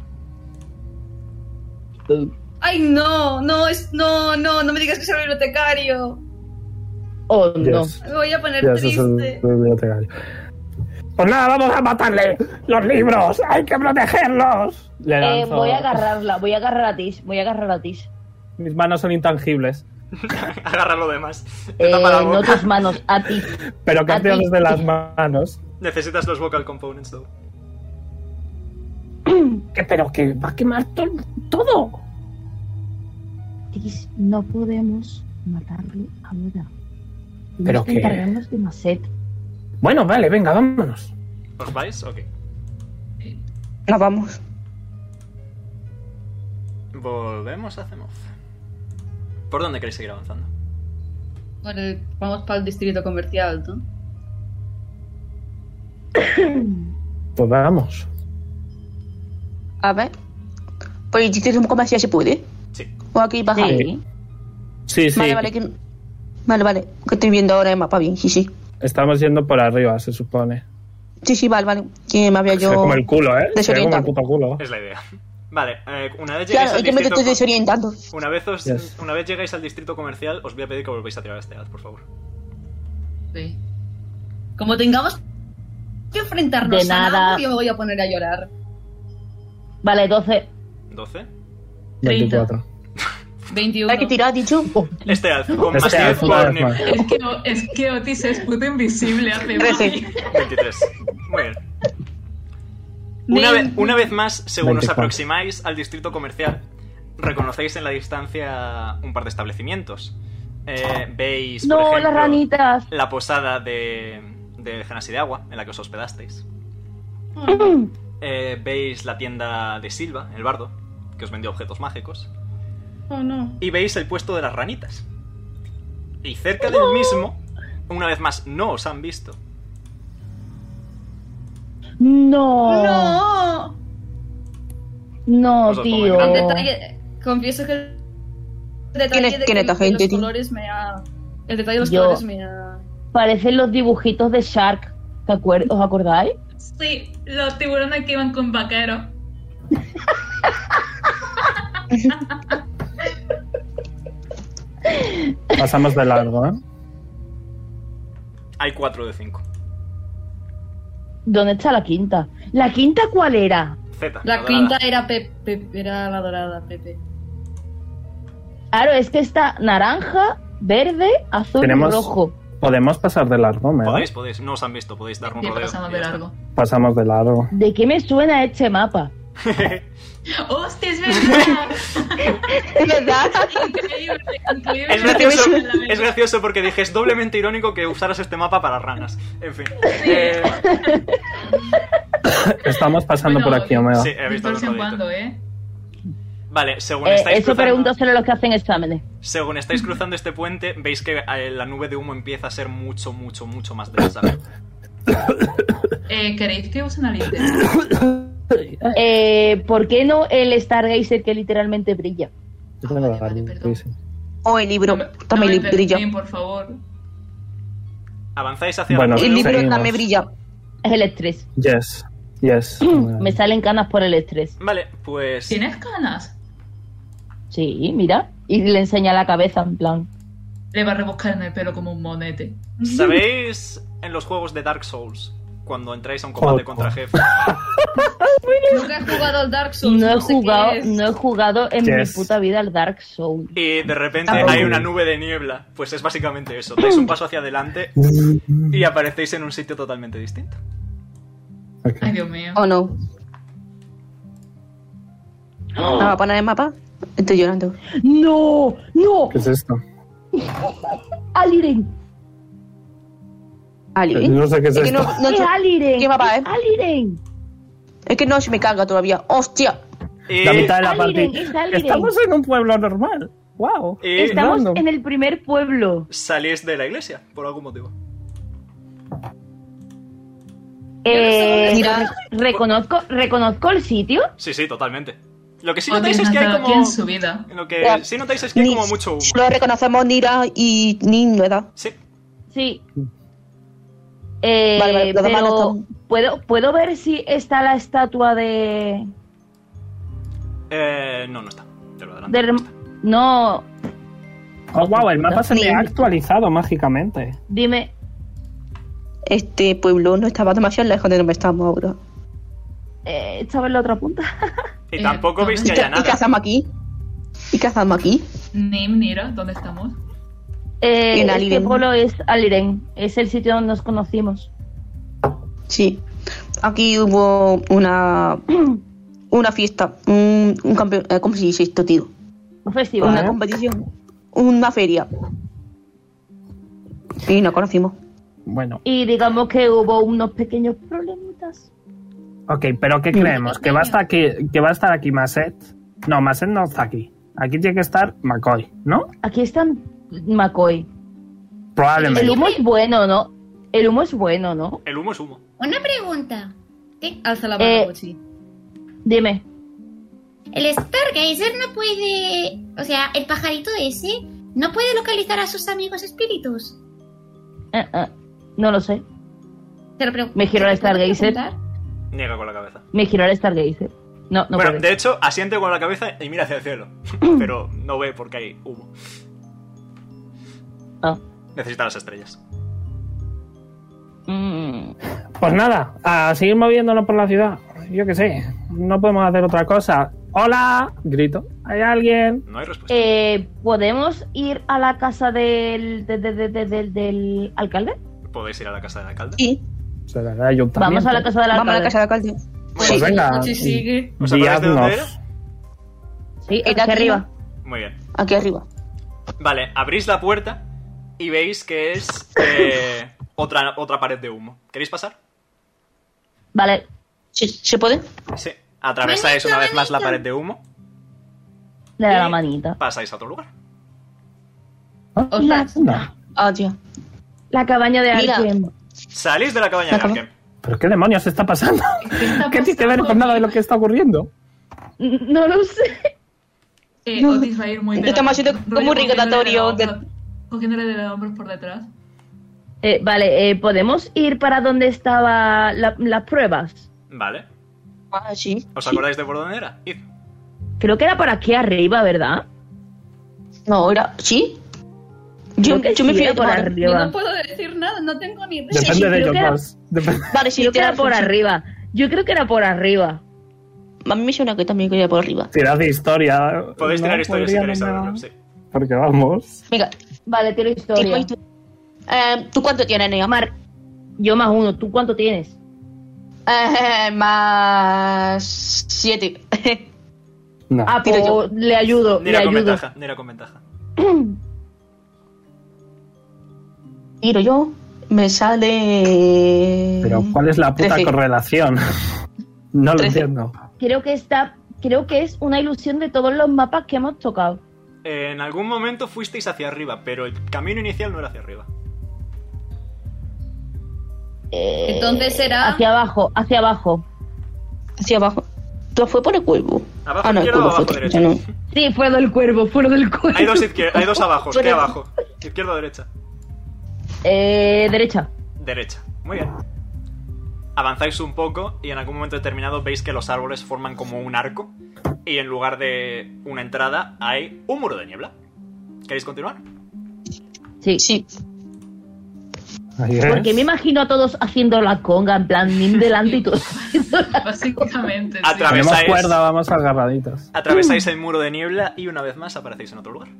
Ay, no, no, es, no, no, no me digas que soy bibliotecario. Oh, no. Yes. Me voy a poner Yes, es el triste. bibliotecario. Pues nada, vamos a matarle. Los libros, hay que protegerlos. Le Eh, lanzo. voy a agarrarla, voy a agarrar a Tish, voy a agarrar a Tish. Mis manos son intangibles. Agarra lo demás. Te Eh, tapa la no boca. tus manos, a ti. Pero que A hacen ti. desde las manos. Necesitas los vocal components, though. Que, pero que va a quemar to- todo. Tish, no podemos matarlo ahora. ¿Pero Tenemos que qué? encargarnos de Maset. Bueno, vale, venga, vámonos. ¿Os vais? Ok. Nos vamos. Volvemos a Zemoth. ¿Por dónde queréis seguir avanzando? Por el- vamos para el distrito comercial, ¿no? Pues vamos. A ver. Pues el distrito comercial se puede. Sí. O aquí bajar. Sí. Sí, sí. Vale, vale. Que... Vale, vale. Que estoy viendo ahora el mapa bien. Sí, sí. Estamos yendo por arriba, se supone. Sí, sí, vale, vale. Que me había Se ve yo. como el culo, ¿eh? Se ve como el desorientado. puto culo. Es la idea. Vale, eh, una vez llegáis Claro, al es que me distrito... estoy desorientando. Una vez, os- Yes. una vez llegáis al distrito comercial, os voy a pedir que volváis a tirar este ad, por favor. Sí. Como tengamos que enfrentarnos De a nada. algo, yo me voy a poner a llorar. Vale, doce. ¿doce? veinticuatro. veintiuno. Hay que tirar, dicho. Este ad, con más Este diez ad, una por vez Nim. más. Es que, es que Otis es puto invisible hace Trece. magia. veintitrés. Muy bien. Una, Nim. ve- una vez más, según os veinticuatro. aproximáis al distrito comercial, reconocéis en la distancia un par de establecimientos. Eh, veis, por No, ejemplo, las ranitas. la posada de, de Genasi de Agua, en la que os hospedasteis. Eh, veis la tienda de Silva, el bardo, que os vendió objetos mágicos. Oh, no. Y veis el puesto de las ranitas. Y cerca del mismo, una vez más, no os han visto. No. ¡No! No, Os lo pongo tío. en El grande. detalle, confieso que el detalle ¿Quién es- de, quién que es esta gente, los tío? colores me ha... El detalle de los Yo- colores me ha... Parecen los dibujitos de Shark. ¿Te acuer- ¿Os acordáis? Sí, los tiburones que iban con vaqueros. Pasamos de largo, ¿eh? Hay cuatro de cinco. ¿Dónde está la quinta? ¿La quinta cuál era? Z. La dorada. quinta era Pepe, era la dorada, Pepe. Claro, es que está naranja, verde, azul Tenemos- y rojo. Podemos pasar de largo, ¿me Podéis, podéis. No os han visto, podéis dar un Sí, rodeo. pasamos y de ya está. largo. Pasamos de largo. ¿De qué me suena este mapa? ¡Hostia, es verdad! Es verdad. Increíble, increíble. Es gracioso, La verdad. es gracioso porque dije, es doblemente irónico que usaras este mapa para ranas. En fin. Eh, Estamos pasando Bueno, por aquí, Omega. sí, he visto los Distorsión roditos. cuando, ¿eh? Vale, según Eh, estáis eso cruzando, pregúntaselo a los que hacen exámenes. según estáis cruzando este puente, veis que eh, la nube de humo empieza a ser mucho, mucho, mucho más densa. Eh, ¿Queréis que use una linterna? Eh, ¿Por qué no el Stargazer que literalmente brilla? Yo tengo Vale, vale, la- perdón. sí. O el libro. No me- También no me li- brilla. perdonen, por favor. Avanzáis hacia Bueno, la El sí. libro Seguimos. también brilla. Es el estrés. Yes. Yes. Me salen canas por el estrés. Vale, pues... ¿Tienes canas? Sí, mira. Y le enseña la cabeza, en plan. Le va a rebuscar en el pelo como un monete. ¿Sabéis en los juegos de Dark Souls, cuando entráis a un combate Joder. contra jefe? Nunca he jugado al Dark Souls. No he sé jugado, qué es. no he jugado en Yes. mi puta vida al Dark Souls. Y de repente Tampoco. hay una nube de niebla. Pues es básicamente eso. Dais un paso hacia adelante y aparecéis en un sitio totalmente distinto. Ok. Ay, Dios mío. ¿O no? ¿Me va a poner el mapa? Estoy llorando. ¡No! ¡No! ¿Qué es esto? ¡Aliren! Ali. No sé qué es Es que esto. no, no ¡Es sé- Aliren! ¿Qué mapa ¡Es es? Aliren! Es que no se me carga todavía. ¡Hostia! Y, La mitad de la Aliren, partida. es Aliren. Estamos en un pueblo normal. Wow. y Estamos random. en el primer pueblo. salís de la iglesia, por algún motivo. Eh, Mira. reconozco, reconozco el sitio. Sí, sí, totalmente. Lo que sí Otis notáis es que hay nació como... aquí en su vida. Lo que Ya. sí notáis es que hay Ni- como mucho humo. Lo reconocemos Nira y Nin, ¿verdad? Sí. Sí. Eh, Vale, vale, los demás no pero están. ¿puedo, ¿puedo ver si está la estatua de... Eh, no, no está. Te lo adelanto. de no, Oh, wow, el mapa se me ha Ni- actualizado mágicamente. dime. Este pueblo no estaba demasiado lejos de donde estamos ahora. Eh, ¿Estaba en la otra punta? Y Eh, tampoco veis ¿Y, que qué, haya ¿Y qué nada. hacemos aquí? ¿Y qué hacemos aquí? Nim, Nira, ¿dónde estamos? Eh, En este Aliren. pueblo es Aliren. Es el sitio donde nos conocimos. Sí. Aquí hubo una una fiesta, un, un campeón, eh, ¿cómo se dice esto, tío? Un festival. Una competición, una feria. Y nos conocimos. Bueno, Y digamos que hubo unos pequeños problemitas. ok, pero ¿qué creemos? ¿Que va a estar aquí, que va a estar aquí Maset? No, Maset no está aquí. Aquí tiene que estar McCoy, ¿no? Aquí está McCoy. Probablemente. El humo es bueno, ¿no? El humo es bueno, ¿no? El humo es humo. Una pregunta. ¿Qué? Alza la mano, Eh, Pochi. Dime. El Stargazer no puede... O sea, el pajarito ese no puede localizar a sus amigos espíritus. Eh, eh, no lo sé. Te lo pregunto. Me giro al Stargazer. Niega con la cabeza. Me giró el Stargazer. No, no bueno, puede. de hecho, asiente con la cabeza y mira hacia el cielo. Pero no ve porque hay humo. Ah. Necesita las estrellas. Mm. Pues nada, a seguir moviéndonos por la ciudad. Yo qué sé, no podemos hacer otra cosa. ¡Hola! Grito. ¿Hay alguien? No hay respuesta. Eh, ¿Podemos ir a la casa del, de- de- de- de- del, del alcalde? Podéis ir a la casa del alcalde. Sí. Se le da ayuntamiento. Vamos a la casa del alcalde. Vamos a la casa de alcalde. Muy Pues bien. venga, Pochi sigue. ¿Os acordáis de dónde guiadnos. Sí, Está aquí aquí, arriba. Muy bien. Aquí arriba. Vale, abrís la puerta y veis que es eh, otra, otra pared de humo. ¿Queréis pasar? Vale. ¿Se, ¿se puede? Sí. Atravesáis una vez más la pared de humo Le da y la manita. pasáis a otro lugar. Ostras. No. Ah, tío. La cabaña de Mira. Arkem. Salís de la cabaña ¿La de cama? Arkem. ¿Pero qué demonios está pasando? ¿Qué está ¿Qué tiene que ver pasando con nada de aquí? lo que está ocurriendo? No lo sé. Eh, Otis va a ir muy Estamos haciendo rollo como un cogiéndole recordatorio de de- los hombros- Cogiéndole de los hombros por detrás. Eh, vale, eh, ¿podemos ir para donde estaban las pruebas? Vale. Ah, sí. ¿Os sí. acordáis de por dónde era? Id. Creo que era por aquí arriba, ¿verdad? No, era... ¿Sí? Yo, Creo que yo me sí, fui era a por tomar. Yo arriba. no puedo decir nada, no tengo ni idea. Depende sí, de creo ellos que era- dos. Dep- Vale, sí, Creo que era tienes por razón, sí. arriba. Yo creo que era por arriba. A mí me suena que también quería por arriba. Tirad de historia. Podéis ¿no? tirar historia si Podría queréis nombrar- saberlo, sí. Porque vamos. Venga, Vale, tiro historia. ¿y tú? Eh, ¿Tú cuánto tienes, Nea? Mar, yo más uno. ¿Tú cuánto tienes? Eh, más... Siete. No. Ah, Tiro pues yo. le ayudo, le Nira con ayudo. ventaja. Nira con ventaja. Tiro yo. Me sale... Pero ¿cuál es la puta trece. correlación? No lo Trece. entiendo. Creo que está, creo que es una ilusión de todos los mapas que hemos tocado. Eh, en algún momento fuisteis hacia arriba, pero el camino inicial no era hacia arriba. Eh, Entonces será- hacia abajo, hacia abajo. Hacia abajo. ¿Tú fue por el cuervo? ¿Abajo Ah, no, el izquierda o cuervo abajo fue derecha? no. Sí, fue del cuervo, fue del cuervo. Hay dos, izquier- hay dos abajos. Fue ¿Qué del- abajo? ¿Izquierda o derecha? Eh, derecha. Derecha. Muy bien. Avanzáis un poco y en algún momento determinado veis que los árboles forman como un arco y en lugar de una entrada hay un muro de niebla. ¿Queréis continuar? Sí. Sí. Ahí es. Porque me imagino a todos haciendo la conga, en plan, Nim delante y todo. Básicamente. sí. Atrás. Tenemos Atravesáis- cuerda, vamos agarraditos. Atravesáis el muro de niebla y una vez más aparecéis en otro lugar.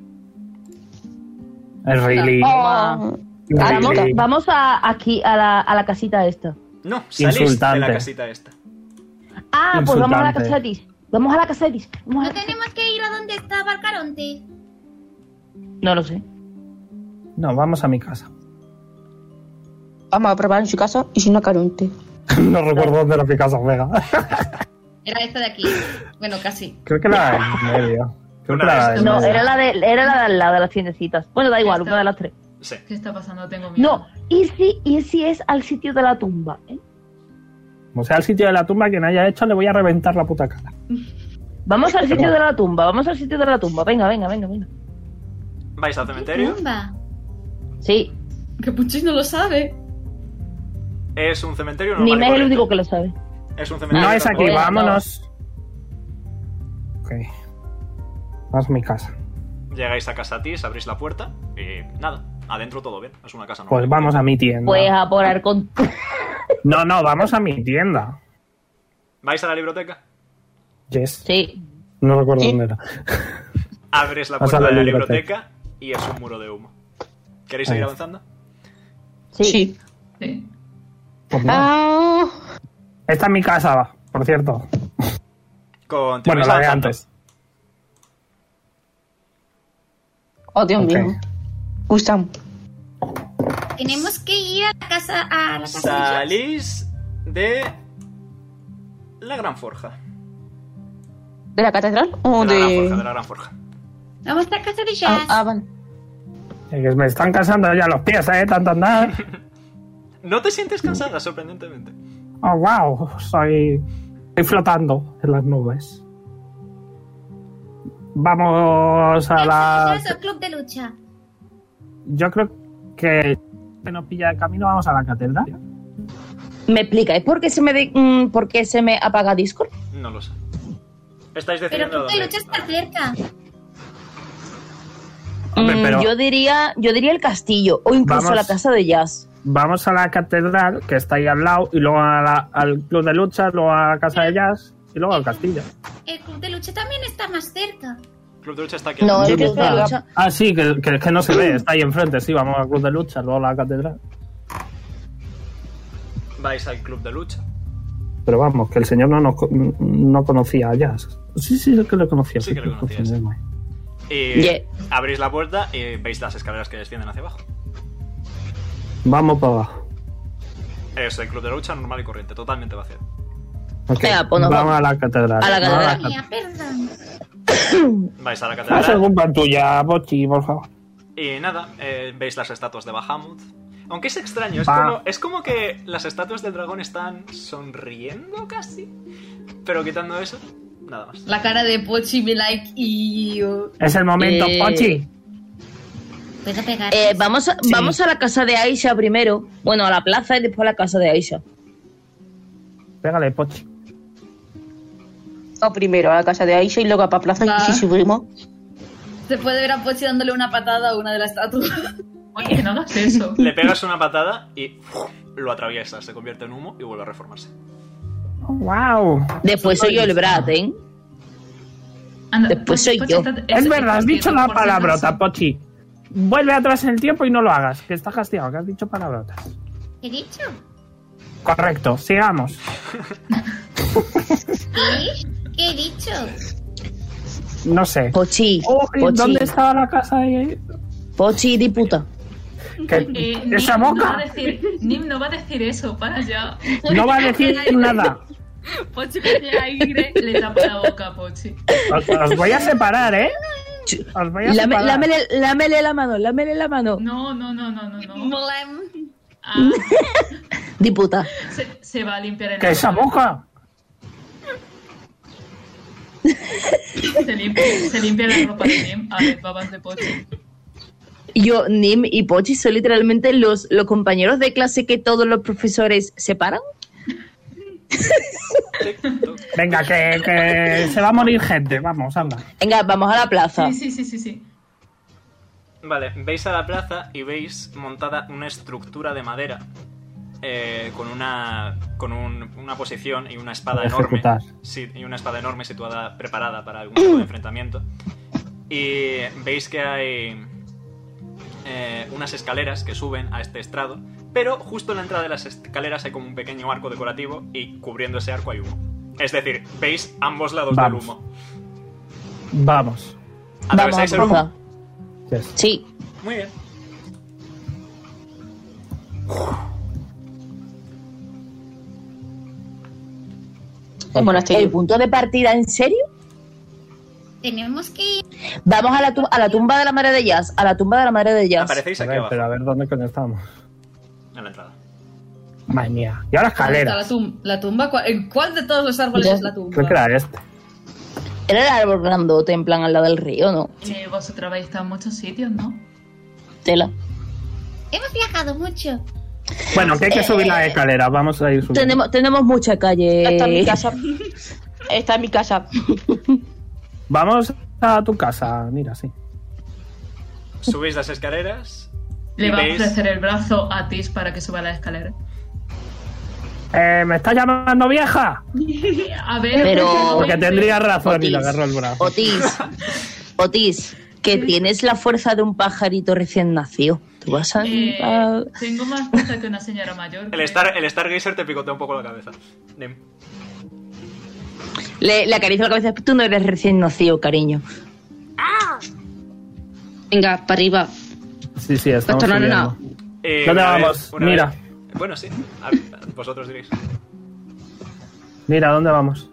Es really. Oh. Vamos, really vamos a, aquí, a la, a la casita esta. No, salís de Insultante. la casita esta. Ah, pues vamos a la Insultante. casa de Tis. Vamos a la casa de Tis. Vamos a ¿No la- tenemos que ir a donde está Barcaronte? No lo sé. No, vamos a mi casa. Vamos a probar en su casa y si no, Caronte. No recuerdo dónde era mi casa, Vega. Era esta de aquí. Bueno, casi. Creo que la en medio. Creo que Una la de en No, medio. era la de, era la de al lado de las tiendecitas. Bueno, da igual, una de las tres. Sí. ¿Qué está pasando? Tengo miedo. No, y si, y si es al sitio de la tumba, ¿eh? Como sea el sitio de la tumba, quien haya hecho, le voy a reventar la puta cara. Vamos al sitio de la tumba, vamos al sitio de la tumba. Venga, venga, venga, venga. Vais al cementerio. Tumba. Sí, Que Puchis no lo sabe. Es un cementerio normal ni y me es el corriente. único que lo sabe. Es un cementerio. No es aquí, bueno, vámonos. Ok. Vamos a mi casa. Llegáis a casa Tis, abrís la puerta y nada, adentro todo bien. Es una casa normal. Pues vamos a mi tienda. Pues a por Arcon. No, no, vamos a mi tienda. ¿Vais a la biblioteca? Yes. Sí. No recuerdo Sí. dónde era. Abres la Vas puerta a la de la biblioteca. biblioteca y es un muro de humo. ¿Queréis Ahí. seguir avanzando? Sí. Sí. Sí. Pues no. Ah. Esta es mi casa, por cierto. Continuáis Bueno, la de avanzando. antes. Oh, Dios Ok. mío. Gustan. Tenemos que ir a la casa, a la casa de Josh. Salís de la Gran Forja. ¿De la catedral? O De la Gran de.? Forja, de la Gran Forja. Vamos a la casa de Ah, Jazz. ah, vale. Es que me están cansando ya los pies, ¿eh? Tanto andar. No te sientes cansada, sorprendentemente. Oh, wow. Soy... Estoy flotando en las nubes. Vamos a la... Eso, club de lucha. Yo creo que que nos pilla el camino, vamos a la catedral. ¿Me explicáis por qué se me, de- mm, por qué se me apaga Discord? No lo sé. Estáis Pero decidiendo club de dónde. lucha está cerca. Hombre, Mm, pero- yo diría yo diría el castillo o incluso Vamos. la casa de jazz. Vamos a la catedral, que está ahí al lado, y luego a la- al club de lucha, luego a la casa de jazz, y luego al castillo. El club de lucha también está más cerca. Club de lucha está aquí. No, al el lado. club de lucha. Ah, sí, que, que, que no se ve, está ahí enfrente, sí, vamos al club de lucha, luego a la catedral. Vais al club de lucha. Pero vamos, que el señor no, nos co- no conocía a Jazz. Sí, sí, es que lo conocía. Sí que lo conocía, conocía. Y Yeah. abrís la puerta y veis las escaleras que descienden hacia abajo. Vamos para abajo. Es el club de lucha normal y corriente, totalmente vacío. Ok, Venga, pues nos vamos vamos. a la catedral. A la Vamos catedral. Mía, perdón. Vais a la Haz catedral algún tuya, Pochi, por favor. y nada, eh, veis las estatuas de Bahamut. Aunque es extraño, es Va. como, es como que las estatuas del dragón están sonriendo casi. Pero quitando eso, nada más. La cara de Pochi me like y... Es el momento, Eh, Pochi. ¿Puedo pegar? Eh, vamos, a, Sí. vamos a la casa de Aisha primero. Bueno, a la plaza y después a la casa de Aisha. Pégale, Pochi. O primero a la casa de Aisha y luego a pa' plaza Va. y si subimos. Se puede ver a Pochi dándole una patada a una de las estatuas. Oye, que no hagas eso. Le pegas una patada y uf, lo atraviesa, se convierte en humo y vuelve a reformarse. Oh, wow. Después soy yo el Brat, ¿eh? Anda, Después soy Pochi yo. está- Es verdad, has dicho la por si acaso. palabrota, Pochi. Vuelve atrás en el tiempo y no lo hagas, que estás castigado, que has dicho palabrotas. ¿Qué he dicho? Correcto, sigamos. ¿Qué? ¿Qué he dicho? No sé. Pochi. Oh, ¿y Pochi. ¿Dónde estaba la casa ahí? Pochi, di puta. Que- Eh, ¡Esa Nim No va, boca! a decir, Nim no va a decir eso, para ya. No va a decir nada. Pochi coge aire. Le tapa la boca a Pochi. Os, os voy a separar, ¿eh? Os voy a Lame- separar. lámele, lámele la mano, lámele la mano. No, no, no, no, no, no. Blem. Ah, Di puta. se, se va a limpiar el ¡Que esa boca! Se limpia, se limpia la ropa de Nim a ver, babas de Pochi. Yo, Nim y Pochi son literalmente los, los compañeros de clase que todos los profesores separan. Venga, que, que se va a morir gente. Vamos, anda. Venga, vamos a la plaza. Sí, sí, sí, sí, sí. Vale, veis a la plaza y veis montada una estructura de madera eh, con una con un- una posición y una espada Para enorme. ejecutar. Sí, y una espada enorme situada, preparada para algún tipo de enfrentamiento. Y veis que hay eh, unas escaleras que suben a este estrado, pero justo en la entrada de las escaleras hay como un pequeño arco decorativo y cubriendo ese arco hay humo. Es decir, veis ambos lados Vamos. del humo. Vamos. Vamos a ¿Atravesáis la el humo? plaza. Yes. Sí. Muy bien. Bueno, estoy ¿El punto de partida, en serio? Tenemos que ir. Vamos a la, tu- a la tumba de la madre de Jazz. A la tumba de la madre de Jazz. Aparecéis A aquí ver, abajo, pero a ver dónde coño estamos. en la entrada. Madre mía. Y ahora ¿Dónde está la, escaleras. tum- la tumba? ¿Cuál, en cuál de todos los árboles Ya. es la tumba? Creo que era este. Era el árbol grandote, en plan al lado del río, ¿no? Eh, vosotros habéis estado en muchos sitios, ¿no? Tela. Hemos viajado mucho. Bueno, que hay que subir la escalera. Vamos a ir subiendo. Tenemos, tenemos mucha calle. Está en mi casa. Está en mi casa. Vamos a tu casa. Mira, sí. Subís las escaleras Le y va a veis... ofrecer el brazo a Tis para que suba la escalera. Eh, ¿Me está llamando vieja? A ver, Pero- ¿por qué no Porque veis? tendría razón y Otis. le agarró el brazo. Otis. Otis, que tienes la fuerza de un pajarito recién nacido. Tú vas a... Eh, a- tengo más fuerza que una señora mayor. El, creo. Star, el Stargazer te picotea un poco la cabeza. Nim. Le, le acaricio la cabeza. Tú no eres recién nacido, cariño. Venga, para arriba. Sí, sí, estamos Esto no, no, subiendo. no. Eh, ¿Dónde una vez- vamos? una Mira. vez- Bueno, sí. A- vosotros diréis. Mira, ¿dónde vamos?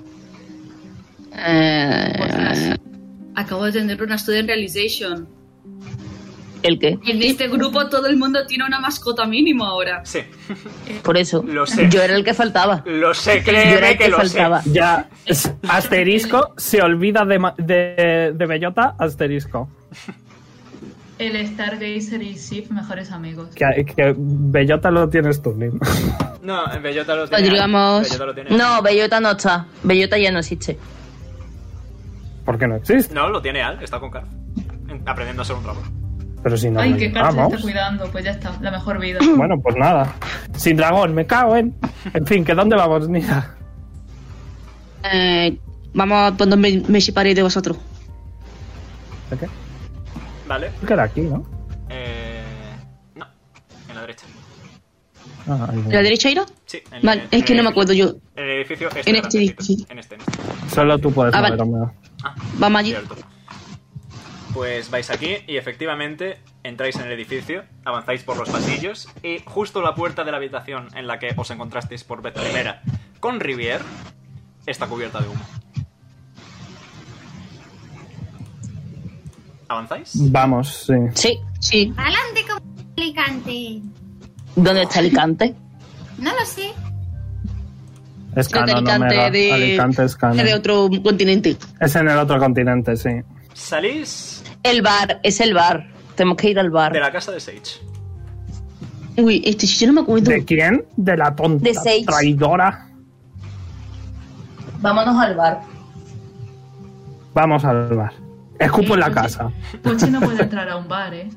Eh, Acabo de tener una student realization. ¿El qué? En este grupo todo el mundo tiene una mascota mínimo ahora. Sí. Por eso. Lo sé. Yo era el que faltaba. Lo sé, Yo era créeme el que, que lo faltaba. sé. Ya, es- asterisco, se olvida de, ma- de, de Bellota, asterisco. El Stargazer y Sif, mejores amigos. Que, que Bellota lo tienes tú, Nim. No, en Bellota lo tiene. Podríamos- Bellota lo tiene. No, Bellota no está. Bellota ya no existe. ¿Por qué no existe? No, lo tiene Al, está con Carl. En- Aprendiendo a ser un dragón. Pero si no Ay, lo que Carl se llevamos. está cuidando, pues ya está, la mejor vida. Bueno, pues nada. Sin dragón, me cago en. En fin, ¿que dónde vamos, Nida? eh, vamos por donde me, me separé de vosotros. ¿De qué? Vale. Creo que era aquí, ¿no? Eh. No. En la derecha. Ah, ahí ¿La derecha irá? Sí. En, Vale, en- es que en no el me acuerdo yo. En el edificio este. En este grandecito. edificio. En este, en este. Solo tú puedes Ah, saber, vale. Romeo. Ah, Vamos allí. cierto. Pues vais aquí y efectivamente entráis en el edificio, avanzáis por los pasillos y justo la puerta de la habitación en la que os encontrasteis por vez primera con Rivière está cubierta de humo. ¿Avanzáis? Vamos, sí. Sí. Sí. Adelante como Alicante. ¿Dónde está Alicante? No lo sé. Es Creo que canon, Alicante Omega. de, Alicante es canon. de otro continente. Es en el otro continente, sí. Salís El bar, es el bar. Tenemos que ir al bar. de la casa de Sage. Uy, este sí, yo no me acuerdo. ¿De quién? De la tonta De Sage. traidora. Vámonos al bar. Vamos al bar. Escupo en la Pochi- casa. Pochi no puede entrar a un bar, ¿eh?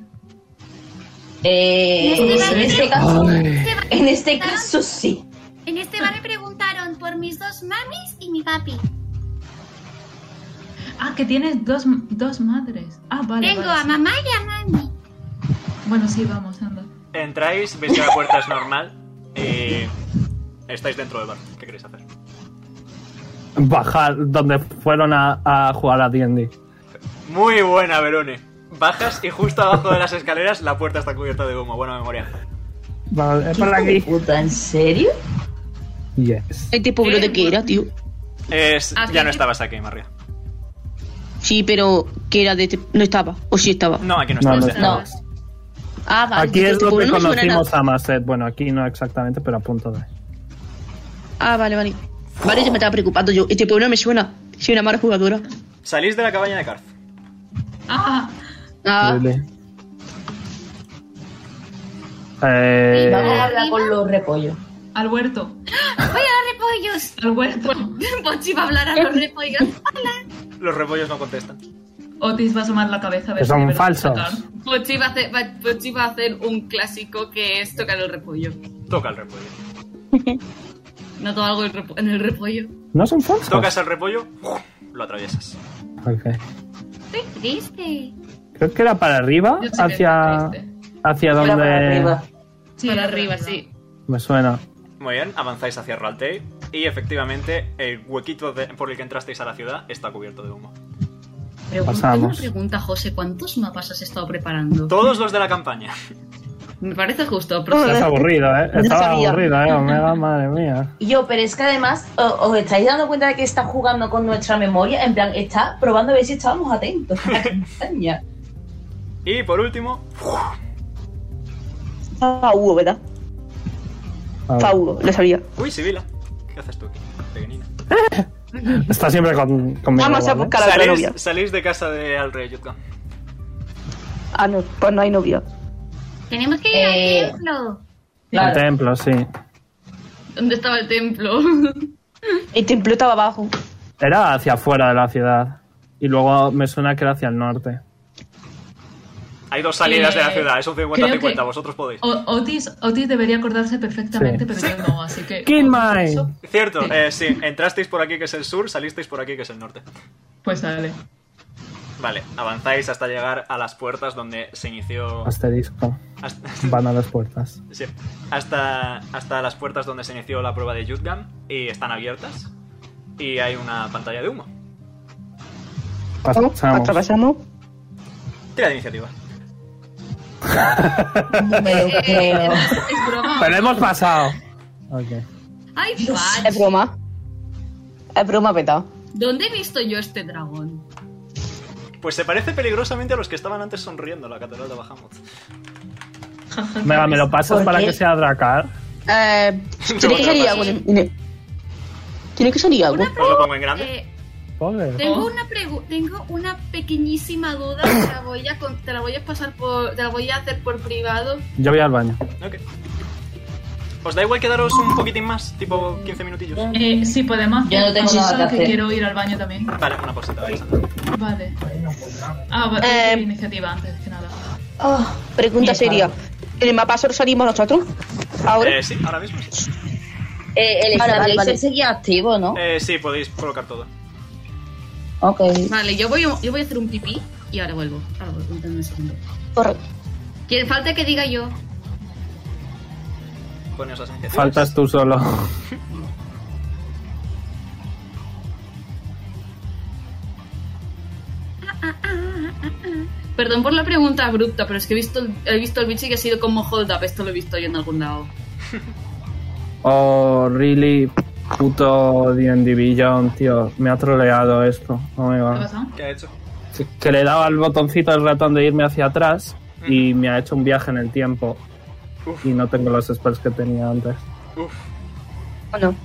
Eh, En este bar en me este pregun- caso, Ay. en este bar- en este caso sí. En este bar me preguntaron por mis dos mamis y mi papi. Ah, que tienes dos, dos madres. Ah, vale. Tengo vale, a sí. mamá y a mami. Bueno, sí, vamos, anda. Entráis, veis que la puerta es normal y estáis dentro del bar. ¿Qué queréis hacer? Bajar donde fueron a, a jugar a D and D. Muy buena, Verone. Bajas y justo abajo de las escaleras la puerta está cubierta de humo. Buena memoria. Vale, es por aquí. Puta, ¿en serio? Yes. Este pueblo de qué era, tío. Es, Aquí. ya no estabas aquí, María. Sí, pero que era de este... No estaba. O sí estaba. No, aquí no No, estabas. no ¿eh? estabas. Ah, vale. Aquí es este donde pueblo no me suena conocimos nada. a Maset. Bueno, aquí no exactamente, pero a punto de. Ah, vale, vale. Vale, yo me estaba preocupando yo. Este pueblo no me suena. Soy una mala jugadora. Salís de la cabaña de Karth. Ah, Ah, Really. Eh, Vamos a hablar con los repollos. al huerto. ¡Voy a los repollos! Al huerto. Pochi va a hablar a los repollos. Los repollos no contestan. Otis va a asomar la cabeza a ver Que si son de verdad falsos. sacan. Pochi va, a hacer, va- Pochi va a hacer un clásico que es tocar el repollo. Toca el repollo. Noto algo el repo- en el repollo. ¿No son falsos? Tocas el repollo, lo atraviesas. Ok. Estoy triste. Creo que era para arriba, Yo sé que hacia, está triste. hacia Era donde... para arriba. Sí, Para era arriba, verdad. sí. Me suena. Muy bien, avanzáis hacia Raltei y efectivamente el huequito de- por el que entrasteis a la ciudad está cubierto de humo. Pregunta, Pasamos. una pregunta, José. ¿Cuántos mapas has estado preparando? Todos los de la campaña. Me parece justo, pero Estás aburrido, ¿eh? No Estaba sabía. aburrido, ¿eh? Omega, madre mía. Y yo, pero es que además, o- ¿os estáis dando cuenta de que está jugando con nuestra memoria? En plan, está probando a ver si estábamos atentos a la campaña. Y por último, ah, Hugo, ¿verdad? A ver. Fa Hugo, lo sabía. uy, Sibila, ¿qué haces tú aquí, pequeñina? Está siempre con, conmigo. Vamos a igual, ¿eh? buscar a la novia. Salís, salís de casa de Alrey Yutka. Ah, no, pues no hay novia. tenemos que ir Eh, al templo. El Claro. templo, sí. ¿Dónde estaba el templo? El templo estaba abajo. Era hacia afuera de la ciudad. Y luego me suena que era hacia el norte. Hay dos salidas Eh, de la ciudad, es un cincuenta creo cincuenta, que- vosotros podéis. O- Otis, Otis debería acordarse perfectamente, Sí. pero yo no, así que... Kill my. Eso, Cierto, Sí. eh, sí, entrasteis por aquí que es el sur, salisteis por aquí que es el norte. Pues dale. Vale, avanzáis hasta llegar a las puertas donde se inició... Asterisco. hasta- Van a las puertas. Sí, hasta, hasta las puertas donde se inició la prueba de Yutgam y están abiertas y hay una pantalla de humo. Pasamos. Atravesamos. Tira de iniciativa. No me lo creo. Es, es broma. Pero hemos pasado. Ok. Ay, Es Patch. broma. Es broma, peta. ¿Dónde he visto yo este dragón? Pues se parece peligrosamente a los que estaban antes sonriendo en la catedral de Bahamut. Venga, ¿me lo pasas ¿Por para qué? que sea Dracar? Eh, No tiene que te lo salir paso. algo. Tiene, tiene que salir algo. ¿Os lo pongo en grande? Eh, Joder. tengo una pregu- tengo una pequeñísima duda. Te la voy a con- te la voy a pasar por, te la voy a hacer por privado. Yo voy al baño. Ok. ¿Os da igual quedaros un poquitín más? Tipo quince minutillos. Eh, sí, podemos. Yo no tengo Sí, nada solo que que hacer. quiero ir al baño también. Vale, una cosita, vais. Vale. Ah, vale, Eh, iniciativa antes que nada. Ah, pregunta Bien, seria. ¿En el mapa solo salimos nosotros? ¿Ahora? Eh, sí, ahora mismo sí. Eh, el Vale, vale, Stargazer vale. seguía activo, ¿no? Eh, sí, podéis colocar todo. Ok. Vale, yo voy, yo voy a hacer un pipí y ahora vuelvo. Ahora vuelvo, dame un segundo. Corre. ¿Quiere falta que diga yo? Poneos las iniciativas. Faltas tú solo. Perdón por la pregunta abrupta, pero es que he visto, el- he visto el bicho y que ha sido como hold up. Esto lo he visto yo en algún lado. Oh, really, puto D and D Beyond, tío. Me ha troleado esto. Oh my ¿Qué God. pasa? ¿Qué ha hecho? Sí, que le he dado al botoncito del ratón de irme hacia atrás y me ha hecho un viaje en el tiempo. Uf. Y no tengo los spells que tenía antes. Uf. Bueno,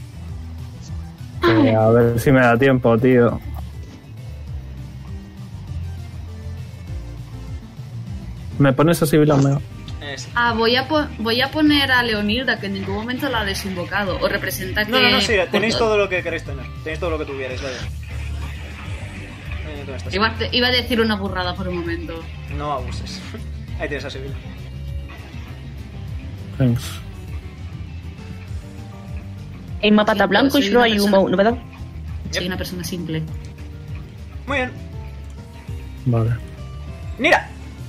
Que a ver si me da tiempo, tío. ¿Me pones a Sibila Omega? Eh, sí. Ah, voy a, po- voy a poner a Leonilda, que en ningún momento la ha desinvocado. O representa que... No, no, no, sí, tenéis todo lo que queréis tener. Tenéis todo lo que tuvierais, vaya. Eh, ¿dónde estás? Iba, a te- iba a decir una burrada por un momento. No abuses. Ahí tienes a Sibila. Thanks. el mapa está Sí, blanco pero y soy solo una hay persona- humo, ¿no verdad? Soy Yep. una persona simple. Muy bien. Vale. ¡Mira!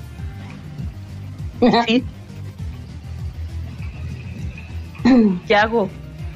Sí. ¿Qué hago?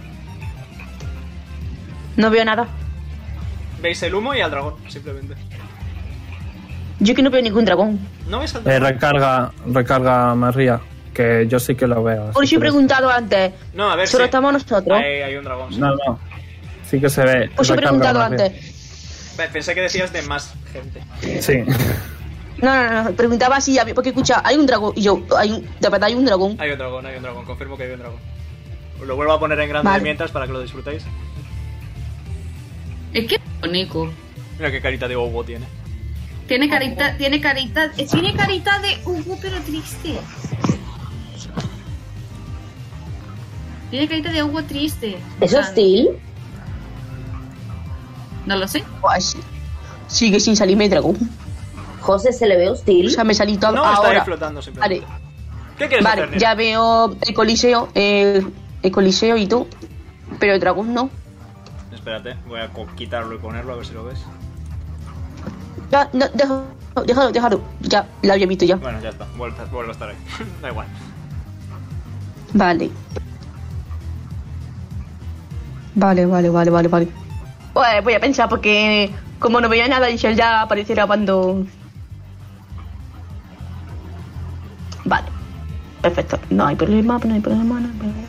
No veo nada. Veis el humo y al dragón, simplemente. Yo que no veo ningún dragón. ¿No ves al Eh, dragón? recarga, recarga María, que yo sí que lo veo. Por así eso he que- preguntado antes. No, a ver Solo si... estamos nosotros. Hay, hay un dragón. sí. No, no. Sí que se ve. Pues he Recarga preguntado María. antes. Pe- Pensé que decías de más gente. Sí. No, no, no. Preguntaba si había. Porque escucha, hay un dragón. Y yo, hay un, de verdad hay un dragón. Hay un dragón, hay un dragón. Confirmo que hay un dragón. Os lo vuelvo a poner en grande Vale. mientras para que lo disfrutéis. Es que Nico. Mira qué carita de Hugo tiene. Tiene carita, tiene carita, eh, tiene carita de Hugo, pero triste. Tiene carita de Hugo triste. ¿Eso es Steel? No lo sé. Pues, sigue sin salirme el dragón. José, ¿se le ve O hostil? sea, me salí todo No, está ahí ahora. flotando simplemente. Vale, ¿Qué quieres vale, hacer, Nina? ya veo el coliseo, el, el coliseo y todo. Pero el dragón no. Espérate, voy a co- quitarlo y ponerlo a ver si lo ves. Ya, no, déjalo, déjalo, déjalo. Ya, lo había visto ya. Bueno, ya está, vuelve, vuelve a estar ahí. Da igual. Vale. Vale, vale, vale, vale, vale. Pues voy a pensar porque como no veía nada, dije ya aparecerá cuando... Vale. Perfecto. No hay problema, no hay problema, no hay problema.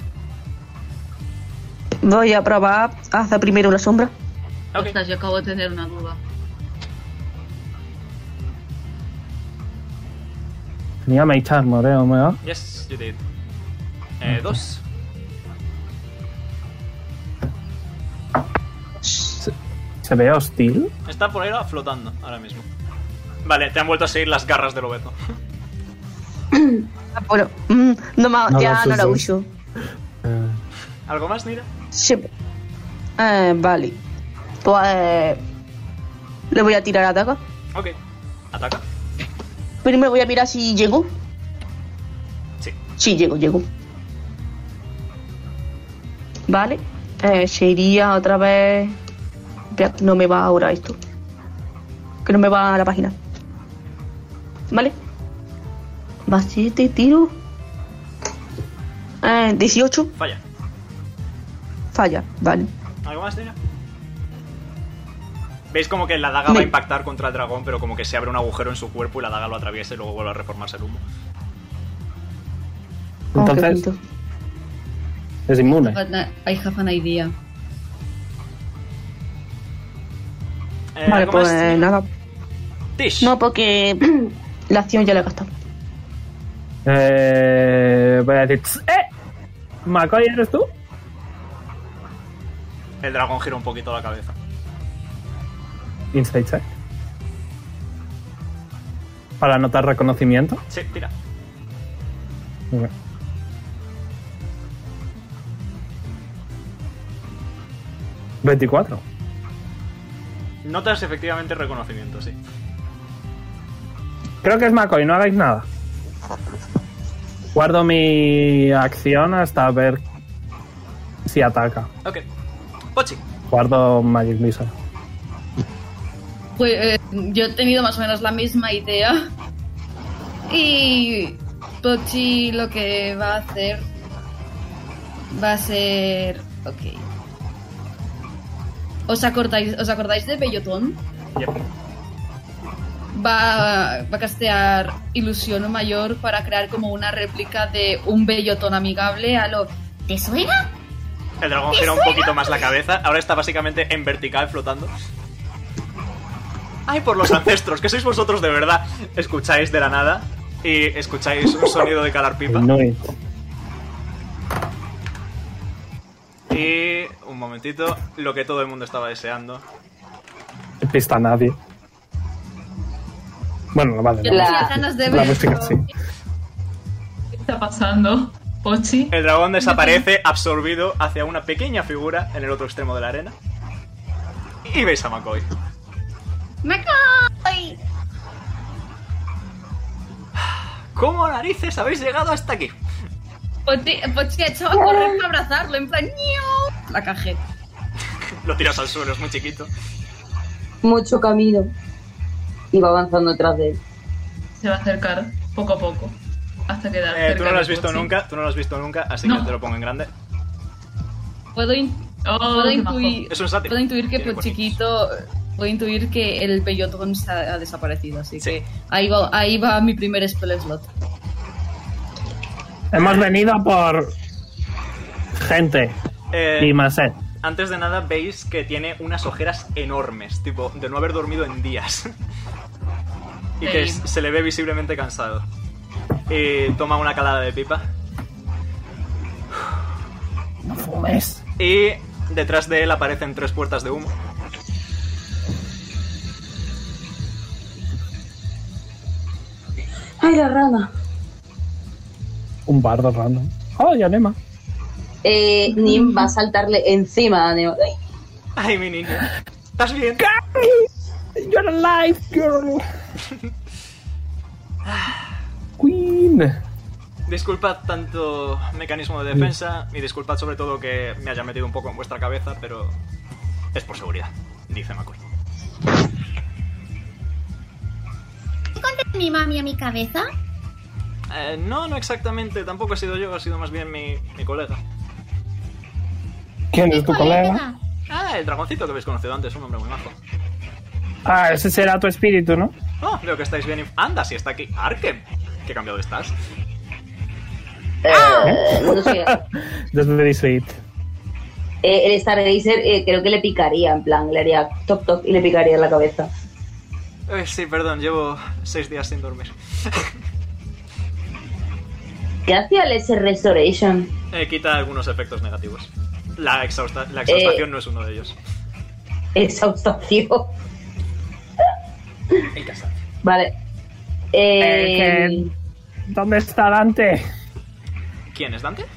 Voy a probar a hacer primero la sombra. Ok. Ostras, yo acabo de tener una duda. Tenía Mage Armor, eh, Omega. Yes, you did. Eh, dos. ¿Se, se ve hostil? Está por ahí flotando ahora mismo. Vale, te han vuelto a seguir las garras del Obeto. Ah, bueno, mm, no, ma- No ya lo no la uses. uso. Eh, ¿Algo más, Nira? Sí. Eh, vale. Pues... Le voy a tirar a ataca. Ok. Ataca. Primero voy a mirar si llego. Sí. Sí, llego, llego. Vale. Eh, sería otra vez... Espera, no me va ahora esto. Que no me va a la página. Vale. Más siete, tiro. Eh, dieciocho. Falla. Falla, vale. ¿Algo más, Nira? Veis como que la daga va Me- a impactar contra el dragón, pero como que se abre un agujero en su cuerpo y la daga lo atraviesa y luego vuelve a reformarse el humo. Oh, qué Entonces, bonito. es inmune. But na- I have an idea. Eh, Vale, ¿algo pues más, Nira? nada. Tish. No, porque la acción ya la he gastado. Eh, voy a decir... "Tss, ¡Eh! ¿McCoy eres tú? El dragón gira un poquito la cabeza. Insight check. Para anotar reconocimiento. Sí, tira. Ok. veinticuatro. Notas efectivamente reconocimiento, sí. Creo que es McCoy, no hagáis nada. Guardo mi acción hasta ver si ataca. Ok. Pochi. Guardo Magic Missile. Pues eh, yo he tenido más o menos la misma idea. Y Pochi lo que va a hacer va a ser... Ok. ¿Os acordáis, ¿os acordáis de Bellotón? Yep. Va, va a castear Ilusión Mayor para crear como una réplica de un Bellotón amigable a lo... ¿Te suena? El dragón gira un poquito más la cabeza. Ahora está básicamente en vertical flotando. ¡Ay, por los ancestros! Que sois vosotros de verdad. Escucháis de la nada y escucháis un sonido de calar pipa. No es. Y un momentito, lo que todo el mundo estaba deseando. Pista a nadie. Bueno, no vale. Yo La, tenía ganas de la ver... música sí. ¿Qué está pasando, Pochi? El dragón desaparece absorbido hacia una pequeña figura en el otro extremo de la arena. Y veis a McCoy. ¡McCoy! ¿Cómo narices habéis llegado hasta aquí? Pochi, Pochi ha echado a correr para abrazarlo, en plan... ¡Niu! La cajé. Lo tiras al suelo, es muy chiquito. Mucho camino. Y va avanzando detrás de él. Se va a acercar poco a poco. Hasta quedar Eh, cerca tú no lo de has visto Pochi. nunca, tú no lo has visto nunca, así No. que te lo pongo en grande. Puedo, in- Oh, puedo qué majo. intuir... Es un sátiro. Puedo intuir que Tiene por cuernitos. chiquito... Puedo intuir que el Bellotón se ha, ha desaparecido, así Sí. que ahí va, ahí va mi primer spell slot. Hemos venido por gente Eh, y Maset. Antes de nada veis que tiene unas ojeras enormes, tipo de no haber dormido en días. Y que Sí. se le ve visiblemente cansado. Y toma una calada de pipa. No fumes. Y detrás de él aparecen tres puertas de humo. Ay, la rana. Un bardo random. Oh, y Anema. Eh, Nim va a saltarle encima a Neo. Ay. Ay, mi niño. ¿Estás bien? You're alive, girl. Queen. Disculpad tanto mecanismo de defensa y disculpad sobre todo que me haya metido un poco en vuestra cabeza, pero es por seguridad, dice McCoy. ¿Contra mi mami a mi cabeza? Eh, no, no exactamente, tampoco he sido yo, ha sido más bien mi, mi colega. ¿Quién es Mi tu colega? Ah, el dragoncito que habéis conocido antes, un hombre muy majo. Ah, ese será tu espíritu, ¿no? Oh, veo que estáis bien... inf- Anda, si está aquí. Arkem, ¿qué cambiado estás? Eh, no sé. That's very sweet. Eh, el Stargazer eh, creo que le picaría, en plan, le haría toc toc y le picaría en la cabeza. Eh, sí, perdón, llevo seis días sin dormir. ¿Qué hacía el S Restoration? Eh, quita algunos efectos negativos. La, exhausta- la exhaustación no es uno de ellos. Exhaustación. El cansancio. Vale. Eh, Eh, que- ¿Dónde está Dante? ¿Quién es Dante?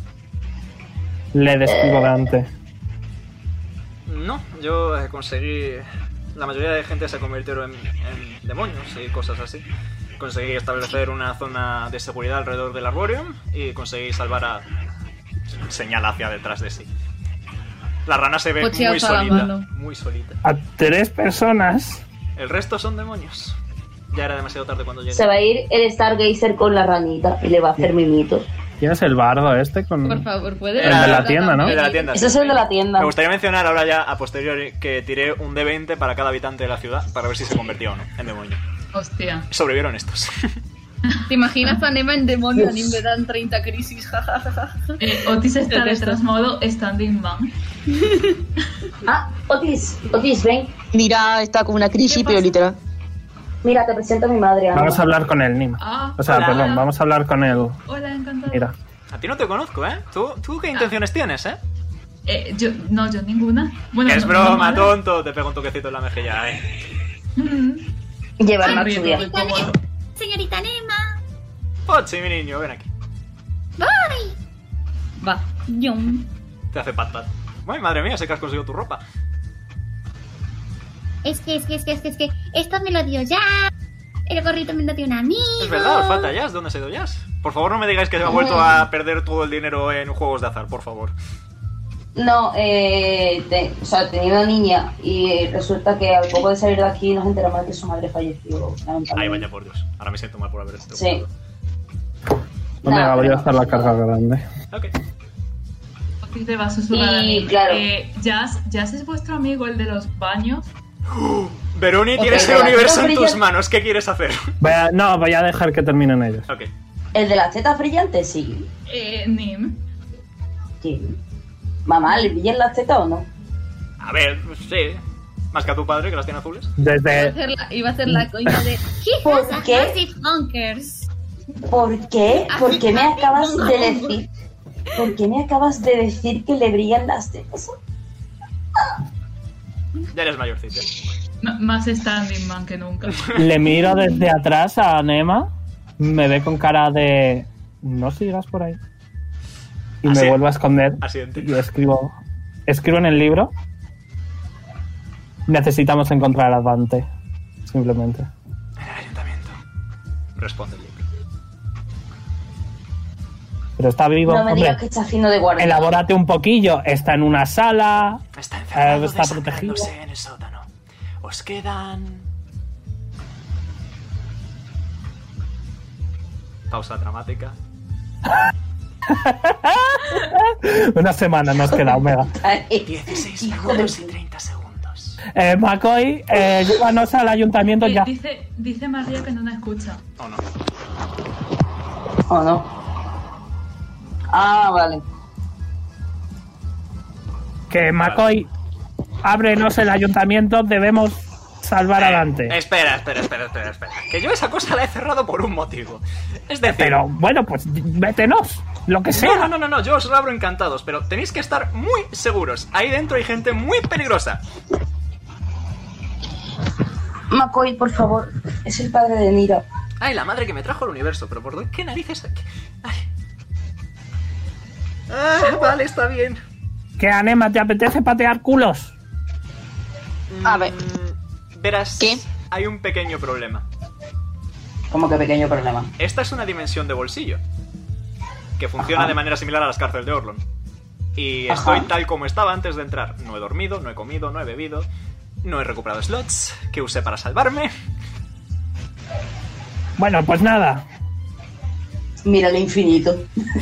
Le describo a Dante. No, yo eh, conseguí... La mayoría de gente se convirtieron en, en demonios y cosas así. Conseguí establecer una zona de seguridad alrededor del Arborium y conseguí salvar a... Señala hacia detrás de sí. La rana se ve Pochi muy alza la solita. mano. Muy solita. A tres personas. El resto son demonios. Ya era demasiado tarde cuando llegué. se va a ir el Stargazer con la ranita y le va a hacer mimitos. ¿Quién es el bardo este? Con... Por favor, puede. El de la tienda, ¿no? El de la tienda. Ese es el de la tienda. Me gustaría mencionar ahora ya a posteriori que tiré un D veinte para cada habitante de la ciudad para ver si se convertía o no en demonio. Hostia. Sobrevivieron estos. ¿Te imaginas a Nema en demonio? A mí me dan treinta crisis, jajaja. Eh, Otis está de Detesto. tras modo standing man. Ah, Otis, Otis, ven. Mira, está como una crisis, pero literal. Mira, te presento a mi madre, Ana. Vamos a hablar con él, Nima. Ah, O sea, hola. perdón, vamos a hablar con él. hola, encantado. Mira. A ti no te conozco, ¿eh? ¿Tú, tú qué intenciones tienes, eh? Eh, yo, no, yo ninguna. Bueno, Que es no- no broma, mala. tonto. Te pego un toquecito en la mejilla, eh. Mm. Llevarme a Sonríe estudiar. todo el cómodo. Señorita Nema. Pochi, mi niño, ven aquí. Va. Yum. Te hace pat pat. Ay, madre mía, sé que has conseguido tu ropa. Es que, es que, es que, es que, es que esto me lo dio ya. El gorrito me lo dio un amigo. Es verdad, os falta Jazz. ¿Dónde se ha ido Jazz? Por favor, no me digáis que se ha vuelto a perder todo el dinero en juegos de azar, por favor. No, eh, te- o sea, tenía una niña y resulta que al poco de salir de aquí nos enteramos de que su madre falleció. lamentablemente. Ay, vaya por Dios. Ahora me siento mal por haber esto. Sí. Omega, No, voy a pero- hacer la carga grande. Ok. Otis te va a susurrar a Y, mí. claro. Eh, Jazz, Jazz es vuestro amigo, el de los baños. Veroni, tienes Ok, el de la universo en teta tus brilla- manos. ¿Qué quieres hacer? Voy a- no, voy a dejar que terminen ellos. Ok. ¿El de las tetas brillantes? Sí. Eh, Nim. Sí. Mamá, ¿le brillan las tetas o no? A ver, sí. Más que a tu padre, que las tiene azules. Iba a Desde. hacer la, iba a hacer la coña de ¿Por Hijas a qué? Massive Honkers. ¿Por qué? ¿Por qué me acabas de decir? ¿Por qué me acabas de decir que le brillan las tetas? Ya eres mayorcito. M- más standing man que nunca. Le miro desde atrás a Nema. Me ve con cara de. No sigas por ahí. Y Así- me vuelvo a esconder. asiente. Y escribo. Escribo en el libro. Necesitamos encontrar a Dante. Simplemente. En el ayuntamiento. Responde el libro. Pero está vivo. No me Hombre, digas que está haciendo de guardia. elabórate un poquillo. Está en una sala. Está encerrado, Eh, está desangrándose protegido. en el sótano. Os quedan... Pausa dramática. Una semana nos queda, Omega. Ay, dieciséis hijo minutos y de- treinta segundos. Eh, McCoy, eh, llévanos al ayuntamiento Eh, ya. dice, dice María que no la escucha. ¿O no? ¿O no? Ah, vale. Que McCoy, ábrenos el ayuntamiento, debemos salvar a Eh, Dante. espera, espera, espera, espera, espera. Que yo esa cosa la he cerrado por un motivo. Es decir... Pero bueno, pues vétenos, lo que sea. No, no, no, no, no, yo os lo abro encantados, pero tenéis que estar muy seguros. Ahí dentro hay gente muy peligrosa. McCoy, por favor. Es el padre de Nira. Ay, la madre que me trajo al universo, pero ¿por qué narices aquí? Ay. Ah, vale, está bien. ¿Qué, Anema, te apetece patear culos? A ver. Mm, verás, ¿Qué? hay un pequeño problema. Como que pequeño problema. Esta es una dimensión de bolsillo, que funciona Ajá. de manera similar a las cárceles de Orlon. Y Ajá. estoy tal como estaba antes de entrar. No he dormido, no he comido, no he bebido, no he recuperado slots que usé para salvarme. Bueno, pues nada. Mira el infinito.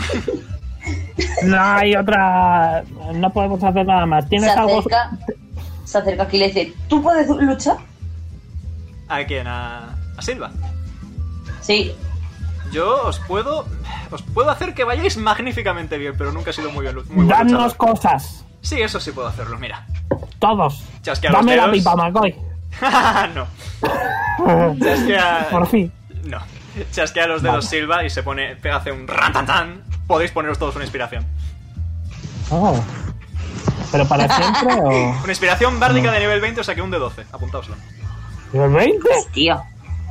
No hay otra... No podemos hacer nada más. Se ¿Tienes algo...? acerca, se acerca aquí y le dice, ¿tú puedes luchar? ¿A quién? ¿A, a Silva? Sí. Yo os puedo... Os puedo hacer que vayáis magníficamente bien, pero nunca he sido muy, bien, muy buen Danos luchador. cosas. Sí, eso sí puedo hacerlo, mira. Todos. Chasquea los Dame la dedos. pipa, McCoy. No. Chasquea... Por fin. No. Chasquea los dedos Vale. Silva y se pone... Hace un rantantan. Podéis poneros todos una inspiración. Oh. ¿Pero para siempre o...? Una inspiración bárdica de nivel veinte, o sea que un de doce. Apuntaoslo. ¿Nivel veinte? Tío.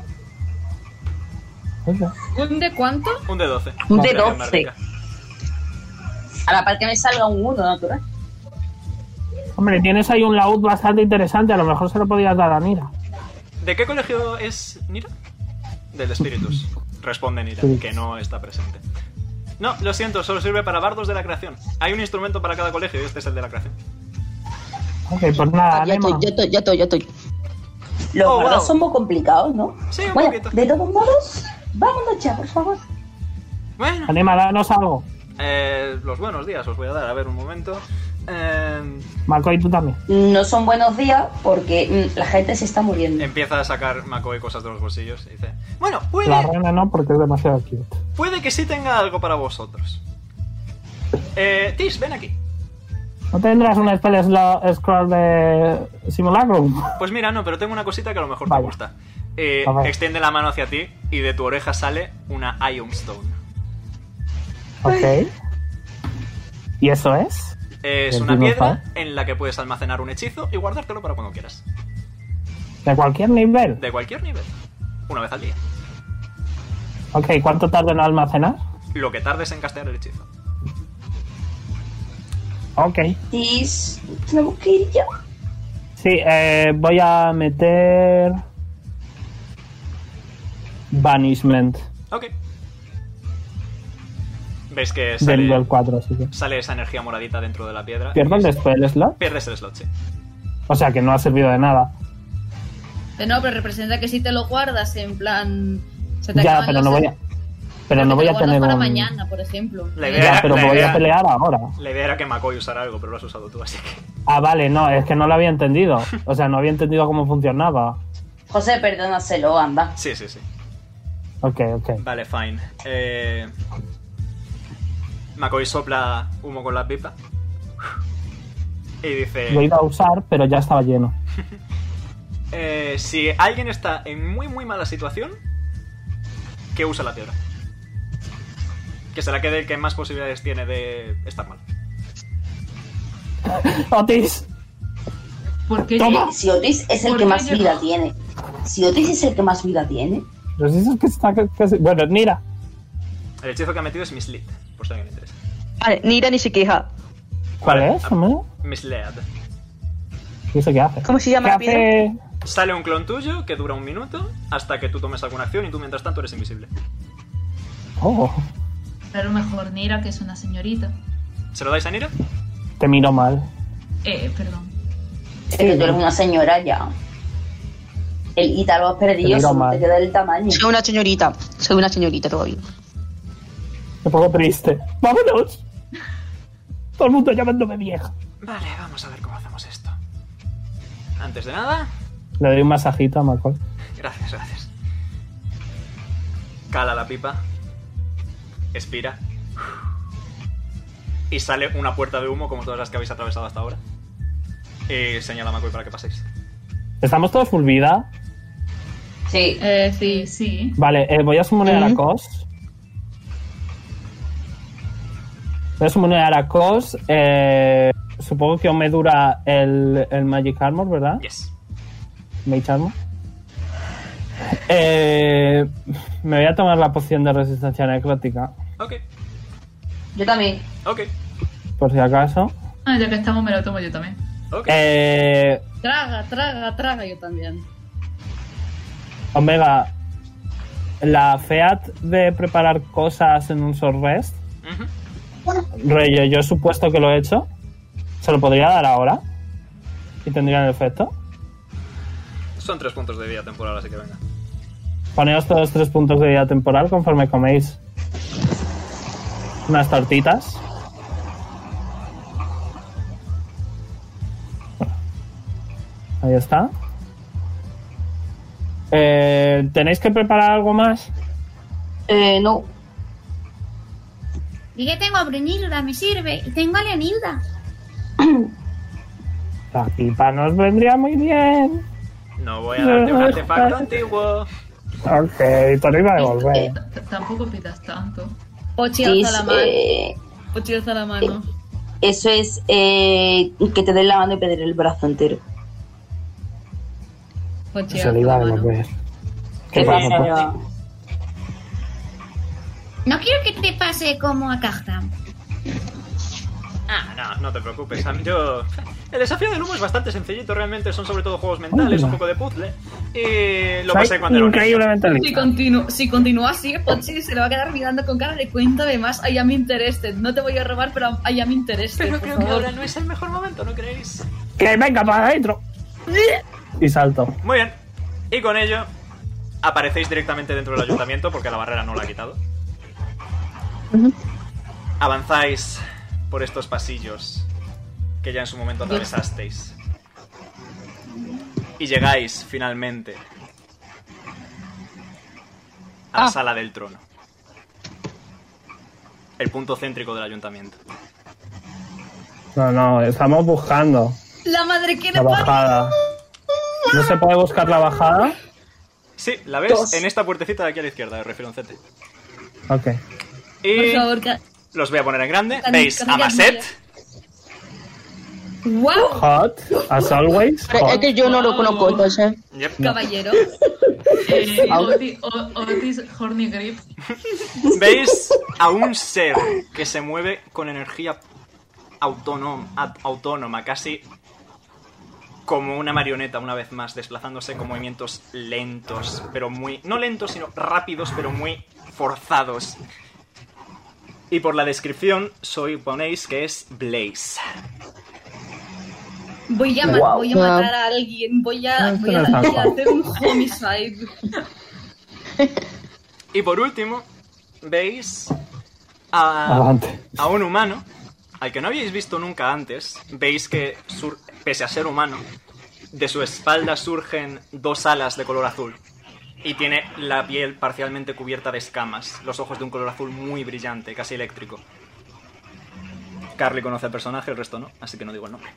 ¿Un de cuánto? Un de doce. Un de Inspiración doce. bárdica. A la par que me salga un uno natural. Hombre, tienes ahí un laúd bastante interesante. A lo mejor se lo podías dar a Nira. ¿De qué colegio es Nira? Del de Spiritus. Responde Nira, Spiritus. que no está presente. No, lo siento, solo sirve para bardos de la creación. Hay un instrumento para cada colegio y este es el de la creación. Ok, pues nada, Ya estoy, Anema. ya estoy, ya estoy, ya estoy. Los Oh, bardos wow. son muy complicados, ¿no? Sí, un bueno, poquito. de todos modos, vámonos ya, por favor. Bueno, Anema, danos algo. eh, los buenos días os voy a dar. A ver, un momento. Eh, McCoy, tú también. No son buenos días porque mm, la gente se está muriendo. empieza a sacar McCoy cosas de los bolsillos y dice... Bueno, puede, La rana no, porque es demasiado cute. puede que sí tenga algo para vosotros. Eh, Tis, ven aquí. ¿No tendrás una spell slo- scroll de Simulacrum? Pues mira, no, pero tengo una cosita que a lo mejor Vaya. te gusta. Eh, A ver. extiende la mano hacia ti y de tu oreja sale una Ion Stone. Ok. ¿Y eso es? Es ¿El una Dino piedra en la que puedes almacenar un hechizo y guardártelo para cuando quieras. ¿De cualquier nivel? De cualquier nivel. Una vez al día. Ok, ¿cuánto tarda en almacenar? Lo que tardes en castear el hechizo. Ok. Tis, tenemos que ir ya. Sí, eh, voy a meter... Banishment. Ok. Ves que Del sale, nivel cuatro, así que... sale esa energía moradita dentro de la piedra. ¿Pierdo el spell slot? Pierdes el slot, sí. O sea, que no ha servido de nada. Pero no, pero representa que si te lo guardas en plan... Se te Ya, acaban pero las- no voy a... Pero que no te voy lo a guardas tener para un... mañana, por ejemplo. La idea Ya, era- pero la voy idea- a pelear ahora. La idea era que McCoy usara algo, pero lo has usado tú, así que... Ah, vale, no, es que no lo había entendido. O sea, no había entendido cómo funcionaba. José, perdónaselo, anda. Sí, sí, sí. Ok, ok. Vale, fine. Eh... McCoy sopla humo con la pipa. Y dice... Lo iba a usar, pero ya estaba lleno. Eh, si alguien está en muy muy mala situación, que use la piedra. Que se la quede el que más posibilidades tiene de estar mal. ¡Otis! Porque Toma. Si Otis es el ¿Por que qué más yo- vida tiene. Si Otis es el que más vida tiene. Pero si eso es que está casi... Bueno, mira. El hechizo que ha metido es Mislead, por si a alguien le interesa. Vale, Nira ni se queja. ¿Cuál Vale, es, ah, hombre? Mislead. ¿Y eso qué hace? ¿Cómo se llama ¿Qué la piedra? hace? Sale un clon tuyo que dura un minuto hasta que tú tomes alguna acción y tú mientras tanto eres invisible. Oh, Pero mejor Nira, que es una señorita. ¿Se lo dais a Nira? te miro mal. Eh, perdón. Es que tú eres una señora ya. El Ítalo has Te perdido, miro solo mal. te queda el tamaño. Soy una señorita. Soy una señorita todavía. Me pongo triste. ¡Vámonos! Todo el mundo llamándome vieja. Vale, vamos a ver cómo hacemos esto. Antes de nada... Le doy un masajito a McCoy. Gracias, gracias. Cala la pipa. Expira. Y sale una puerta de humo como todas las que habéis atravesado hasta ahora. Y señala a McCoy para que paséis. ¿Estamos todos full vida? Sí. Eh, Sí, sí. sí. Vale, eh, voy a summonear a Mm. Cos. Voy a summonear a Cos. Eh, supongo que aún me dura el, el Magic Armor, ¿verdad? Yes. Mage Armor. Eh, me voy a tomar la poción de resistencia necrótica, Ok, Yo también. ok, por si acaso. Ah, ya que estamos, me lo tomo yo también. ok. Eh, Traga, traga, traga, yo también. Omega, la FEAT de preparar cosas en un short rest, Ujú. rollo, yo he supuesto que lo he hecho. ¿Se lo podría dar ahora? ¿Y tendrían el efecto? Son tres puntos de vida temporal, así que venga. Poneos todos tres puntos de vida temporal conforme coméis unas tortitas. Ahí está. Eh, ¿Tenéis que preparar algo más? Eh, no. Y que tengo a Brunilda, me sirve. Y tengo a Leonilda. La pipa nos vendría muy bien. No voy a darte un artefacto antiguo. Ok, te lo iba a devolver. T- t- Tampoco pidas tanto. Pochi Sí, alza la mano. eh, Pochi alza la mano. eso es eh, que te den la mano y pedir el brazo entero. Pochi Se lo alza iba la a mano. devolver. ¿Qué Sí, pasa? sí, pues? sí. No quiero que te pase como a Kajtam. Ah, no, no te preocupes. a mí- Yo... El desafío del humo es bastante sencillito, realmente. Son sobre todo juegos mentales, un poco de puzzle. Y lo Soy pasé cuando era un niño. increíblemente Si, lista. continu- si continúa así, Pochi se le va a quedar mirando con cara de cuéntame más. I am interested. No te voy a robar, pero I am interested. Pero por creo que favor. ahora no es el mejor momento, ¿no creéis? Que venga para adentro. Y salto. Muy bien. Y con ello, aparecéis directamente dentro del ayuntamiento porque la barrera no la ha quitado. Avanzáis por estos pasillos que ya en su momento atravesasteis. Y llegáis finalmente a la Ah. sala del trono. El punto céntrico del ayuntamiento. No, no, estamos buscando La madre que la le parió. bajada. ¿No se puede buscar la bajada? Sí, la ves Dos. en esta puertecita de aquí a la izquierda, de refieroncete. Ok. Y Por favor, que... los voy a poner en grande. Can- Veis can a I get Maset. ¡Wow! Hot, as always. Pero es Hot. que yo no lo conozco, entonces. Yep. Caballero. Eh, Oti- O- Otis Horny Grip. Veis a un ser que se mueve con energía autónoma, autónoma, casi como una marioneta, una vez más, desplazándose con movimientos lentos, pero muy... No lentos, sino rápidos, pero muy forzados. Y por la descripción, soy ponéis que es Blaze. Voy a, ma- Wow. voy a matar a alguien. Voy a, No, voy a, esto no es voy a tan hacer un homicide. Y por último, veis a, Adelante. a un humano al que no habíais visto nunca antes. Veis que, sur- pese a ser humano, de su espalda surgen dos alas de color azul. Y tiene la piel parcialmente cubierta de escamas, los ojos de un color azul muy brillante, casi eléctrico. Carly conoce al personaje, el resto no, así que no digo el nombre.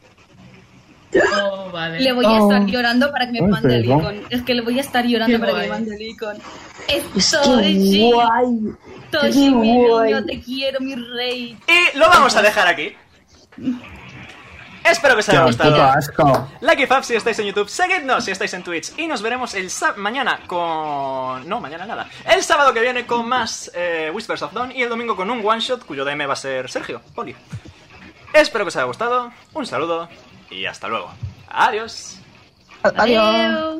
Oh, vale. Le voy a estar llorando para que me Ay, mande el perdón. icon. Es que le voy a estar llorando Qué para guay. que me mande el icon. Es Toshi, que guay. Toshi, Qué mi guay. niño, te quiero, mi rey. Y lo vamos a dejar aquí. Espero que os haya Qué gustado. puto asco. Like y fab si estáis en YouTube, seguidnos si estáis en Twitch y nos veremos el sá- mañana con... No, mañana nada. El sábado que viene con más eh, Whispers of Dawn y el domingo con un one shot cuyo D M va a ser Sergio, Poli. Espero que os haya gustado, un saludo y hasta luego. Adiós. Adiós. Adiós.